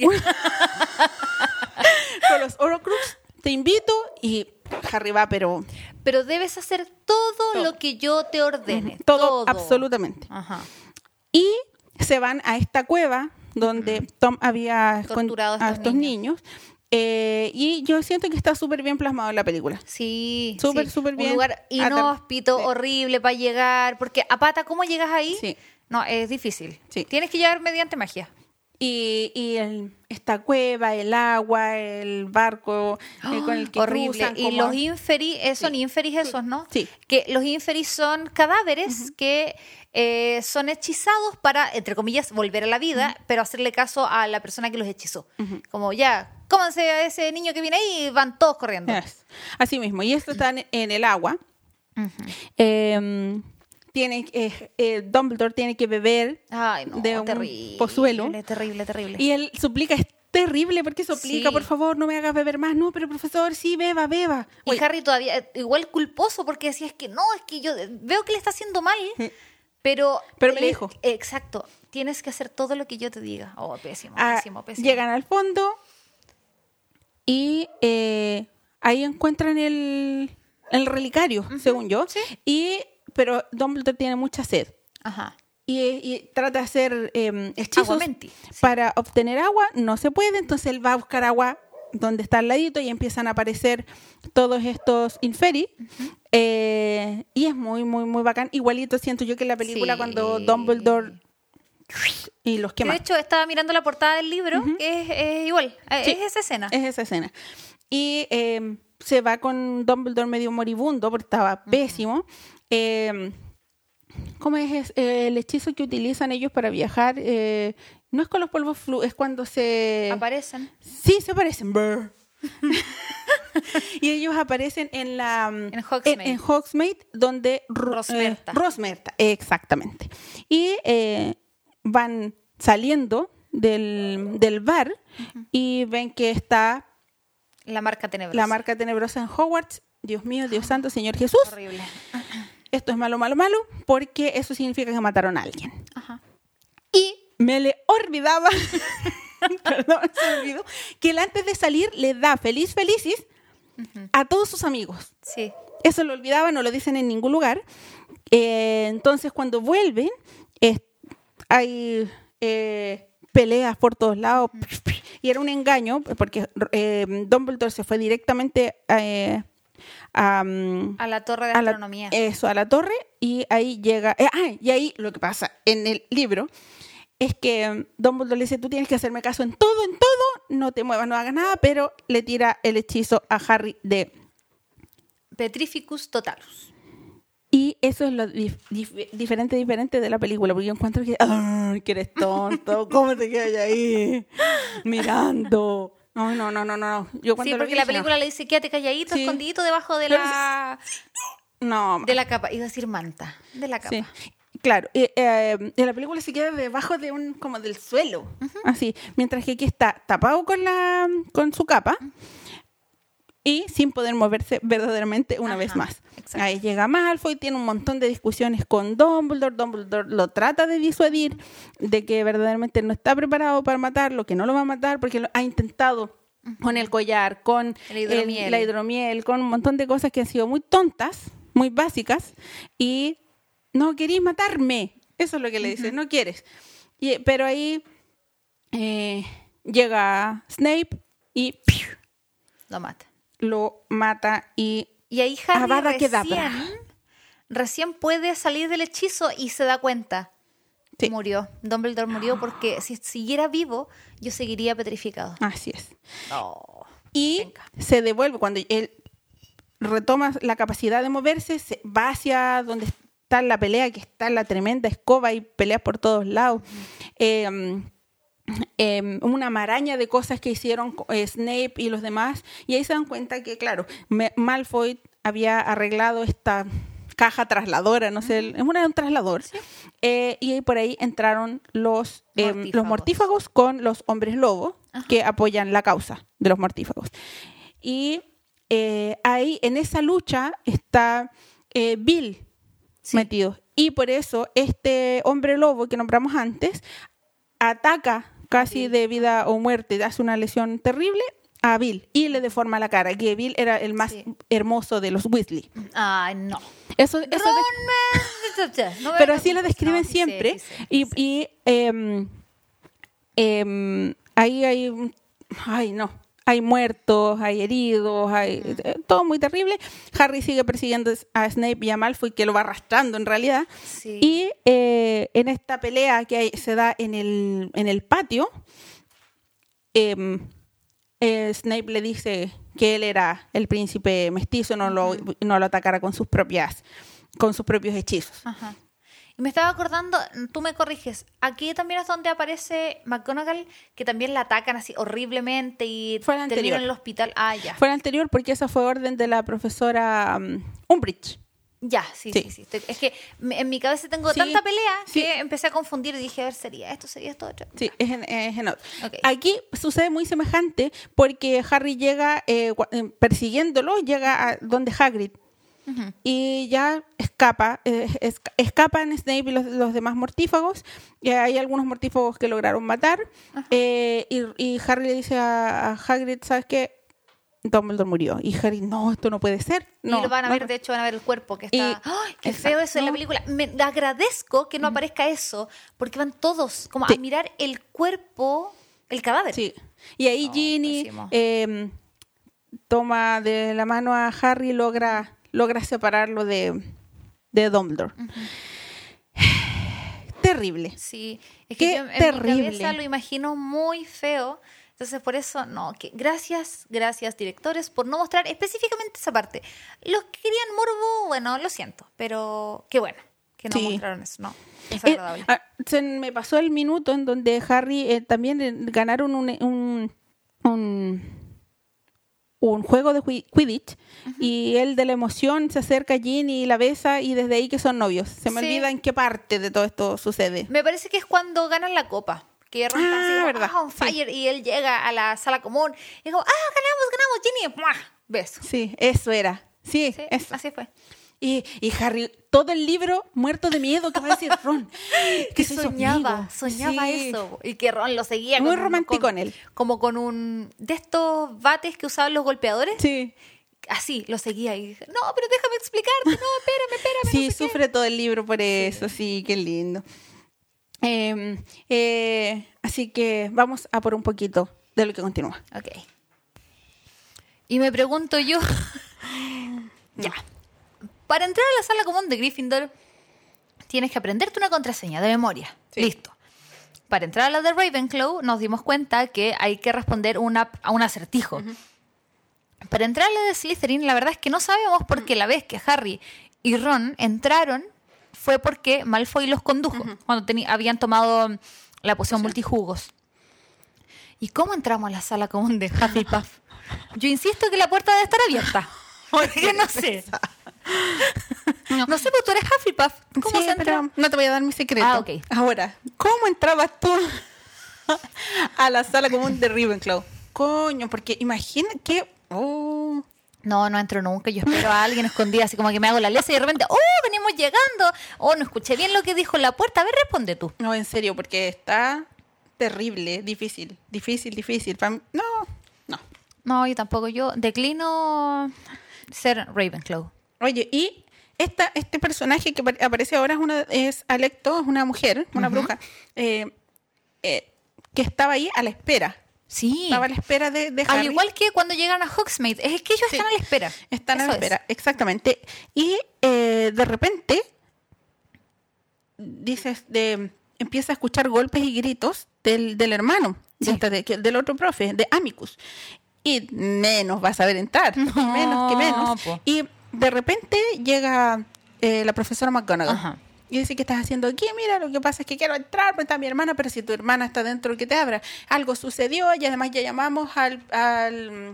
los Horcrux, te invito, y Harry va, pero...
Pero debes hacer todo, todo. lo que yo te ordene.
Uh-huh. Todo, todo, absolutamente.
Ajá.
Y se van a esta cueva donde uh-huh. Tom había
torturado
con, a estos, a estos niños. niños eh, y yo siento que está súper bien plasmado en la película.
Sí.
Súper,
sí.
súper bien.
Un lugar inhóspito, sí. horrible para llegar. Porque a pata, ¿cómo llegas ahí?
Sí.
No, es difícil.
Sí.
Tienes que llegar mediante magia.
Y, y el, esta cueva, el agua, el barco oh, eh, con el que
horrible.
cruzan.
Y los inferis, eh, son sí. inferis esos, ¿no?
Sí.
Que los inferis son cadáveres uh-huh. que eh, son hechizados para, entre comillas, volver a la vida, uh-huh. pero hacerle caso a la persona que los hechizó. Uh-huh. Como ya, cómanse a ese niño que viene ahí y van todos corriendo.
Yes. Así mismo. Y esto está en, en el agua. Uh-huh. Eh, Tiene, eh, eh, Dumbledore tiene que beber
Ay, no,
de un
terrible,
pozuelo.
Terrible, terrible.
Y él suplica, es terrible porque suplica, sí. por favor, no me hagas beber más. No, pero profesor, sí, beba, beba.
Y Oye. Harry todavía, igual culposo, porque decía, es que no, es que yo veo que le está haciendo mal, pero...
Pero me le, dijo.
Exacto, tienes que hacer todo lo que yo te diga. Oh, pésimo,
ah,
pésimo, pésimo.
Llegan al fondo y eh, ahí encuentran el, el relicario, uh-huh. según yo.
¿Sí?
Y... Pero Dumbledore tiene mucha sed.
Ajá.
Y, y trata de hacer eh, hechizos
Aguamenti, sí.
para obtener agua. No se puede, entonces él va a buscar agua donde está al ladito y empiezan a aparecer todos estos inferi. Uh-huh. Eh, y es muy, muy, muy bacán. Igualito siento yo que en la película sí. cuando Dumbledore y los quema.
De hecho, estaba mirando la portada del libro, uh-huh. que es, es igual. Sí, es esa escena.
Es esa escena. Y eh, se va con Dumbledore medio moribundo porque estaba uh-huh. pésimo. Eh, ¿Cómo es eh, el hechizo que utilizan ellos para viajar? Eh, no es con los polvos flu, es cuando se...
¿Aparecen?
Sí, se aparecen. Y ellos aparecen en la...
En Hogsmeade.
En, en Hogsmeade, donde...
Rosmerta.
Eh, Rosmerta, exactamente. Y eh, van saliendo del, del bar uh-huh. y ven que está...
La marca tenebrosa.
La marca tenebrosa en Hogwarts. Dios mío, Dios santo, Señor Jesús.
Horrible.
Esto es malo, malo, malo, porque eso significa que mataron a alguien.
Ajá.
Y me le olvidaba, perdón, se me olvidó, que él antes de salir le da feliz felicis uh-huh. a todos sus amigos.
Sí.
Eso lo olvidaba, no lo dicen en ningún lugar. Eh, entonces, cuando vuelven, eh, hay eh, peleas por todos lados. Uh-huh. Y era un engaño, porque eh, Dumbledore se fue directamente a... Eh, Um,
a la torre de
a la,
astronomía.
Eso, a la torre, y ahí llega... Eh, ah, y ahí lo que pasa en el libro es que um, Dumbledore le dice, tú tienes que hacerme caso en todo, en todo, no te muevas, no hagas nada, pero le tira el hechizo a Harry de...
Petrificus Totalus.
Y eso es lo dif- dif- diferente, diferente de la película, porque yo encuentro que... ¡Ay, que eres tonto! ¿Cómo te quedas ahí mirando? No, no, no, no, no. Yo cuando
sí, porque
vi,
la película no. le dice, quédate calladito, sí. escondidito debajo de la...
No.
De la capa. Iba a decir manta. De la capa.
Sí. Claro. Eh, eh, en la película se queda debajo de un... como del suelo. Uh-huh. Así. Mientras que aquí está tapado con la con su capa uh-huh. y sin poder moverse verdaderamente una Ajá, vez más. Exacto. Ahí llega Malfoy, tiene un montón de discusiones con Dumbledore. Dumbledore lo trata de disuadir de que verdaderamente no está preparado para matarlo, que no lo va a matar porque lo ha intentado uh-huh. con el collar, con
el hidromiel.
El, la hidromiel, con un montón de cosas que han sido muy tontas, muy básicas, y no querís matarme. Eso es lo que le dice, uh-huh. no quieres. Y, pero ahí eh, llega Snape y ¡piu!
Lo mata.
Lo mata y...
Y ahí Harry
Avada
recién,
Kedavra.
recién puede salir del hechizo y se da cuenta. Sí. Murió. Dumbledore murió porque si siguiera vivo, yo seguiría petrificado.
Así es.
Oh,
y venga. Se devuelve cuando él retoma la capacidad de moverse, se va hacia donde está la pelea, que está la tremenda escoba y peleas por todos lados. Uh-huh. Eh, eh, una maraña de cosas que hicieron eh, Snape y los demás. Y ahí se dan cuenta que, claro, Malfoy había arreglado esta caja trasladora, no sé, es una, un traslador. ¿Sí? Eh, y por ahí entraron los, eh, mortífagos. los mortífagos con los hombres lobo, ajá, que apoyan la causa de los mortífagos. Y eh, ahí, en esa lucha, está eh, Bill, sí, metido. Y por eso este hombre lobo que nombramos antes ataca casi de vida o muerte, hace una lesión terrible a Bill y le deforma la cara, que Bill era el más sí. hermoso de los Weasley.
Ay, no.
Eso, eso de... no pero así lo describen no, siempre. Sí, sí, sí, y, sí. y eh, eh, ahí hay... Ay, no. Hay muertos, hay heridos, hay mm. eh, todo muy terrible. Harry sigue persiguiendo a Snape y a Malfoy, que lo va arrastrando en realidad. Sí. Y eh, en esta pelea que hay, se da en el, en el patio, eh, eh, Snape le dice que él era el príncipe mestizo, no, uh-huh, lo, no lo atacara con sus propias, con sus propios hechizos.
Ajá. Y me estaba acordando, tú me corriges, aquí también es donde aparece McGonagall, que también la atacan así horriblemente y termina en el hospital. Ah, ya.
Fue el anterior porque esa fue orden de la profesora um, Umbridge.
Ya, sí, sí, sí. sí. Es que en mi cabeza tengo sí, tanta pelea sí. que empecé a confundir y dije, a ver, ¿sería esto, sería esto otro?
Sí, es en, es en otro. Okay. Aquí sucede muy semejante porque Harry llega, eh, persiguiéndolo, llega a donde Hagrid. Uh-huh. Y ya escapa, eh, es, escapan Snape y los, los demás mortífagos. Y hay algunos mortífagos que lograron matar. Uh-huh. eh, y, y Harry le dice a, a Hagrid, ¿sabes qué? Dumbledore murió. Y Harry, no, esto no puede ser. No,
y lo van a
no,
ver, de hecho, van a ver el cuerpo que está... Y, ¡ay, qué exacto, feo eso en la película! Me agradezco que no uh-huh. aparezca eso, porque van todos como sí. a mirar el cuerpo, el cadáver.
Sí. Y ahí oh, Ginny eh, toma de la mano a Harry y logra... logra separarlo de, de Dumbledore. Uh-huh. Terrible.
Sí, es
que
Qué
yo en terrible.
mi cabeza lo imagino muy feo. Entonces, por eso, no, que gracias, gracias, directores, por no mostrar específicamente esa parte. Los que querían morbo, bueno, lo siento, pero qué bueno que no sí. mostraron eso, no, es agradable.
Eh, se me pasó el minuto en donde Harry eh, también ganaron un... un, un un juego de Quidditch, uh-huh, y él de la emoción se acerca a Ginny y la besa y desde ahí que son novios. Se me sí. olvida en qué parte de todo esto sucede.
Me parece que es cuando ganan la copa, que Ron está así, verdad. Ah, on fire, sí. y él llega a la sala común y digo, ah, ganamos, ganamos, Ginny, ¡muah! Beso.
Sí, eso era. Sí,
sí
eso.
Así fue.
Y, y Harry, todo el libro muerto de miedo, ¿qué va a decir Ron?
Que soñaba, soñaba sí. eso. Y que Ron lo seguía.
Muy romántico en él.
Como con un de estos bates que usaban los golpeadores.
Sí.
Así, lo seguía y dije, no, pero déjame explicarte, no, espérame, espérame.
Sí,
no sé
sufre
qué.
todo el libro por eso, sí, sí qué lindo. Eh, eh, así que vamos a por un poquito de lo que continúa.
Ok. Y me pregunto yo, ya. Para entrar a la sala común de Gryffindor, tienes que aprenderte una contraseña de memoria. Sí. Listo. Para entrar a la de Ravenclaw, nos dimos cuenta que hay que responder una, a un acertijo. Uh-huh. Para entrar a la de Slytherin, la verdad es que no sabemos porque la vez que Harry y Ron entraron fue porque Malfoy los condujo, uh-huh, cuando teni- habían tomado la poción sí. multijugos. ¿Y cómo entramos a la sala común de Hufflepuff? Yo insisto que la puerta debe estar abierta. Porque no sé. No, no sé, porque tú eres Hufflepuff. ¿Cómo
sí,
se entra?
Pero no te voy a dar mi secreto.
Ah, ok.
Ahora, ¿cómo entrabas tú a la sala común de Ravenclaw? Coño, porque imagina que... Oh.
No, no entro nunca. Yo espero a alguien escondido, así como que me hago la lesa y de repente, ¡oh, venimos llegando! ¡Oh, no escuché bien lo que dijo en la puerta! A ver, responde tú.
No, en serio, porque está terrible, difícil, difícil, difícil. No, no.
No, yo tampoco. Yo declino ser Ravenclaw.
Oye, y esta, este personaje que aparece ahora es, una, es Alecto, es una mujer, una uh-huh. bruja, eh, eh, que estaba ahí a la espera.
Sí.
Estaba a la espera de, de Harry.
Al igual que cuando llegan a Hogsmeade. Es que ellos sí. están a la espera.
Están
Eso
a la espera, es. exactamente. Y eh, de repente, dices, de, empieza a escuchar golpes y gritos del, del hermano, sí. de, de, del otro profe, de Amicus. Y menos vas a ver entrar. No, menos que menos. Po. Y de repente llega eh, la profesora McGonagall. Ajá. Y dice, ¿qué estás haciendo aquí? Mira, lo que pasa es que quiero entrar, porque está mi hermana, pero si tu hermana está dentro, que te abra. Algo sucedió y además ya llamamos al, al,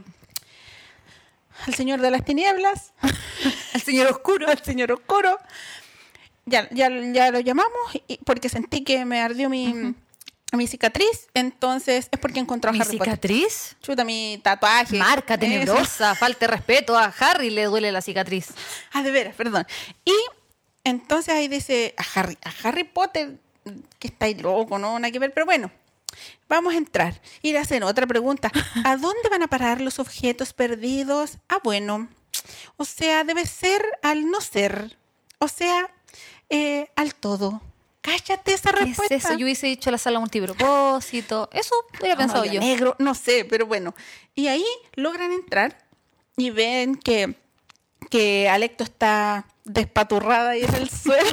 al señor de las tinieblas,
al señor oscuro,
al señor oscuro. Ya, ya, ya lo llamamos y, porque sentí que me ardió mi, uh-huh. mi cicatriz, entonces es porque encontró a
¿Mi
Harry Potter.
cicatriz?
Chuta, mi tatuaje.
Marca tenebrosa, falta de respeto, a Harry le duele la cicatriz.
Ah, de veras, perdón. Y entonces ahí dice, a Harry, a Harry Potter, que está ahí loco, no, nada que ver, pero bueno, vamos a entrar. Y le hacen otra pregunta, ¿a dónde van a parar los objetos perdidos? Ah, bueno, o sea, debe ser al no ser, o sea, eh, al todo. Cállate esa respuesta.
¿Qué es eso? Yo hubiese dicho la sala multipropósito, eso hubiera no, pensado yo.
Negro, no sé, pero bueno. Y ahí logran entrar y ven que, que Alecto está despaturrada ahí en el suelo.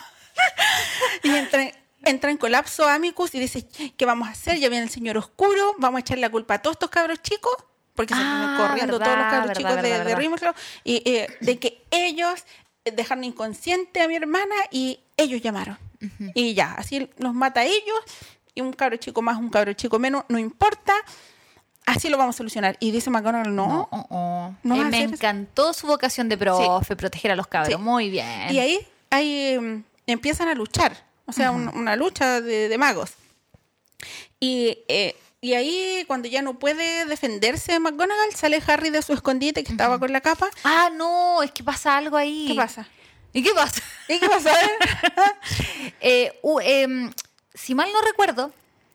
Y entra, entra en colapso Amicus y dice, ¿qué vamos a hacer? Ya viene el señor oscuro, vamos a echar la culpa a todos estos cabros chicos, porque ah, se están corriendo verdad, todos los cabros verdad, chicos verdad, de, de Ravenclaw, y eh, de que ellos dejaron inconsciente a mi hermana y ellos llamaron. Uh-huh. Y ya, así los mata a ellos, y un cabro chico más, un cabro chico menos, no importa. Así lo vamos a solucionar. Y dice McGonagall, no.
no, oh, oh. no eh, me encantó eso. Su vocación de profe, sí. proteger a los cabros. Sí. Muy bien.
Y ahí, ahí um, empiezan a luchar. O sea, uh-huh. un, una lucha de, de magos. Y, eh, y ahí, cuando ya no puede defenderse McGonagall, sale Harry de su escondite, que uh-huh. estaba con la capa.
Ah, no, es que pasa algo ahí.
¿Qué pasa?
¿Y qué pasa?
¿Y qué pasa?
eh, uh, eh, si mal no recuerdo,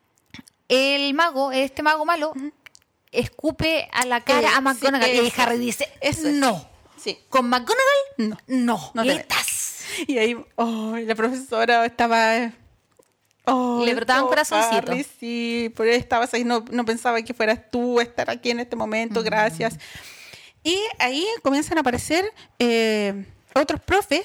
el mago, este mago malo... Uh-huh. escupe a la cara eh, a McGonagall sí, y Harry dice, eso no.
Sí.
¿Con McGonagall?
No.
No.
no y ahí, oh, la profesora estaba... Oh,
le brotaban corazoncito.
Harry, sí, por eso estabas ahí, no, no pensaba que fueras tú a estar aquí en este momento, mm. gracias. Y ahí comienzan a aparecer eh, otros profes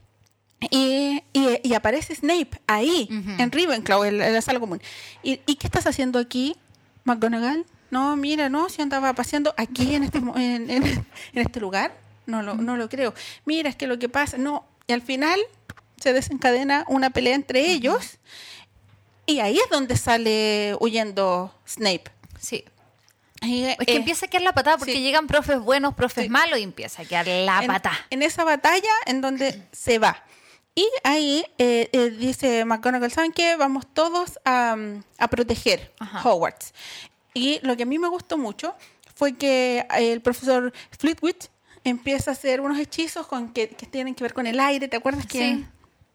y, y, y aparece Snape ahí, uh-huh. en Ravenclaw, en, en la sala común. ¿Y, ¿Y qué estás haciendo aquí, McGonagall? No, mira, no, si andaba paseando aquí en este en, en, en este lugar, no lo, no lo creo. Mira, es que lo que pasa, no, y al final se desencadena una pelea entre uh-huh. ellos y ahí es donde sale huyendo Snape.
Sí. Y, es que eh, empieza a quedar la patada porque sí. llegan profes buenos, profes sí. malos y empieza a quedar la
en,
patada.
En esa batalla en donde se va. Y ahí eh, eh, dice McGonagall, ¿saben qué? Vamos todos a, a proteger uh-huh. Hogwarts. Y lo que a mí me gustó mucho fue que el profesor Flitwick empieza a hacer unos hechizos con que, que tienen que ver con el aire. ¿Te acuerdas que...?
Sí.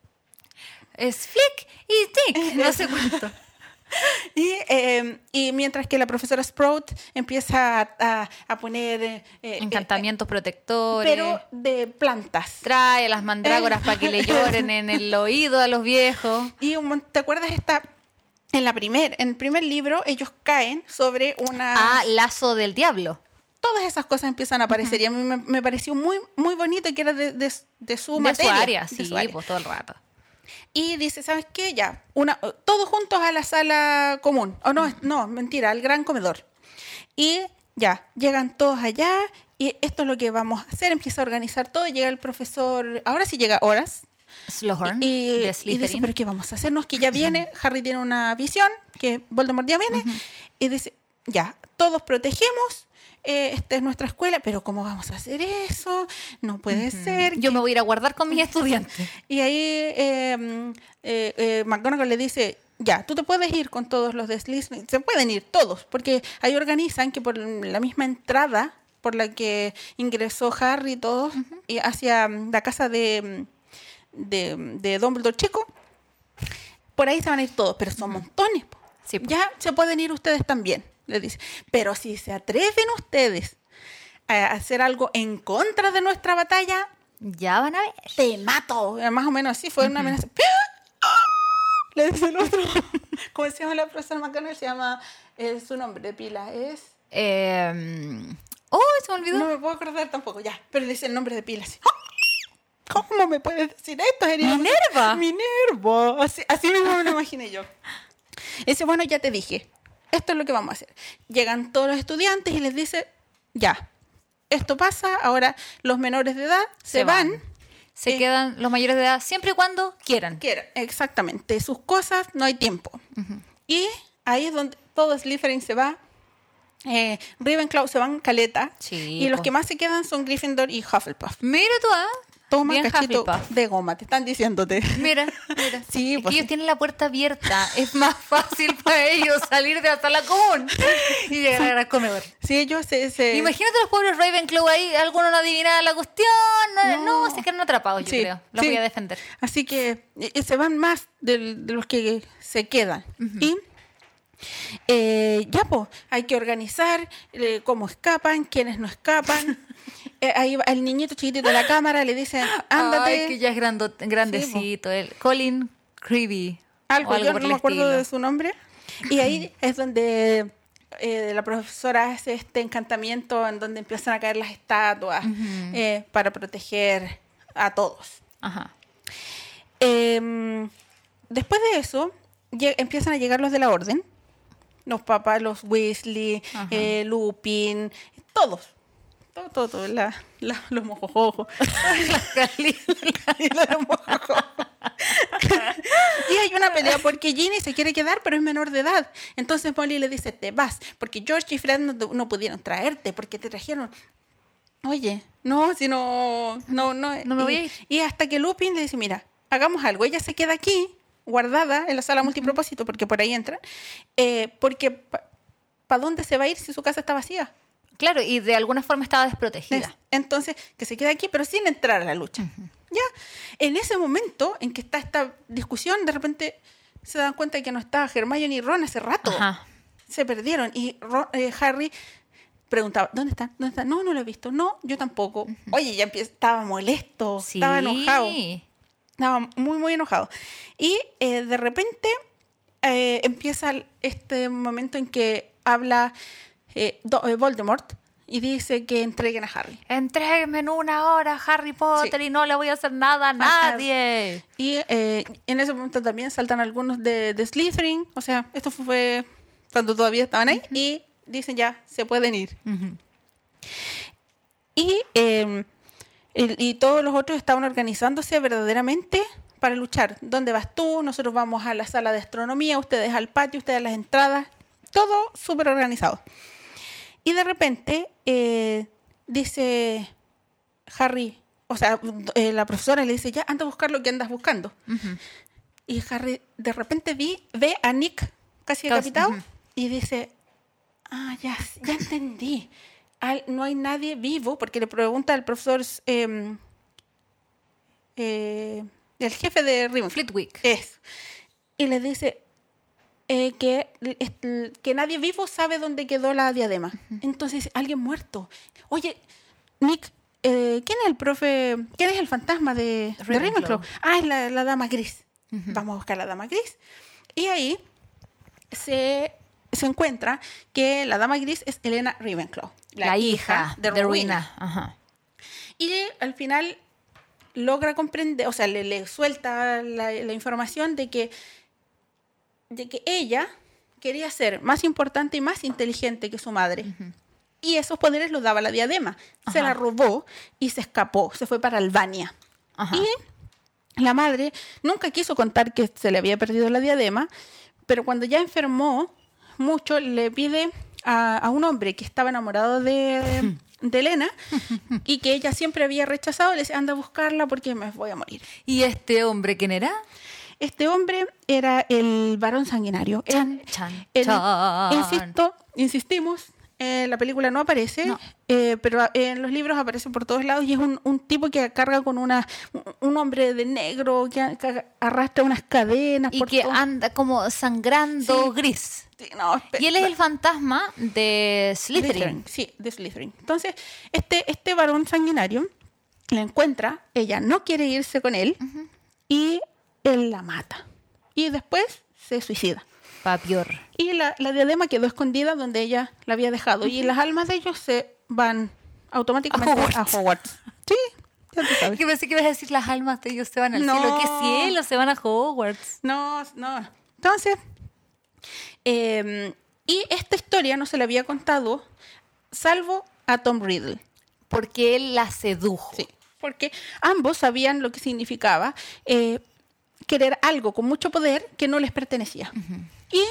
Es flick y tic, no sé cuánto.
Y, eh, y mientras que la profesora Sprout empieza a, a, a poner... Eh,
encantamientos eh, protectores.
Pero de plantas.
Trae a las mandrágoras para que le lloren en el oído a los viejos.
Y un, ¿te acuerdas esta...? En la primer, en el primer libro, ellos caen sobre una...
Ah, lazo del diablo.
Todas esas cosas empiezan a aparecer. Uh-huh. Y a mí me, me pareció muy muy bonito que era de, de, de su
de
materia.
Su área,
de
sí,
su área.
Pues todo el rato.
Y dice, ¿sabes qué? Ya, una, todos juntos a la sala común. O no, uh-huh. no, mentira, al gran comedor. Y ya, llegan todos allá y esto es lo que vamos a hacer. Empieza a organizar todo. Llega el profesor, ahora sí llega Horace.
Slughorn,
y,
de
y dice, ¿pero qué vamos a hacernos? Que ya viene, uh-huh. Harry tiene una visión, que Voldemort ya viene, uh-huh. y dice, ya, todos protegemos, eh, esta es nuestra escuela, pero ¿cómo vamos a hacer eso? No puede uh-huh. ser.
Yo que... me voy a ir a guardar con mis estudiantes.
Y ahí eh, eh, eh, McGonagall le dice, ya, tú te puedes ir con todos los de Slytherin, se pueden ir todos, porque ahí organizan que por la misma entrada por la que ingresó Harry y todos, uh-huh. y hacia la casa de... De, de Dumbledore chico, por ahí se van a ir todos, pero son montones.
Sí, pues.
Ya se pueden ir ustedes también, le dice. Pero si se atreven ustedes a hacer algo en contra de nuestra batalla,
ya van a ver.
Te mato. Más o menos así, fue uh-huh. una amenaza. Le dice el otro. ¿Cómo se llama la profesora McGonagall? Se llama, eh, su nombre de pila es...
Eh, oh, se me olvidó.
No me puedo acordar tampoco, ya, pero dice el nombre de pila. Así. ¿Cómo me puedes decir esto?
Minerva.
Minerva. Así, así mismo me lo imaginé yo. Dice, bueno, ya te dije, esto es lo que vamos a hacer. Llegan todos los estudiantes y les dice, ya, esto pasa, ahora los menores de edad se, se van. van.
Se eh, quedan los mayores de edad siempre y cuando quieran.
Quieran, exactamente. Sus cosas, no hay tiempo. Uh-huh. Y ahí es donde todo Slytherin se va. Eh, Ravenclaw se van caleta.
Sí,
y los
pues.
que más se quedan son Gryffindor y Hufflepuff.
Mira tú, ¿ah? ¿eh?
Toma
bien
cachito
Hufflepuff.
De goma, te están diciéndote.
Mira, mira.
Sí,
es
pues
que ellos
sí.
tienen la puerta abierta. Es más fácil para ellos salir de la sala común y llegar al comedor.
Sí, ellos se, se...
Imagínate los pobres Ravenclaw ahí, algunos no adivinaban la cuestión. No, no. no se quedan atrapados, yo
sí,
creo. Los
sí.
voy a defender.
Así que eh, se van más de, de los que se quedan. Uh-huh. Y eh, ya, pues, hay que organizar eh, cómo escapan, quiénes no escapan. Eh, ahí va el niñito chiquitito de la cámara, le dicen, ándate.
Ay, que ya es grando, grandecito. Sí, el Colin Creevy.
Algo,
algo
yo
por
no
el
me acuerdo
estilo.
de su nombre. Y ahí es donde eh, la profesora hace este encantamiento en donde empiezan a caer las estatuas uh-huh. eh, para proteger a todos.
Ajá.
Eh, después de eso, lleg- empiezan a llegar los de la orden. Los papás, los Weasley, eh, Lupin, todos. Todo, todo, todo, la, la, los mojojojos. y los mojojojos. Y hay una pelea porque Ginny se quiere quedar, pero es menor de edad. Entonces Molly le dice, te vas, porque George y Fred no, no pudieron traerte, porque te trajeron. Oye, no, si no, no, no.
No me
y,
voy a ir.
Y hasta que Lupin le dice, mira, hagamos algo. Ella se queda aquí, guardada en la sala multipropósito, porque por ahí entran, eh, porque ¿para pa dónde se va a ir si su casa está vacía?
Claro, y de alguna forma estaba desprotegida.
Entonces, que se quede aquí, pero sin entrar a la lucha. Uh-huh. Ya, en ese momento en que está esta discusión, de repente se dan cuenta de que no estaba Hermione y Ron hace rato.
Ajá.
Se perdieron. Y Ron, eh, Harry preguntaba, ¿dónde están? ¿Dónde están? No, no lo he visto. No, yo tampoco. Uh-huh. Oye, ya empieza, estaba molesto,
sí.
estaba enojado. Estaba muy, muy enojado. Y eh, de repente eh, empieza este momento en que habla eh, Do- eh, Voldemort y dice que entreguen a Harry.
Entréguenme en una hora a Harry Potter sí. y no le voy a hacer nada a nadie.
Y eh, en ese momento también saltan algunos de, de Slytherin. O sea, esto fue cuando todavía estaban ahí. Uh-huh. Y dicen ya, se pueden ir. Uh-huh. Y... Eh, Y, y todos los otros estaban organizándose verdaderamente para luchar. ¿Dónde vas tú? Nosotros vamos a la sala de astronomía, ustedes al patio, ustedes a las entradas. Todo súper organizado. Y de repente eh, dice Harry, o sea, eh, la profesora le dice, ya, anda a buscar lo que andas buscando. Uh-huh. Y Harry de repente vi, ve a Nick casi decapitado uh-huh. y dice, ah, ya, ya entendí. Al, no hay nadie vivo, porque le pregunta al profesor, eh, eh, el jefe de Ravenclaw,
Flitwick,
es, y le dice eh, que, que nadie vivo sabe dónde quedó la diadema. Uh-huh. Entonces, alguien muerto. Oye, Nick, eh, ¿quién es el profe? ¿Quién es el fantasma de Ravenclaw? De Ravenclaw? Ah, es la, la dama gris. Uh-huh. Vamos a buscar la dama gris. Y ahí se... se encuentra que la dama gris es Helena Ravenclaw, la,
la
hija,
hija
de,
de
Rowena.
Rowena. Ajá.
Y al final logra comprender, o sea, le, le suelta la, la información de que, de que ella quería ser más importante y más inteligente que su madre. Uh-huh. Y esos poderes los daba la diadema. Ajá. Se la robó y se escapó, se fue para Albania. Ajá. Y la madre nunca quiso contar que se le había perdido la diadema, pero cuando ya enfermó mucho, le pide a, a un hombre que estaba enamorado de, de Helena y que ella siempre había rechazado, le dice, anda a buscarla porque me voy a morir.
¿Y este hombre quién era?
Este hombre era el varón sanguinario.
Chan,
el,
chan,
el,
chan.
Insisto, insistimos, eh, la película no aparece, no. Eh, pero en los libros aparece por todos lados y es un, un tipo que carga con una un hombre de negro que, que arrastra unas cadenas.
Y
por
que
todo.
anda como sangrando sí. gris.
Sí, no,
y él es el fantasma de Slytherin.
Slytherin. Sí, de Slytherin. Entonces, este, este varón sanguinario la encuentra, ella no quiere irse con él uh-huh. y él la mata. Y después se suicida.
Papior.
Y la, la diadema quedó escondida donde ella la había dejado. Uh-huh. Y las almas de ellos se van automáticamente a Hogwarts. A Hogwarts. Sí, ya tú sabes.
Que pensé que ibas a decir las almas de ellos se van al no. cielo. ¿Qué cielo? Se van a Hogwarts.
No, no. Entonces, eh, y esta historia no se la había contado salvo a Tom Riddle.
Porque él la sedujo.
Sí, porque ambos sabían lo que significaba eh, querer algo con mucho poder que no les pertenecía. Uh-huh. Y,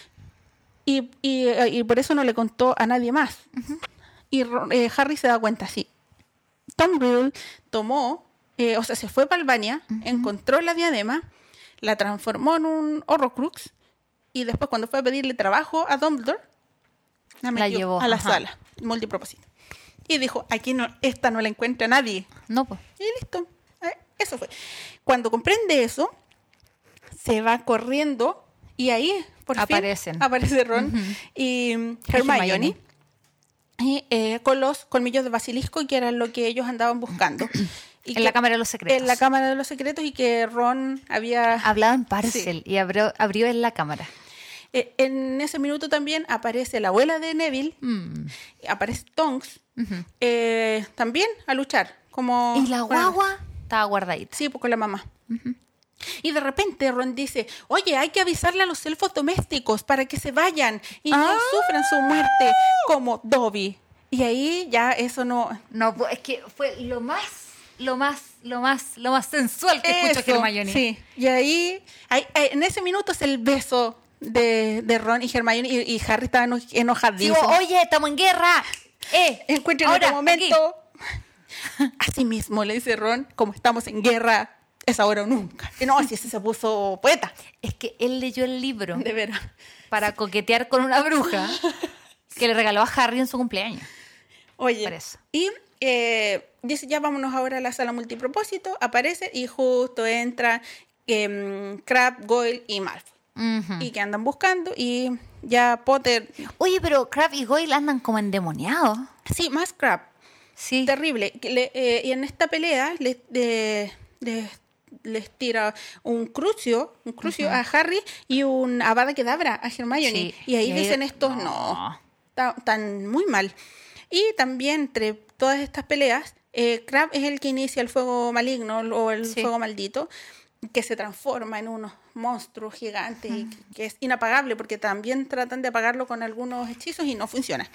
y, y, y por eso no le contó a nadie más. Uh-huh. Y eh, Harry se da cuenta, sí. Tom Riddle tomó, eh, o sea, se fue para Albania, uh-huh. encontró la diadema, la transformó en un Horrocrux y después cuando fue a pedirle trabajo a Dumbledore, la metió la llevó, a la ajá. sala, multipropósito. Y dijo, aquí no, esta no la encuentra nadie.
No, pues.
Y listo. Eso fue. Cuando comprende eso, se va corriendo y ahí por
Aparecen.
fin aparece Ron uh-huh. y Hermione, Hermione. Y, eh, con los colmillos de basilisco, que era lo que ellos andaban buscando. Y
en
que,
la Cámara de los Secretos.
En la Cámara de los Secretos, y que Ron había...
hablado en Parcel sí. y abrió, abrió en la cámara.
Eh, en ese minuto también aparece la abuela de Neville, mm. aparece Tonks, uh-huh. eh, también a luchar. Como,
y la guagua bueno, estaba guardadita.
Sí, pues con la mamá. Uh-huh. Y de repente Ron dice, oye, hay que avisarle a los elfos domésticos para que se vayan y ah. no sufran su muerte como Dobby. Y ahí ya eso no...
No, es que fue lo más, lo más, lo más, lo más sensual que
eso,
escucha Hermione.
Sí, y ahí, ahí, en ese minuto es el beso de, de Ron y Hermione, y, y Harry está enojadísimo.
Digo, oye, estamos en guerra. Eh,
Encuentren en otro momento. Así mismo le dice Ron, como estamos en guerra, es ahora o nunca. Y no, así se puso poeta.
Es que él leyó el libro.
De veras.
Para sí. coquetear con una bruja que le regaló a Harry en su cumpleaños.
Oye, y eh, dice, ya vámonos ahora a la sala multipropósito. Aparece y justo entra eh, Crabbe, Goyle y Malfoy. Uh-huh. Y que andan buscando y ya Potter...
Oye, pero Crabbe y Goyle andan como endemoniados.
Sí, más Crabbe.
Sí.
Terrible. Le, eh, y en esta pelea les, de, de, les tira un crucio, un crucio uh-huh. a Harry y un Avada Kedavra a Hermione. Sí. Y ahí y dicen ahí... estos, no, no tan, tan muy mal. Y también entre todas estas peleas, eh, Crabbe es el que inicia el fuego maligno o el sí. fuego maldito, que se transforma en unos monstruos gigantes uh-huh. y que es inapagable porque también tratan de apagarlo con algunos hechizos y no funciona.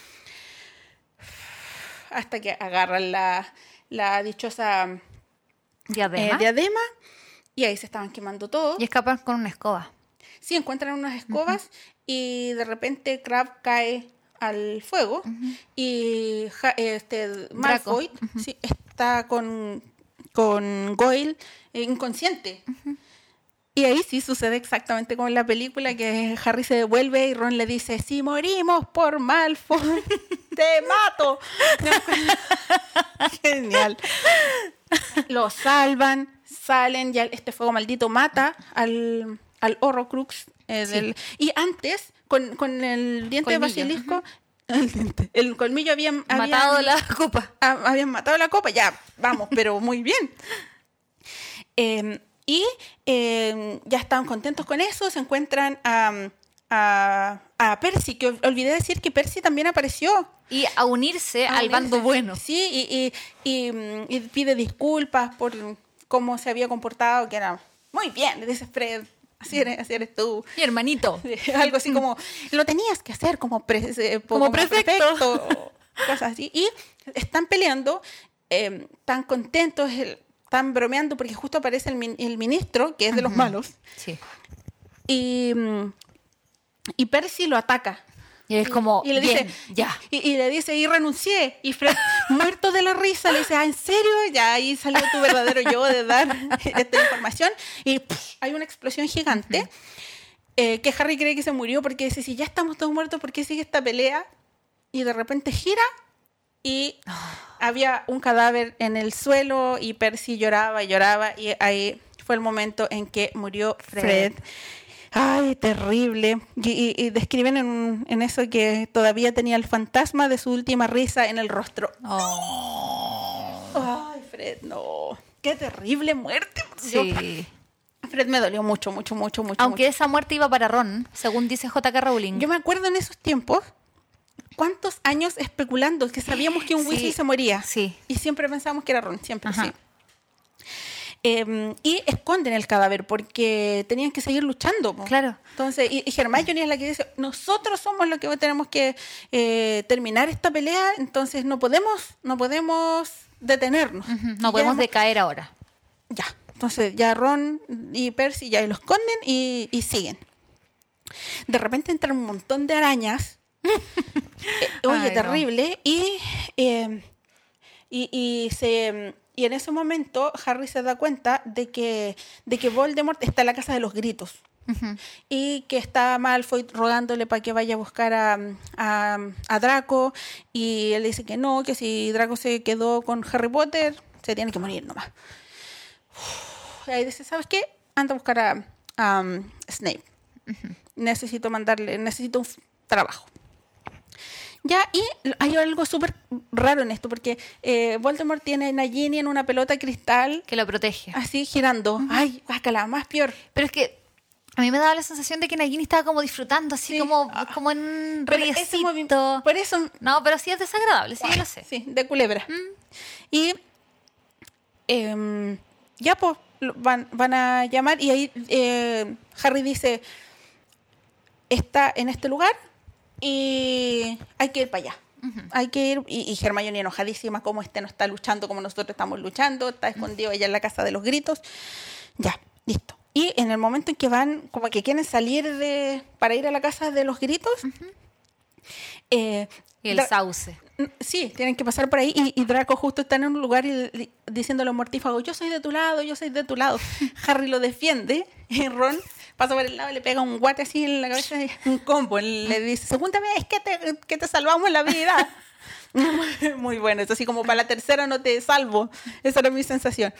Hasta que agarran la, la dichosa
diadema.
Eh, diadema y ahí se estaban quemando todos.
Y escapan con una escoba.
Sí, encuentran unas escobas uh-huh. y de repente Crabbe cae al fuego uh-huh. y este Malfoy uh-huh. sí, está con, con Goyle inconsciente. Uh-huh. Y ahí sí sucede exactamente como en la película, que Harry se devuelve y Ron le dice, si morimos por Malfoy, te mato. Genial. Lo salvan, salen, ya este fuego maldito mata al, al Horrocrux. Eh, sí. del, y antes, con, con el diente colmillo. de basilisco, uh-huh. el, diente, el colmillo habían...
Matado
habían,
la copa.
A, habían matado la copa, ya, vamos, pero muy bien. Eh, Y eh, ya estaban contentos con eso, se encuentran a, a, a Percy, que olvidé decir que Percy también apareció.
Y a unirse a al unirse. bando bueno.
Sí, y, y, y, y pide disculpas por cómo se había comportado, que era muy bien, le dice Fred, así eres, así eres tú.
Mi hermanito.
Algo así como, lo tenías que hacer como, pre, eh,
como, como prefecto.
prefecto cosas así. Y están peleando, eh, tan contentos, el, están bromeando porque justo aparece el, el ministro, que es de uh-huh. los malos.
Sí.
Y, y Percy lo ataca.
Y es como,
y, y le dice,
bien, ya.
Y, y le dice, y renuncié. Y Fred, muerto de la risa, le dice, ah, ¿en serio? Ya ahí salió tu verdadero yo de dar esta información. Y pff, hay una explosión gigante. Uh-huh. eh, que Harry cree que se murió porque dice, si ya estamos todos muertos, ¿por qué sigue esta pelea? Y de repente gira y había un cadáver en el suelo y Percy lloraba y lloraba y ahí fue el momento en que murió Fred. Fred. Ay, terrible. Y, y, y describen en, en eso que todavía tenía el fantasma de su última risa en el rostro.
Oh.
Ay, Fred, no. Qué terrible muerte.
Sí.
Yo, Fred me dolió mucho, mucho, mucho, mucho.
Aunque
mucho.
esa muerte iba para Ron, según dice J K. Rowling.
Yo me acuerdo en esos tiempos, cuántos años especulando que sabíamos que un
Sí,
Weasley se moría.
sí.
Y siempre pensábamos que era Ron, siempre,
Ajá.
sí. Eh, y esconden el cadáver porque tenían que seguir luchando. Po.
Claro.
Entonces, y, y Hermione es la que dice, nosotros somos los que tenemos que eh, terminar esta pelea, entonces no podemos, no podemos detenernos.
Ujú, No
Y
podemos
ya,
decaer ahora.
ya. Entonces ya Ron y Percy ya lo esconden y, y siguen. De repente entran un montón de arañas. Eh, oye,
Ay, no.
terrible. Y, eh, y, y se... Y en ese momento Harry se da cuenta de que, de que Voldemort está en la casa de los gritos.
Ujú.
Y que está Malfoy rogándole para que vaya a buscar a, a, a Draco. Y él dice que no, que si Draco se quedó con Harry Potter, se tiene que morir nomás. Uf, y ahí dice, ¿sabes qué? Anda a buscar a, a um, Snape. Uh-huh. Necesito mandarle, necesito un f- trabajo. Ya, y hay algo súper raro en esto, porque eh, Voldemort tiene a Nagini en una pelota de cristal,
Que lo protege.
así girando. Uh-huh. Ay, bácala, más peor.
Pero es que a mí me daba la sensación de que Nagini estaba como disfrutando, así
Sí.
como, como en un
Pero ese
riecito.
movi- por eso,
No, pero sí es desagradable, sí, yo lo sé.
sí, de culebra.
Mm.
Y eh, ya, pues, van, van a llamar y ahí eh, Harry dice, está en este lugar y hay que ir para allá. Uh-huh. Hay que ir, y, y Hermione enojadísima, como este no está luchando como nosotros estamos luchando, está escondido allá en la casa de los gritos. Ya, listo. Y en el momento en que van, como que quieren salir de para ir a la casa de los gritos, uh-huh. eh,
y el
Dra-
sauce.
Sí, tienen que pasar por ahí y, y Draco justo está en un lugar y, y, diciéndole a mortífago, yo soy de tu lado, yo soy de tu lado. Harry lo defiende y Ron pasa por el lado y le pega un guate así en la cabeza, y un combo. Le dice, segunda vez que te, que te salvamos la vida. Muy bueno, es así como para la tercera no te salvo. Esa era mi sensación.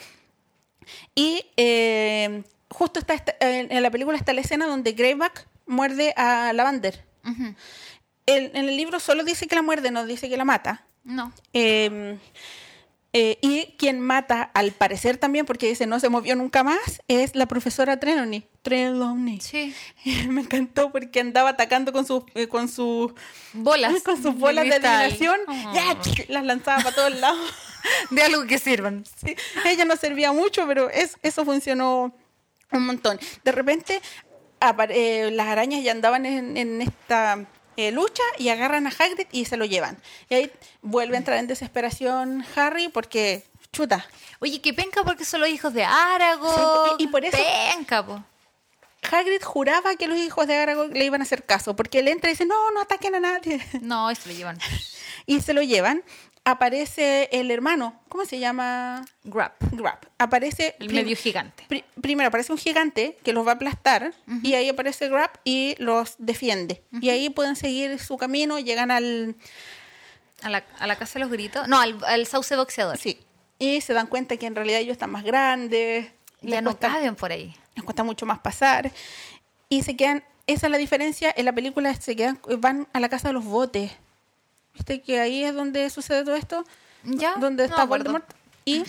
Y eh, justo está esta, en, en la película está la escena donde Greyback muerde a Lavander. Uh-huh. El, en el libro solo dice que la muerde, no dice que la mata.
No.
Eh, eh, y quien mata, al parecer también, porque dice no se movió nunca más, es la profesora Trelawney. Trelawney.
Sí.
Me encantó porque andaba atacando con sus eh, con sus
bolas.
Con sus bolas de, de adivinación. Oh. Ya, las lanzaba para todos lados.
De algo que sirvan.
Sí. Ella no servía mucho, pero es, eso funcionó un montón. De repente, apare- eh, las arañas ya andaban en, en esta... Eh, lucha y agarran a Hagrid y se lo llevan. Y ahí vuelve a entrar en desesperación Harry porque, chuta.
Oye, qué penca porque son los hijos de Aragorn.
Sí, y, y por eso
penca, po.
Hagrid juraba que los hijos de Aragorn le iban a hacer caso, porque él entra y dice, no, no ataquen a nadie.
No, y se lo llevan.
Y se lo llevan. Aparece el hermano, ¿cómo se llama?
Grab.
Grab. Aparece...
El medio gigante.
Pri- primero aparece un gigante que los va a aplastar, uh-huh. y ahí aparece Grab y los defiende. Uh-huh. Y ahí pueden seguir su camino, llegan al...
A la, a la casa de los gritos. No, al, al sauce boxeador.
Sí. Y se dan cuenta que en realidad ellos están más grandes.
Ya no cuesta, caben por ahí.
Les cuesta mucho más pasar. Y se quedan... Esa es la diferencia. En la película se quedan, van a la casa de los botes. ¿Viste que ahí es donde sucede todo esto?
¿Ya?
Donde está
no
Voldemort. Y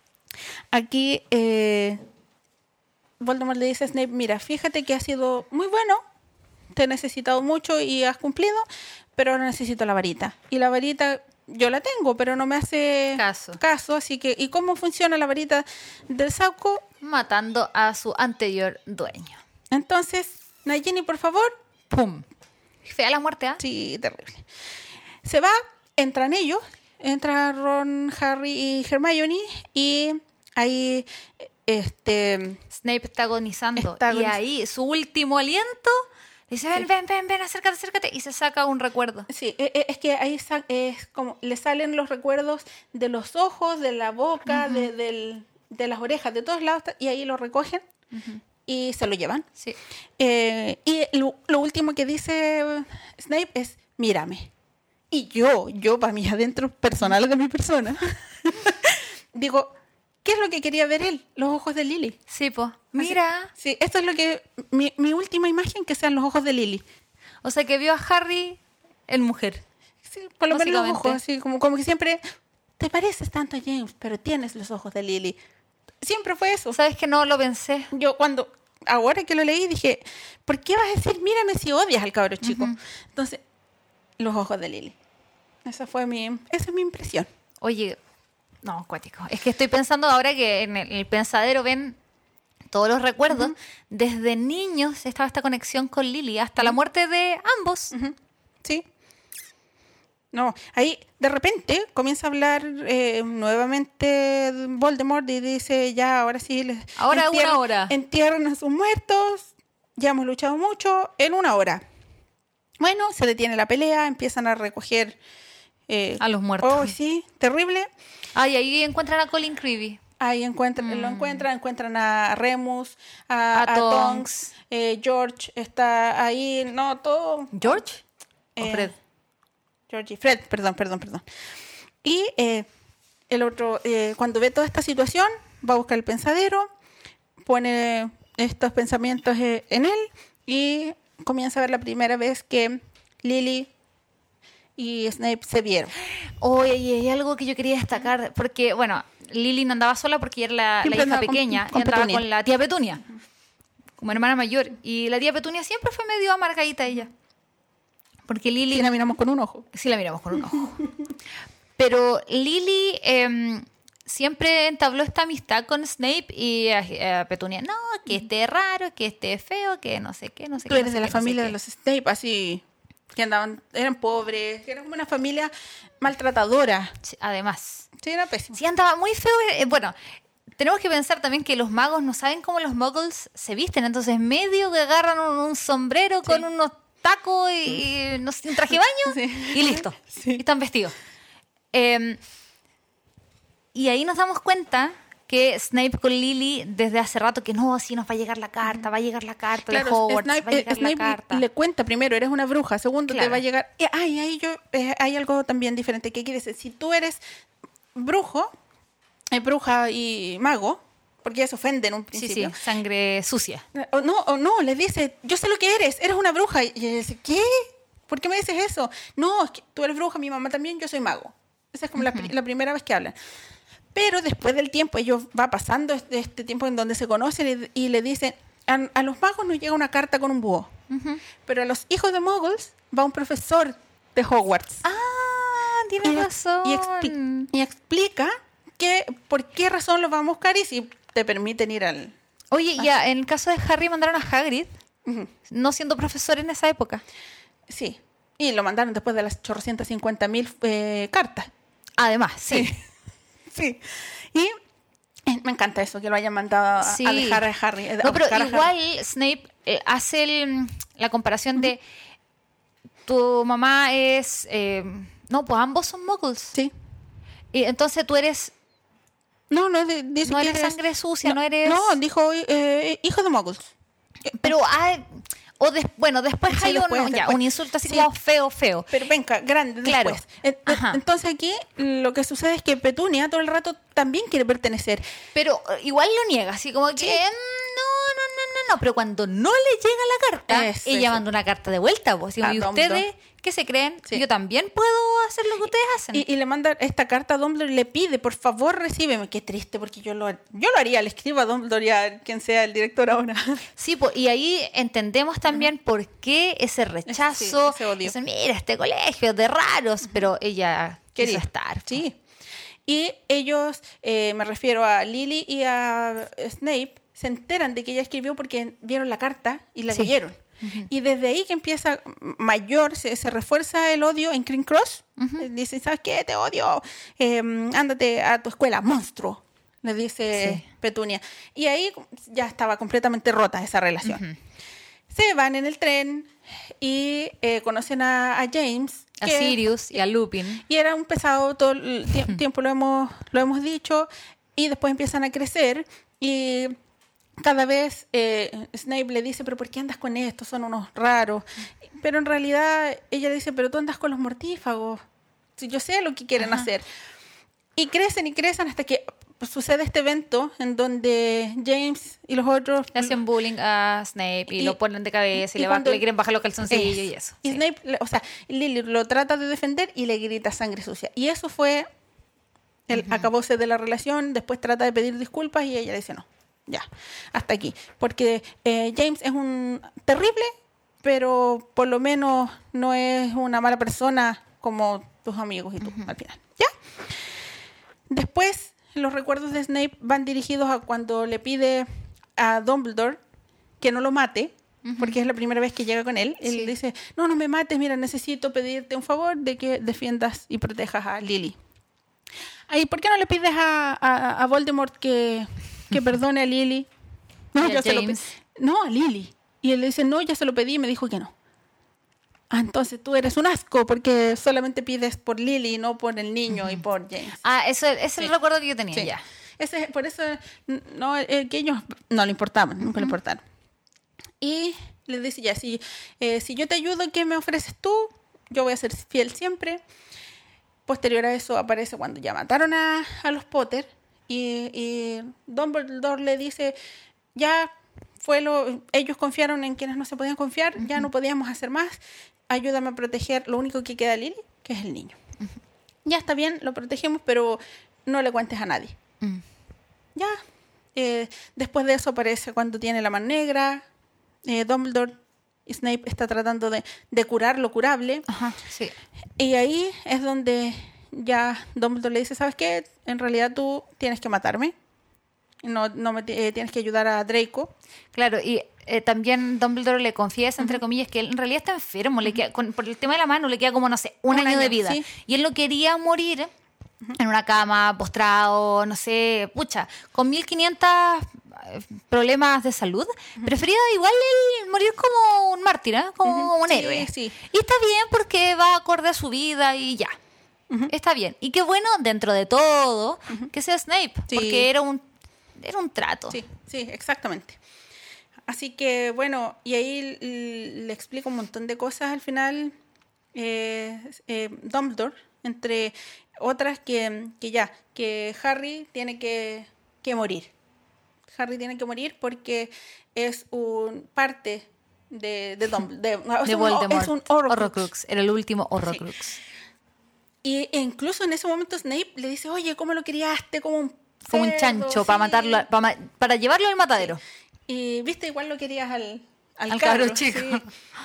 aquí eh, Voldemort le dice a Snape, mira, fíjate que has sido muy bueno, te he necesitado mucho y has cumplido, pero ahora necesito la varita. Y la varita yo la tengo, pero no me hace
caso.
caso así que, ¿y cómo funciona la varita del Sauco?
Matando a su anterior dueño.
Entonces, Nagini, por favor.
¡Pum! Fea la muerte, ¿ah? ¿eh?
Sí, terrible. Se va, entran ellos, entra Ron, Harry y Hermione y ahí este
Snape está agonizando.
Está agoniz-
y ahí su último aliento dice, ven,
sí.
ven, ven, ven, acércate, acércate. Y se saca un recuerdo.
Sí, es que ahí sa- es como le salen los recuerdos de los ojos, de la boca, uh-huh. de, del, de las orejas, de todos lados, y ahí lo recogen uh-huh. y se lo llevan.
Sí.
Eh, y lo, lo último que dice Snape es, mírame. Y yo, yo para mis adentros personales de mi persona, digo, ¿qué es lo que quería ver él? Los ojos de Lily.
Sí, pues. Mira.
Así, sí, esto es lo que, mi, mi última imagen, que sean los ojos de Lily.
O sea, que vio a Harry en mujer.
Sí, por lo menos los ojos, así como, como que siempre, te pareces tanto a James, pero tienes los ojos de Lily. Siempre fue eso.
¿Sabes que no lo pensé?
Yo cuando, ahora que lo leí, dije, ¿por qué vas a decir, mírame si odias al cabro chico? Uh-huh. Entonces, los ojos de Lily. Esa fue mi, esa es mi impresión.
Oye, no, cuático. Es que estoy pensando ahora que en el, en el pensadero ven todos los recuerdos. Uh-huh. Desde niños estaba esta conexión con Lily hasta uh-huh. la muerte de ambos.
Uh-huh. Sí. No, ahí de repente comienza a hablar eh, nuevamente Voldemort y dice, ya, ahora sí. Les,
ahora entierran, una hora.
Entierran a sus muertos, ya hemos luchado mucho, en una hora. Bueno, se detiene la pelea, empiezan a recoger... Eh,
a los muertos.
Oh, sí, terrible.
Ah, y ahí encuentran a Colin Creevy.
Ahí encuentran, mm. lo encuentran, encuentran a Remus, a,
a, a Tonks.
Eh, George está ahí, no, todo...
¿George? ¿O
eh,
Fred?
Georgie, Fred, perdón, perdón, perdón. Y eh, el otro, eh, cuando ve toda esta situación, va a buscar el pensadero, pone estos pensamientos eh, en él y comienza a ver la primera vez que Lily y Snape se vieron.
Oye, hay algo que yo quería destacar, porque, bueno, Lily no andaba sola porque era la, la hija pequeña, con, con y andaba Petunia. Con la tía Petunia, como hermana mayor, y la tía Petunia siempre fue medio amargadita ella. Porque Lily...
Sí, la miramos con un ojo.
Sí, la miramos con un ojo. Pero Lily eh, siempre entabló esta amistad con Snape y a, a Petunia. No, que esté raro, que esté feo, que no sé qué, no sé
Tú
qué.
eres
no sé
de la
qué,
familia
no sé
de los Snape, así... Que andaban... Eran pobres, que eran como una familia maltratadora.
Sí, además.
Sí, era pésimo.
Sí, andaba muy feo. Eh, bueno... Tenemos que pensar también que los magos no saben cómo los muggles se visten. Entonces, medio que agarran un, un sombrero sí. con unos... taco y, y no sé, un traje de baño sí. y listo. Sí. Y están vestidos. Eh, y ahí nos damos cuenta que Snape con Lily desde hace rato que no, sí nos va a llegar la carta, va a llegar la carta claro, de Hogwarts,
Snape,
va a llegar
Snape
la carta.
Le cuenta primero, eres una bruja. Segundo, claro. te va a llegar... Ay, ahí yo, eh, hay algo también diferente. ¿Qué quiere decir? Si tú eres brujo, eh, bruja y mago... Porque ella se ofende en un principio.
Sí, sí, sangre sucia.
O no, o no, le dice, yo sé lo que eres, eres una bruja. Y ella dice, ¿qué? ¿Por qué me dices eso? No, es que tú eres bruja, mi mamá también, yo soy mago. Esa es como uh-huh. la, la primera vez que hablan. Pero después del tiempo, ellos va pasando este, este tiempo en donde se conocen y, y le dicen, a, a los magos nos llega una carta con un búho. Uh-huh. Pero a los hijos de muggles va un profesor de Hogwarts.
Ah, tienes
y,
razón.
Y, expli- y explica que por qué razón los va a buscar y si... te permiten ir al...
Oye, ya, en el caso de Harry mandaron a Hagrid, uh-huh. no siendo profesor en esa época.
Sí, y lo mandaron después de las ochocientas cincuenta mil eh, cartas.
Además, sí.
Sí. sí. Y eh, me encanta eso, que lo hayan mandado a, sí. a dejar a Harry. A
no, pero igual
Harry.
Snape eh, hace el, la comparación uh-huh. de tu mamá es... Eh, no, pues ambos son muggles.
Sí.
Y entonces tú eres...
No, no, dice
no
que
eres
eres,
sangre sucia,
no,
no eres...
No, dijo eh, hijo de muggles.
Pero hay... O de, bueno, después sí, hay después, un, después. Ya, un insulto así sí. como feo, feo.
Pero venga, grande,
claro.
después. Ajá. Entonces aquí lo que sucede es que Petunia todo el rato también quiere pertenecer.
Pero igual lo niega, así como que... Sí. No, no, no, no, no. Pero cuando no le llega la carta, es, ella es, manda una carta de vuelta. Pues, y ustedes... ¿Qué se creen? Sí. Yo también puedo hacer lo que ustedes hacen.
Y, y le manda esta carta a Dumbledore y le pide, por favor, recíbeme. Qué triste, porque yo lo, yo lo haría, le escribo a Dumbledore y a quien sea el director ahora.
Sí, pues, y ahí entendemos también uh-huh. por qué ese rechazo.
Sí, ese odio.
Ese, mira, este colegio de raros, uh-huh. pero ella quería estar.
Sí. Y ellos, eh, me refiero a Lily y a Snape, se enteran de que ella escribió porque vieron la carta y la sí. leyeron. Uh-huh. Y desde ahí que empieza mayor, se, se refuerza el odio en Green Cross. Uh-huh. Dicen, ¿sabes qué? Te odio. Eh, ándate a tu escuela, monstruo, le dice sí. Petunia. Y ahí ya estaba completamente rota esa relación. Uh-huh. Se van en el tren y eh, conocen a, a James.
A que, Sirius y a Lupin.
Y era un pesado, todo el tie- tiempo lo hemos, lo hemos dicho. Y después empiezan a crecer y... Cada vez eh, Snape le dice, pero ¿por qué andas con esto? Son unos raros. Pero en realidad ella le dice, pero tú andas con los mortífagos. Yo sé lo que quieren Ajá. hacer. Y crecen y crecen hasta que sucede este evento en donde James y los otros...
Le hacen bullying a Snape y, y lo ponen de cabeza y, y le, va, le quieren bajar los calzoncillos y eso.
Y sí. Snape, o sea, Lily lo trata de defender y le grita sangre sucia. Y eso fue Él uh-huh. acabóse de la relación, después trata de pedir disculpas y ella dice no, ya, hasta aquí. Porque eh, James es un terrible, pero por lo menos no es una mala persona como tus amigos y tú, uh-huh. al final. ¿Ya? Después, los recuerdos de Snape van dirigidos a cuando le pide a Dumbledore que no lo mate, uh-huh. porque es la primera vez que llega con él. Él sí. dice, no, no me mates, mira, necesito pedirte un favor de que defiendas y protejas a Lily. Ay, ¿por qué no le pides a, a, a Voldemort que, que perdone a Lily? No,
ya se lo pedí.
No, a Lily. Y él le dice, no, ya se lo pedí y me dijo que no. Ah, entonces tú eres un asco porque solamente pides por Lily y no por el niño uh-huh. y por James.
Ah, eso ese es sí. el recuerdo que yo tenía, sí. ya.
Ese, por eso, no, eh, que ellos no le importaban, nunca uh-huh. le importaron. Y le dice ya, si, eh, si yo te ayudo, ¿qué me ofreces tú? Yo voy a ser fiel siempre. Posterior a eso aparece cuando ya mataron a, a los Potter y, y Dumbledore le dice, ya fue lo, ellos confiaron en quienes no se podían confiar, uh-huh. ya no podíamos hacer más, ayúdame a proteger lo único que queda a Lily, que es el niño. Uh-huh. Ya está bien, lo protegemos, pero no le cuentes a nadie. Uh-huh. Ya, eh, después de eso aparece cuando tiene la mano negra, eh, Dumbledore, Snape está tratando de, de curar lo curable.
Ajá, sí.
Y ahí es donde ya Dumbledore le dice, ¿sabes qué? En realidad tú tienes que matarme. No, no me eh, tienes que ayudar a Draco.
Claro, y eh, también Dumbledore le confiesa, entre uh-huh. comillas, que él en realidad está enfermo. Uh-huh. Le queda, con, por el tema de la mano le queda como, no sé, un, un año, año de vida. ¿Sí? Y él no quería morir uh-huh. en una cama, postrado, no sé, pucha, con mil quinientos problemas de salud, uh-huh. prefería igual él morir como un mártir, ¿eh? Como uh-huh. un héroe.
Sí, sí.
Y está bien porque va acorde a su vida y ya. Uh-huh. Está bien. Y qué bueno, dentro de todo, uh-huh. que sea Snape, sí. porque era un, era un trato.
Sí, sí, exactamente. Así que, bueno, y ahí le explico un montón de cosas al final. Eh, eh, Dumbledore, entre otras que, que ya, que Harry tiene que, que morir. Harry tiene que morir porque es un parte de de, Dumbledore, de,
de, de Voldemort.
Es un Horrocrux.
Horrocrux. Era el último Horrocrux. Sí.
Y e incluso en ese momento Snape le dice, oye, ¿cómo lo criaste? Como un cerdo,
como un chancho, sí. para matarlo, para, para llevarlo al matadero.
Sí. Y viste, igual lo querías al, al,
al cabro chico. Sí.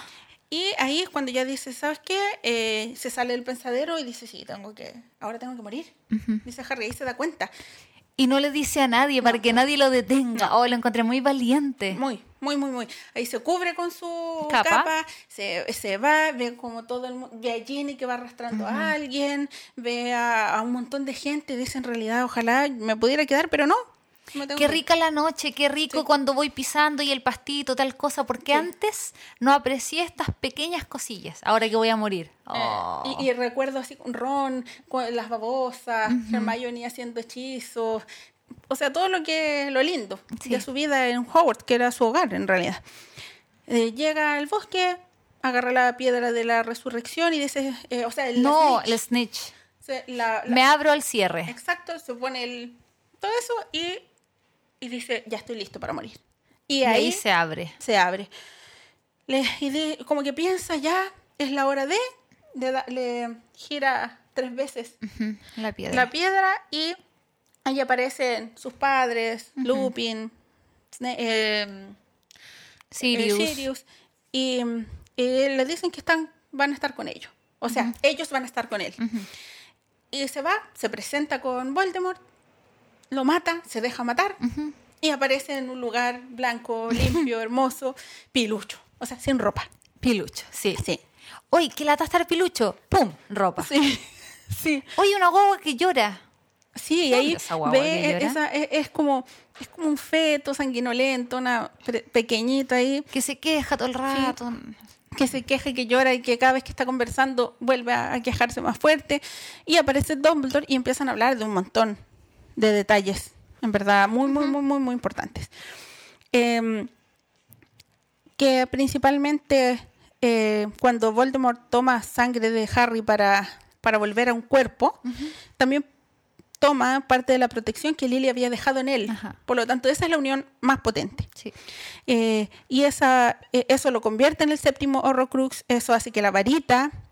Y ahí es cuando ya dice, ¿sabes qué? Eh, se sale del pensadero y dice, sí, tengo que, ahora tengo que morir. Uh-huh. Dice Harry, ahí se da cuenta.
Y no le dice a nadie no, para que nadie lo detenga. No. Oh, lo encontré muy valiente.
Muy, muy, muy, muy. Ahí se cubre con su capa, capa se, se va, ve como todo el mundo, ve a Ginny que va arrastrando uh-huh. a alguien, ve a, a un montón de gente, dice en realidad, ojalá me pudiera quedar, pero no.
Qué que... rica la noche, qué rico sí. cuando voy pisando y el pastito, tal cosa, porque
sí.
antes no aprecié estas pequeñas cosillas, ahora que voy a morir. Oh.
Eh, y, y recuerdo así con Ron, con las babosas, uh-huh. Hermione haciendo hechizos, o sea, todo lo que lo lindo sí. de su vida en Hogwarts, que era su hogar en realidad. Eh, llega al bosque, agarra la piedra de la resurrección y dice, eh, o sea, el
no,
snitch.
el snitch.
O sea, la, la...
Me abro al cierre.
Exacto, se pone el todo eso y Y dice, ya estoy listo para morir. Y,
y
ahí,
ahí se abre.
Se abre. Le, y de, como que piensa, ya es la hora de... de da, le gira tres veces
uh-huh. la piedra.
La piedra y ahí aparecen sus padres, uh-huh. Lupin, eh,
Sirius.
Eh, Sirius y, y le dicen que están, van a estar con ellos. O sea, uh-huh. ellos van a estar con él. Uh-huh. Y se va, se presenta con Voldemort, lo mata, se deja matar uh-huh. y aparece en un lugar blanco, limpio, hermoso, pilucho, o sea, sin ropa.
Pilucho, sí.
Sí.
Oye, ¿qué lata estar pilucho? ¡Pum! Ropa.
Sí, sí.
Oye, una guagua que llora.
Sí, y ahí ve, esa, es, es, como, es como un feto sanguinolento, una pre- pequeñita ahí.
Que se queja todo el rato.
Sí. Que se queja y que llora y que cada vez que está conversando vuelve a, a quejarse más fuerte. Y aparece Dumbledore y empiezan a hablar de un montón de detalles, en verdad, muy, muy, muy, muy, muy importantes. Eh, que principalmente eh, cuando Voldemort toma sangre de Harry para, para volver a un cuerpo, uh-huh. también toma parte de la protección que Lily había dejado en él. Uh-huh. Por lo tanto, esa es la unión más potente.
Sí.
Eh, y esa, eh, eso lo convierte en el séptimo Horrocrux, eso hace que la varita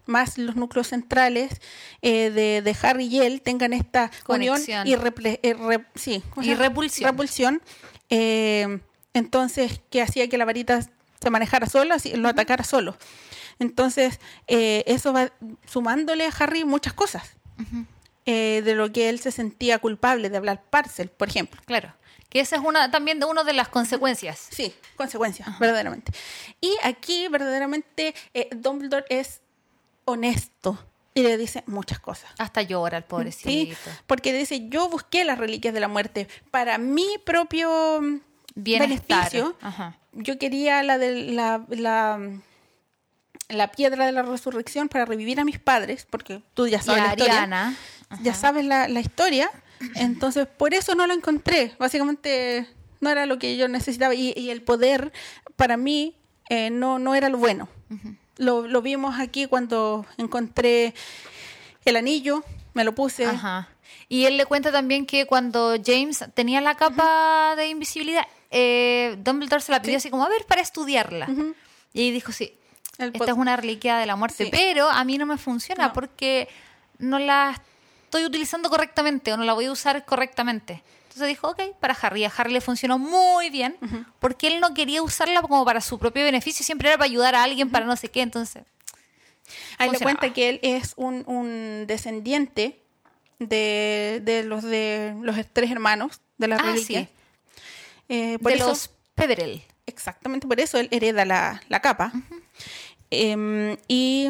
más los núcleos centrales eh, de, de Harry y él tengan esta
conexión
unión y, reple, eh, re, sí,
y repulsión.
repulsión eh, entonces, que hacía que la varita se manejara sola, así, lo atacara solo. Entonces, eh, eso va sumándole a Harry muchas cosas. Uh-huh. eh, de lo que él se sentía culpable de hablar Parcel, por ejemplo.
Claro. Que esa es una también de una de las consecuencias.
Sí, consecuencias,
Ajá.
verdaderamente. Y aquí, verdaderamente, eh, Dumbledore es honesto y le dice muchas cosas.
Hasta llora el pobrecito.
Sí, porque dice, yo busqué las reliquias de la muerte para mi propio
bienestar.
Beneficio.
Ajá.
Yo quería la de la, la, la piedra de la resurrección para revivir a mis padres, porque tú ya sabes
y
la historia.
Ariana.
Ya sabes la, la historia. Entonces, por eso no lo encontré. Básicamente, no era lo que yo necesitaba. Y, y el poder, para mí, eh, no, no era lo bueno. Uh-huh. Lo, lo vimos aquí cuando encontré el anillo, me lo puse.
Ajá. Y él le cuenta también que cuando James tenía la capa uh-huh. de invisibilidad, eh, Dumbledore se la pidió sí. así como, a ver, para estudiarla. Uh-huh. Y ahí dijo, sí, el esta pod- es una reliquia de la muerte, sí. pero a mí no me funciona no. porque no la estoy utilizando correctamente o no la voy a usar correctamente. Entonces dijo, ok, para Harry. A Harry le funcionó muy bien uh-huh. porque él no quería usarla como para su propio beneficio, siempre era para ayudar a alguien, uh-huh. para no sé qué, entonces...
Ahí le cuenta que él es un, un descendiente de, de los de los tres hermanos de la
ah,
reliquia.
Sí.
Eh, por
de
eso,
los Peverell.
Exactamente, por eso él hereda la, la capa. Uh-huh. Eh, y...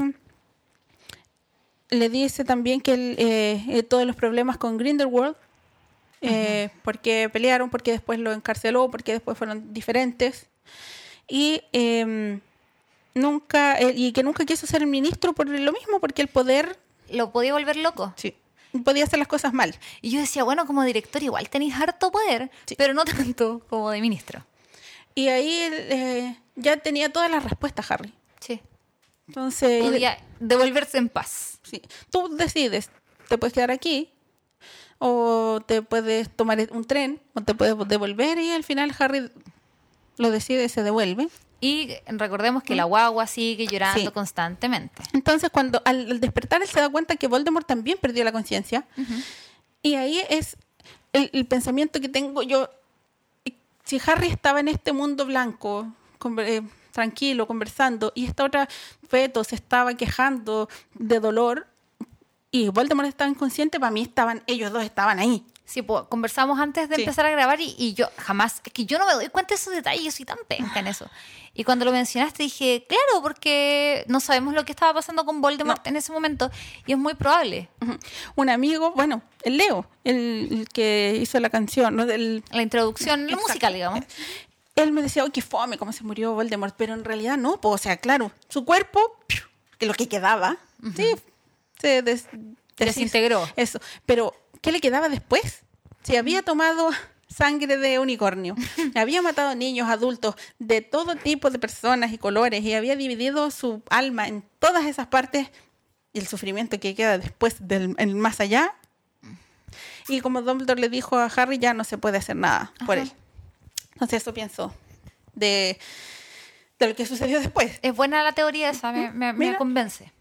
le dice también que él, eh, eh, todos los problemas con Grindelwald, eh, uh-huh. porque pelearon, porque después lo encarceló, porque después fueron diferentes, y eh, nunca eh, y que nunca quiso ser el ministro por lo mismo, porque el poder
lo podía volver loco.
Sí, podía hacer las cosas mal.
Y yo decía, bueno, como director igual tenéis harto poder, sí. pero no tanto como de ministro.
Y ahí eh, ya tenía todas las respuestas, Harry.
Sí.
Entonces
podía devolverse en paz.
Sí. Tú decides, te puedes quedar aquí o te puedes tomar un tren o te puedes devolver, y al final Harry lo decide y se devuelve.
Y recordemos que ¿Mm? la guagua sigue llorando sí. constantemente.
Entonces cuando al, al despertar él se da cuenta que Voldemort también perdió la conciencia. Uh-huh. Y ahí es el, el pensamiento que tengo yo. Si Harry estaba en este mundo blanco, con, eh, tranquilo, conversando, y esta otra feto se estaba quejando de dolor y Voldemort estaba inconsciente, para mí estaban, ellos dos estaban ahí.
Sí, pues conversamos antes de sí. empezar a grabar y, y yo jamás, es que yo no me doy cuenta de esos detalles, yo soy tan penca en eso. Y cuando lo mencionaste dije, claro, porque no sabemos lo que estaba pasando con Voldemort no. en ese momento, y es muy probable.
Uh-huh. Un amigo, bueno, el Leo, el, el que hizo la canción, ¿no? El,
la introducción, la musical, digamos.
Él me decía, ¡ay, qué fome cómo se murió Voldemort! Pero en realidad no, pues, o sea, claro, su cuerpo, que lo que quedaba, uh-huh. sí, se des, des,
desintegró.
Eso, pero ¿qué le quedaba después? Si había tomado sangre de unicornio, había matado niños, adultos, de todo tipo de personas y colores, y había dividido su alma en todas esas partes, y el sufrimiento que queda después del el más allá. Y como Dumbledore le dijo a Harry, ya no se puede hacer nada por Ajá. él. Entonces eso pienso de, de lo que sucedió después.
Es buena la teoría esa, me, me, me convence.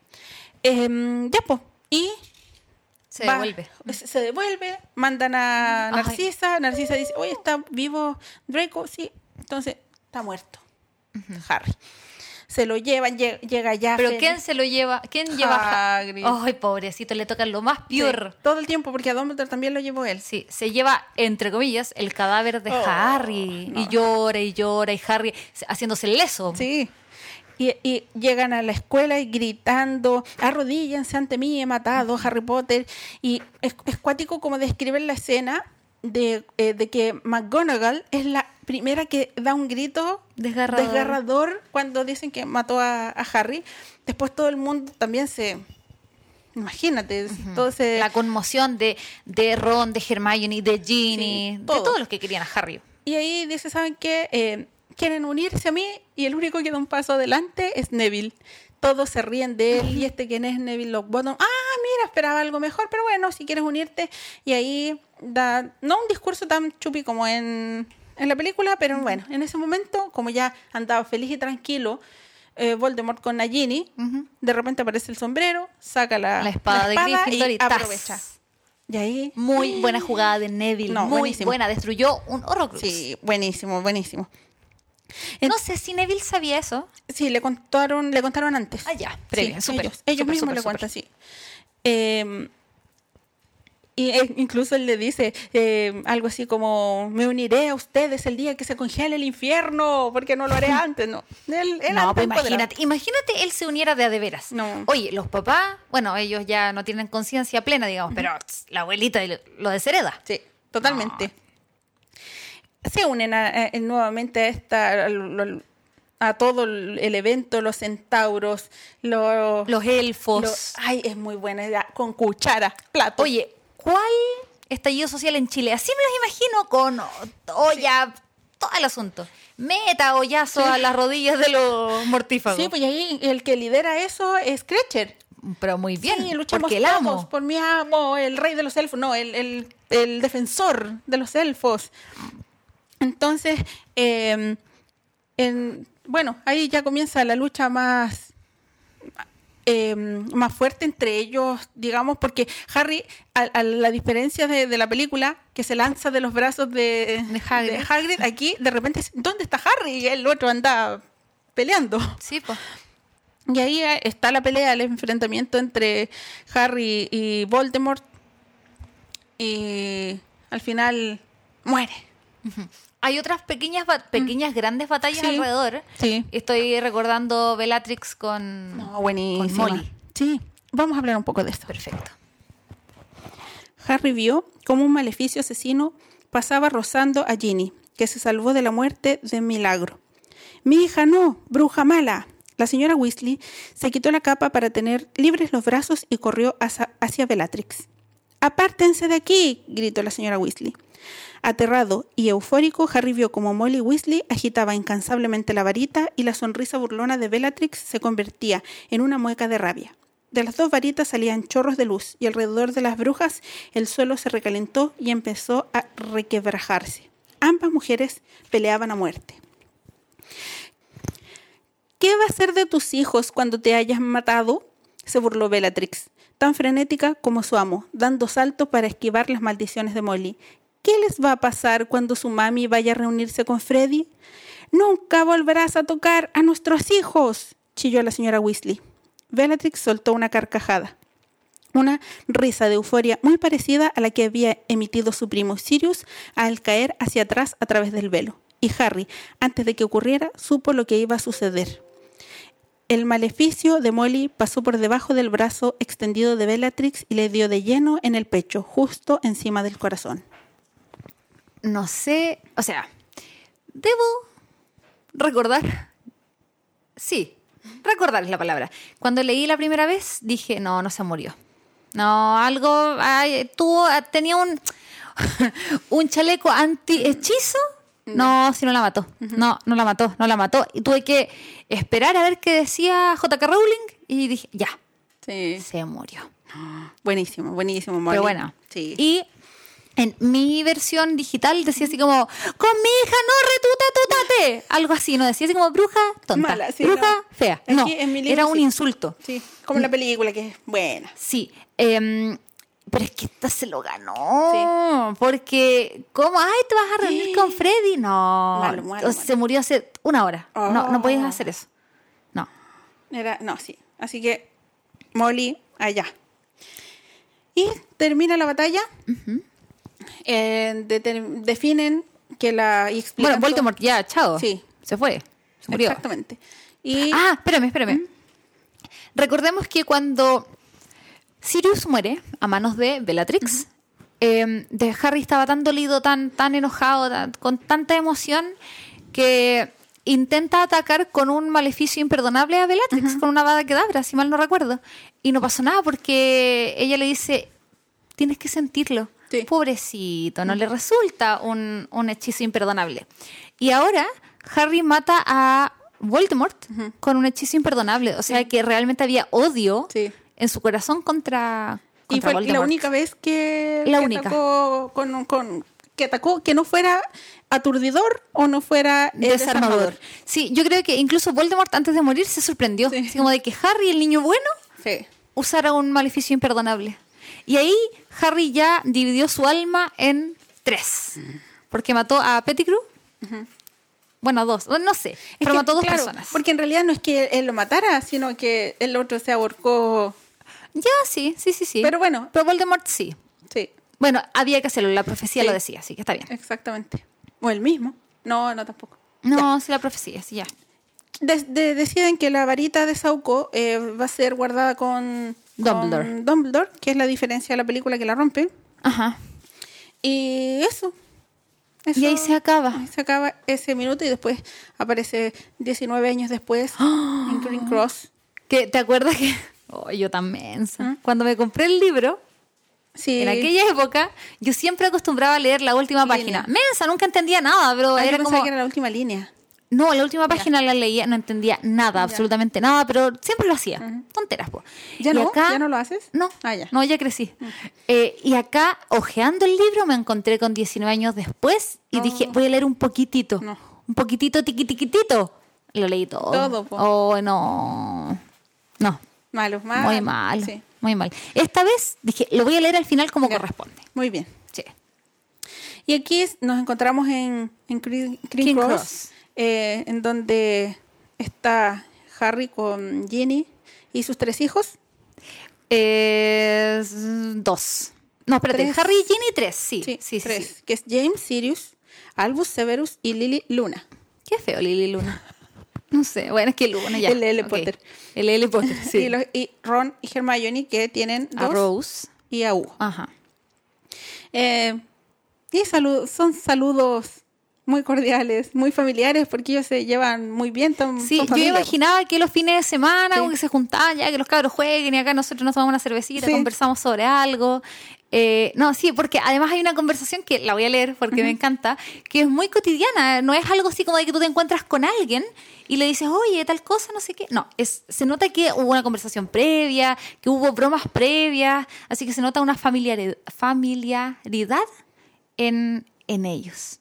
Eh, ya, pues. Y
se
va,
devuelve.
Se devuelve, mandan a Narcisa. Ay. Narcisa dice, oye, ¿está vivo Draco? Sí. Entonces, está muerto. Uh-huh. Harry. Se lo llevan, llega, llega ya.
¿Pero quién se lo lleva? ¿Quién
Hagrid.
lleva? Ay, pobrecito, le tocan lo más peor.
Sí, todo el tiempo, porque a Dumbledore también lo llevó él.
Sí, se lleva, entre comillas, el cadáver de
oh,
Harry. No. Y llora y llora, y Harry haciéndose leso.
Sí. Y, y llegan a la escuela y gritando, arrodíllense ante mí, he matado a Harry Potter. Y es, es cuático como describen la escena de, eh, de que McGonagall es la primera que da un grito
desgarrador,
desgarrador cuando dicen que mató a, a Harry. Después todo el mundo también se... Imagínate, uh-huh. todo se...
la conmoción de, de Ron, de Hermione, de Ginny, sí, todo. de todos los que querían a Harry.
Y ahí dice, ¿saben qué? Eh, quieren unirse a mí, y el único que da un paso adelante es Neville. Todos se ríen de él, y este que es Neville Longbottom, ah, mira, esperaba algo mejor, pero bueno, si quieres unirte. Y ahí da, no un discurso tan chupi como en, en la película, pero bueno, en ese momento, como ya andaba feliz y tranquilo, eh, Voldemort con Nagini, uh-huh. de repente aparece el sombrero, saca la,
la espada,
la espada
de Gryffindor y,
y aprovecha. Y ahí...
Muy buena jugada de Neville, no, muy buenísimo. buena, destruyó un Horrocrux.
Sí, buenísimo, buenísimo.
En... No sé si Neville sabía eso.
Sí, le contaron, le contaron antes.
Ah, ya, previo,
sí,
super,
ellos, ellos
super,
mismos
super,
le
super.
cuentan, sí. Eh, y eh, incluso él le dice eh, algo así como, me uniré a ustedes el día que se congele el infierno, porque no lo haré antes, ¿no? Él, él
no, pues imagínate, imagínate él se uniera de a de veras.
No.
Oye, los papás, bueno, ellos ya no tienen conciencia plena, digamos, pero tss, la abuelita lo deshereda.
Sí, totalmente. No. Se unen a, a, a, nuevamente a esta... A, a, a todo el evento, los centauros, los...
Los elfos.
Los, ay, es muy buena, ya, con cuchara, plato.
Oye, ¿cuál estallido social en Chile? Así me los imagino con olla, sí. todo el asunto. Meta hoyazo sí. a las rodillas de los mortífagos.
Sí, pues ahí el que lidera eso es Kreacher.
Pero muy bien,
sí, luchamos
porque el amo.
por mi amo, el rey de los elfos, no, el, el, el defensor de los elfos. Entonces, eh, en... Bueno, ahí ya comienza la lucha más, eh, más fuerte entre ellos, digamos, porque Harry, a, a la diferencia de, de la película, que se lanza de los brazos de,
de, Hagrid.
de Hagrid, aquí de repente, ¿dónde está Harry? Y el otro anda peleando.
Sí, pues.
Y ahí está la pelea, el enfrentamiento entre Harry y Voldemort, y al final muere.
Uh-huh. Hay otras pequeñas, pequeñas, mm. grandes batallas sí, alrededor.
Sí.
Estoy recordando Bellatrix con,
no, con
Molly.
Sí, vamos a hablar un poco de esto.
Perfecto.
Harry vio cómo un maleficio asesino pasaba rozando a Ginny, que se salvó de la muerte de milagro. ¡Mi hija no! ¡Bruja mala! La señora Weasley se quitó la capa para tener libres los brazos y corrió hacia, hacia Bellatrix. ¡Apártense de aquí! Gritó la señora Weasley. Aterrado y eufórico, Harry vio como Molly Weasley agitaba incansablemente la varita y la sonrisa burlona de Bellatrix se convertía en una mueca de rabia. De las dos varitas salían chorros de luz y alrededor de las brujas el suelo se recalentó y empezó a requebrajarse. Ambas mujeres peleaban a muerte. ¿Qué va a ser de tus hijos cuando te hayas matado?, se burló Bellatrix, tan frenética como su amo, dando saltos para esquivar las maldiciones de Molly. ¿Qué les va a pasar cuando su mami vaya a reunirse con Freddy? ¡Nunca volverás a tocar a nuestros hijos!, chilló la señora Weasley. Bellatrix soltó una carcajada, una risa de euforia muy parecida a la que había emitido su primo Sirius al caer hacia atrás a través del velo. Y Harry, antes de que ocurriera, supo lo que iba a suceder. El maleficio de Molly pasó por debajo del brazo extendido de Bellatrix y le dio de lleno en el pecho, justo encima del corazón.
No sé, o sea, debo recordar, sí, recordar es la palabra. Cuando leí la primera vez dije, no, no se murió. No, algo, ay, tuvo, tenía un, un chaleco anti-hechizo. No, si no la mató. No, no la mató, no la mató. Y tuve que esperar a ver qué decía J K Rowling y dije, ya,
sí.
se murió.
Buenísimo, buenísimo, Molly.
Pero bueno,
sí.
Y en mi versión digital decía así como, con mi hija no retute tutate. Algo así, no decía así como bruja tonta,
mala, sí,
bruja
no.
fea.
Aquí,
no,
en mi libro,
era un
sí.
insulto.
Sí, como en la película que es buena.
Sí, eh, pero es que esta se lo ganó. Sí. Porque, ¿cómo? Ay, ¿te vas a reunir sí. con Freddy? No,
malo, malo,
o sea, se murió hace una hora. Oh. No, no podías hacer eso. No.
Era, no, sí. Así que, Molly, allá. Y termina la batalla. Uh-huh. Eh, de, de, definen que la... Y
bueno, Voldemort ya, chao.
Sí.
Se fue. Se murió.
Exactamente. Y,
ah, espérame, espérame. ¿Mm? Recordemos que cuando Sirius muere a manos de Bellatrix, uh-huh. eh, de Harry estaba tan dolido, tan, tan enojado, tan, con tanta emoción, que intenta atacar con un maleficio imperdonable a Bellatrix, uh-huh. con una Avada Kedavra, si mal no recuerdo. Y no pasó nada porque ella le dice, tienes que sentirlo. Sí. Pobrecito, no uh-huh. le resulta un, un hechizo imperdonable. Y ahora Harry mata a Voldemort uh-huh. con un hechizo imperdonable. O sea sí. que realmente había odio sí. en su corazón contra, contra
y fue
Voldemort.
La única vez que,
la
que
única.
atacó con, con que atacó, que no fuera aturdidor o no fuera eh,
desarmador.
desarmador.
Sí, yo creo que incluso Voldemort antes de morir se sorprendió.
Sí.
Así como de que Harry, el niño bueno,
Sí.
usara un maleficio imperdonable. Y ahí Harry ya dividió su alma en tres. Porque mató a Pettigrew.
Uh-huh.
Bueno, a dos. No sé.
Es
pero
que,
mató a dos
claro,
personas.
Porque en realidad no es que él lo matara, sino que el otro se ahorcó.
Ya, sí, sí, sí, sí.
Pero bueno.
Pero Voldemort sí.
Sí.
Bueno, había que hacerlo. La profecía
Sí.
lo decía, así que está bien.
Exactamente. O el mismo. No, no tampoco.
No, sí, la profecía, sí, ya.
De- de- deciden que la varita de Sauco eh, va a ser guardada con
Dumbledore.
con Dumbledore, que es la diferencia de la película que la rompe.
Ajá.
Y eso. Eso-
Y ahí se acaba.
ahí se acaba ese minuto y después aparece diecinueve años después en Green Cross.
¿Que, ¿Te acuerdas que...? Oh, yo tan mensa.
¿Mm?
Cuando me compré el libro,
Sí.
en aquella época, yo siempre acostumbraba a leer la última
Línea.
página. Mensa, nunca entendía nada, pero
Ah, yo
era
pensaba
como...
que era la última línea.
No, la última página la leía, no entendía nada,
Ya.
absolutamente nada, pero siempre lo hacía.
Ujú.
Tonteras, po.
¿Ya
Y
no?
acá-
¿Ya no lo haces?
No,
Ah, ya.
no, ya crecí. Eh, y acá, hojeando el libro, me encontré con diecinueve años después y
No.
dije, voy a leer un poquitito.
No.
Un poquitito, tiquitiquitito. Lo leí todo.
Todo, po.
Oh, no. No,
Malo, malo.
muy mal.
Sí.
Muy mal. Esta vez dije, lo voy a leer al final como
Ya.
corresponde.
Muy bien.
Sí.
Y aquí es- nos encontramos en, en Green, Green
King
Cross,
Cross.
eh, en donde está Harry con Ginny y sus tres hijos.
Eh, dos. No, espérate.
Tres.
Harry y Ginny, tres. Sí, sí, sí. sí,
tres,
sí.
que es James, Sirius, Albus Severus y Lily Luna.
Qué feo, Lily Luna. No sé, bueno, es que Luna ya.
El L.
Ok.
Potter.
El L. Potter, sí.
Y, los- y Ron y Hermione, que tienen
A
dos,
Rose.
y a Hugo.
Ajá.
Eh, y salu- son saludos muy cordiales, muy familiares, porque ellos se llevan muy bien. Son,
Sí,
son
yo
familia,
imaginaba que los fines de semana
Sí.
como que se juntaban ya, que los cabros jueguen y acá nosotros nos tomamos una cervecita,
Sí.
conversamos sobre algo. Eh, no, sí, porque además hay una conversación que la voy a leer porque me encanta, que es muy cotidiana, no es algo así como de que tú te encuentras con alguien y le dices, oye, tal cosa, no sé qué. No, es, se nota que hubo una conversación previa, que hubo bromas previas, así que se nota una familiaridad, familiaridad en, en ellos.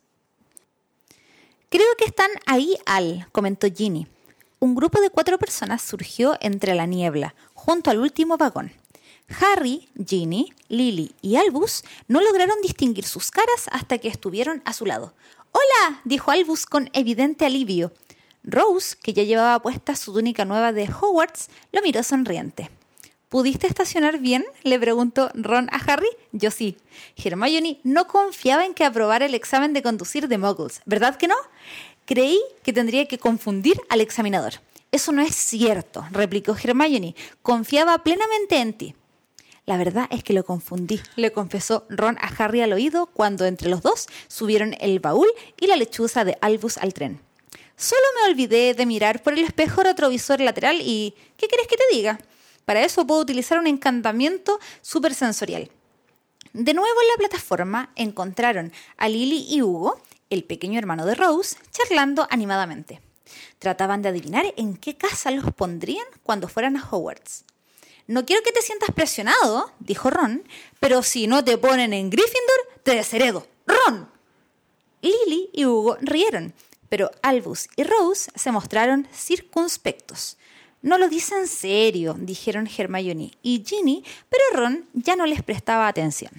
Creo que están ahí al, comentó Ginny. Un grupo de cuatro personas surgió entre la niebla, junto al último vagón. Harry, Ginny, Lily y Albus no lograron distinguir sus caras hasta que estuvieron a su lado. ¡Hola!, dijo Albus con evidente alivio. Rose, que ya llevaba puesta su túnica nueva de Hogwarts, lo miró sonriente. ¿Pudiste estacionar bien?, le preguntó Ron a Harry. Yo sí. Hermione no confiaba en que aprobara el examen de conducir de Muggles, ¿verdad que no? Creí que tendría que confundir al examinador. Eso no es cierto, replicó Hermione. Confiaba plenamente en ti. La verdad es que lo confundí, le confesó Ron a Harry al oído cuando entre los dos subieron el baúl y la lechuza de Albus al tren. Solo me olvidé de mirar por el espejo retrovisor lateral y... ¿qué quieres que te diga? Para eso puedo utilizar un encantamiento supersensorial. De nuevo en la plataforma encontraron a Lily y Hugo, el pequeño hermano de Rose, charlando animadamente. Trataban de adivinar en qué casa los pondrían cuando fueran a Hogwarts. No quiero que te sientas presionado, dijo Ron, pero si no te ponen en Gryffindor, te desheredo. ¡Ron! Lily y Hugo rieron, pero Albus y Rose se mostraron circunspectos. No lo dice en serio, dijeron Hermione y Ginny, pero Ron ya no les prestaba atención.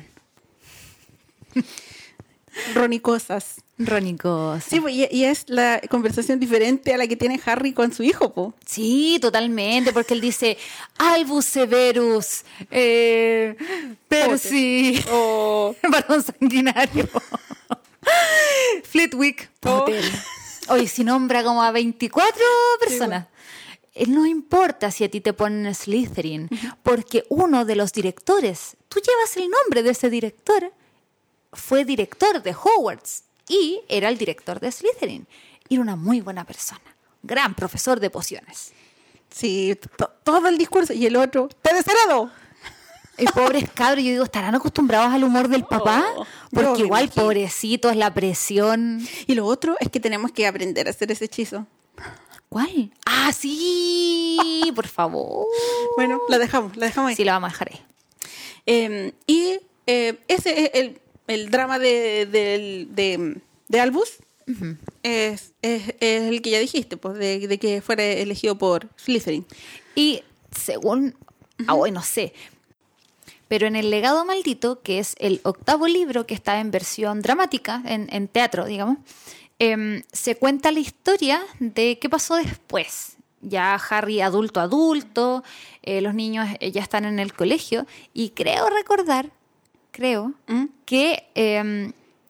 Ronicosas.
Rónicos.
Sí, pues, y, y es la conversación diferente a la que tiene Harry con su hijo, po.
Sí, totalmente, porque él dice Albus Severus, eh, Percy,
O
varón sanguinario, Flitwick, Potter. Hoy si nombra como a veinticuatro personas. Eh, No importa si a ti te ponen Slytherin, porque uno de los directores, tú llevas el nombre de ese director, fue director de Hogwarts y era el director de Slytherin. Y era una muy buena persona, gran profesor de pociones.
sí, to- todo el discurso. Y el otro, ¡te desheredo!
Y pobres cabros, yo digo, ¿estarán acostumbrados al humor del papá?
Oh,
Porque
yo me
igual,
imagino.
pobrecitos, la presión.
Y lo otro es que tenemos que aprender a hacer ese hechizo.
¿Cuál? ¡Ah, sí! Por favor.
Bueno, la dejamos, la dejamos ahí.
Sí, la vamos a dejar ahí.
Eh, y eh, ese es el, el drama de, de, de, de Albus uh-huh. es, es, es el que ya dijiste, pues, de, de que fuera elegido por Slytherin.
Y según, uh-huh. ah, bueno, no sé, pero en El legado maldito, que es el octavo libro que está en versión dramática, en, en teatro, digamos, eh, se cuenta la historia de qué pasó después. Ya Harry adulto, adulto, eh, los niños ya están en el colegio, y creo recordar, creo, ¿Mm? que... Eh,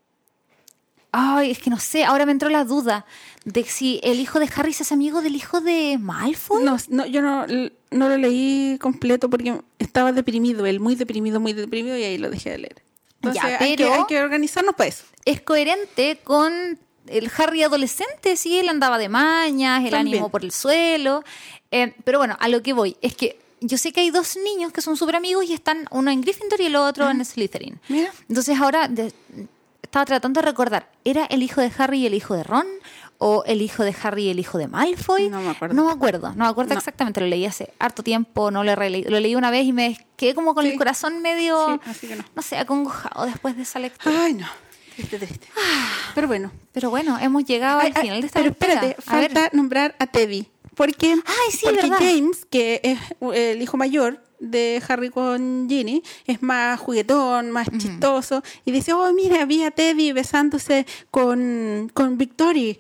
ay, es que no sé, ahora me entró la duda de si el hijo de Harry es amigo del hijo de Malfoy.
No, no yo no, no lo leí completo porque estaba deprimido, él muy deprimido, muy deprimido, y ahí lo dejé de leer. Entonces ya, pero hay que, hay que organizarnos para eso.
Es coherente con el Harry adolescente, sí, él andaba de mañas, el También. ánimo por el suelo. Eh, pero bueno, a lo que voy es que yo sé que hay dos niños que son súper amigos y están uno en Gryffindor y el otro ¿Mm? en Slytherin. Mira. Entonces ahora... De, estaba tratando de recordar, ¿era el hijo de Harry y el hijo de Ron? ¿O el hijo de Harry y el hijo de Malfoy?
No me acuerdo.
No me acuerdo, no me acuerdo no. exactamente, lo leí hace harto tiempo, no lo releí, lo leí una vez y me quedé como con sí. el corazón medio,
sí, así que no.
no sé, acongojado después de esa lectura.
Ay, no, triste, triste. Pero bueno.
Pero bueno, hemos llegado ay, al final de esta
Pero
lectura.
espérate, a falta ver. nombrar a Teddy. Porque,
ay, sí,
porque
¿verdad?
James, que es el hijo mayor de Harry con Ginny, es más juguetón, más uh-huh. chistoso, y dice, oh, mira, vi a Teddy besándose con, con Victory.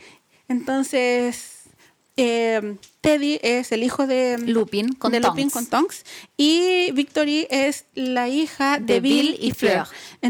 Entonces, eh, Teddy es el hijo de
Lupin con
de
Tonks.
Lupin con Tonks, y Victory es la hija de,
de
Bill,
Bill y Fleur.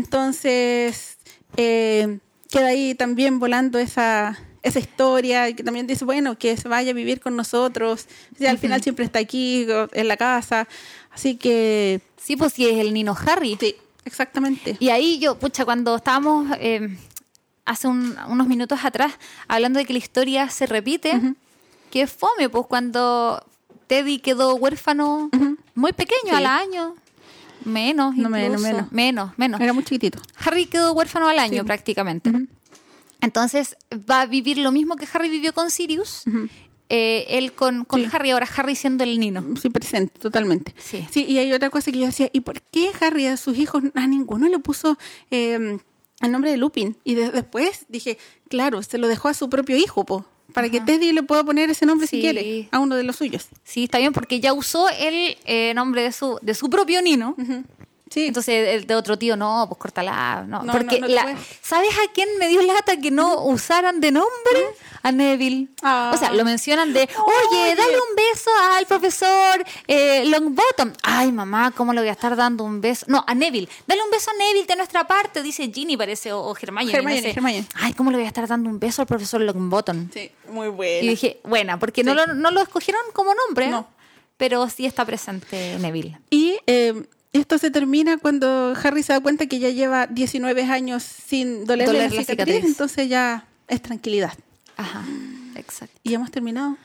Entonces, eh, queda ahí también volando esa... esa historia, que también dice, bueno, que se vaya a vivir con nosotros. O sea, al uh-huh. final siempre está aquí, en la casa. Así que...
Sí, pues sí, es el Nino Harry.
Sí, exactamente.
Y ahí yo, pucha, cuando estábamos eh, hace un, unos minutos atrás hablando de que la historia se repite, uh-huh. que fome, pues cuando Teddy quedó huérfano uh-huh. muy pequeño, sí. al año. Menos,
no,
incluso.
menos, menos.
Menos, menos.
Era muy chiquitito.
Harry quedó huérfano al año sí. prácticamente.
Uh-huh.
Entonces va a vivir lo mismo que Harry vivió con Sirius, uh-huh. eh, él con, con sí. Harry, ahora Harry siendo el Nino.
Sí, presente, totalmente.
Sí.
Sí, y hay otra cosa que yo decía, ¿y por qué Harry a sus hijos, a ninguno le puso eh, el nombre de Lupin? Y de, después dije, claro, se lo dejó a su propio hijo, po, para uh-huh. que Teddy le pueda poner ese nombre sí. si quiere, a uno de los suyos.
Sí, está bien, porque ya usó el eh, nombre de su, de su propio Nino.
Uh-huh. Sí.
Entonces el de otro tío, no, pues córtala. No,
no,
porque
no, no
la, ¿sabes a quién me dio lata que no uh-huh. usaran de nombre? Uh-huh. A Neville. Ah. O sea, lo mencionan de, oye, oye, dale un beso al profesor eh, Longbottom. Ay, mamá, ¿cómo le voy a estar dando un beso? No, a Neville. Dale un beso a Neville de nuestra parte, dice Ginny, parece, o, o Hermione.
Hermione, Hermione.
Ay, ¿cómo le voy a estar dando un beso al profesor Longbottom?
Sí, muy buena.
Y dije, buena, porque sí. no, lo, no lo escogieron como nombre,
no.
pero sí está presente Neville.
Y... Eh, esto se termina cuando Harry se da cuenta que ya lleva diecinueve años sin dolerle Doler la, la cicatriz, cicatriz, entonces ya es tranquilidad.
Ajá, exacto.
¿Y hemos terminado?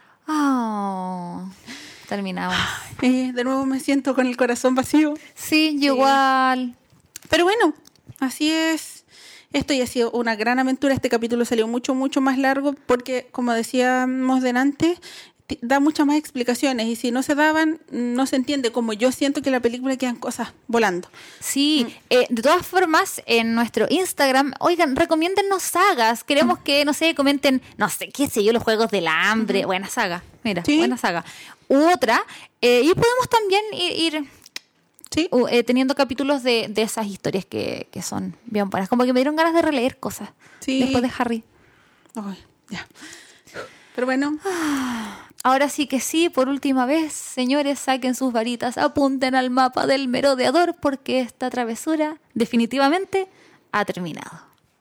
Oh, terminamos.
Eh, de nuevo me siento con el corazón vacío.
Sí, yo sí. igual.
Pero bueno, así es. Esto ya ha sido una gran aventura. Este capítulo salió mucho, mucho más largo porque, como decíamos delante, da muchas más explicaciones, y si no se daban, no se entiende, como yo siento que en la película quedan cosas volando.
Sí, mm. eh, de todas formas, en nuestro Instagram, oigan, recomiéndennos sagas, queremos mm. que, no sé, comenten, no sé, qué sé yo, los Juegos del Hambre, mm. buena saga, mira, ¿sí? buena saga. U otra, eh, y podemos también ir, ir
¿sí?
uh, eh, teniendo capítulos de, de esas historias que, que son bien buenas, como que me dieron ganas de releer cosas,
sí.
después de Harry.
Ay, ya. Pero bueno...
Ahora sí que sí, por última vez, señores, saquen sus varitas, apunten al mapa del merodeador, porque esta travesura definitivamente ha terminado.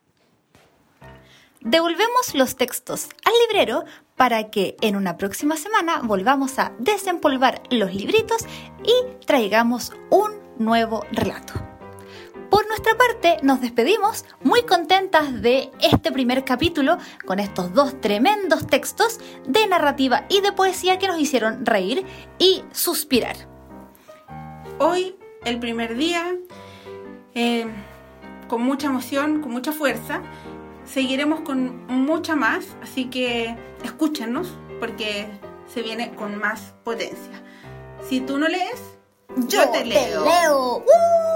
Devolvemos los textos al librero para que en una próxima semana volvamos a desempolvar los libritos y traigamos un nuevo relato. Por nuestra parte, nos despedimos muy contentas de este primer capítulo con estos dos tremendos textos de narrativa y de poesía que nos hicieron reír y suspirar.
Hoy, el primer día, eh, con mucha emoción, con mucha fuerza, seguiremos con mucha más, así que escúchenos porque se viene con más potencia. Si tú no lees, yo, yo te leo.
Te leo. ¡Uh!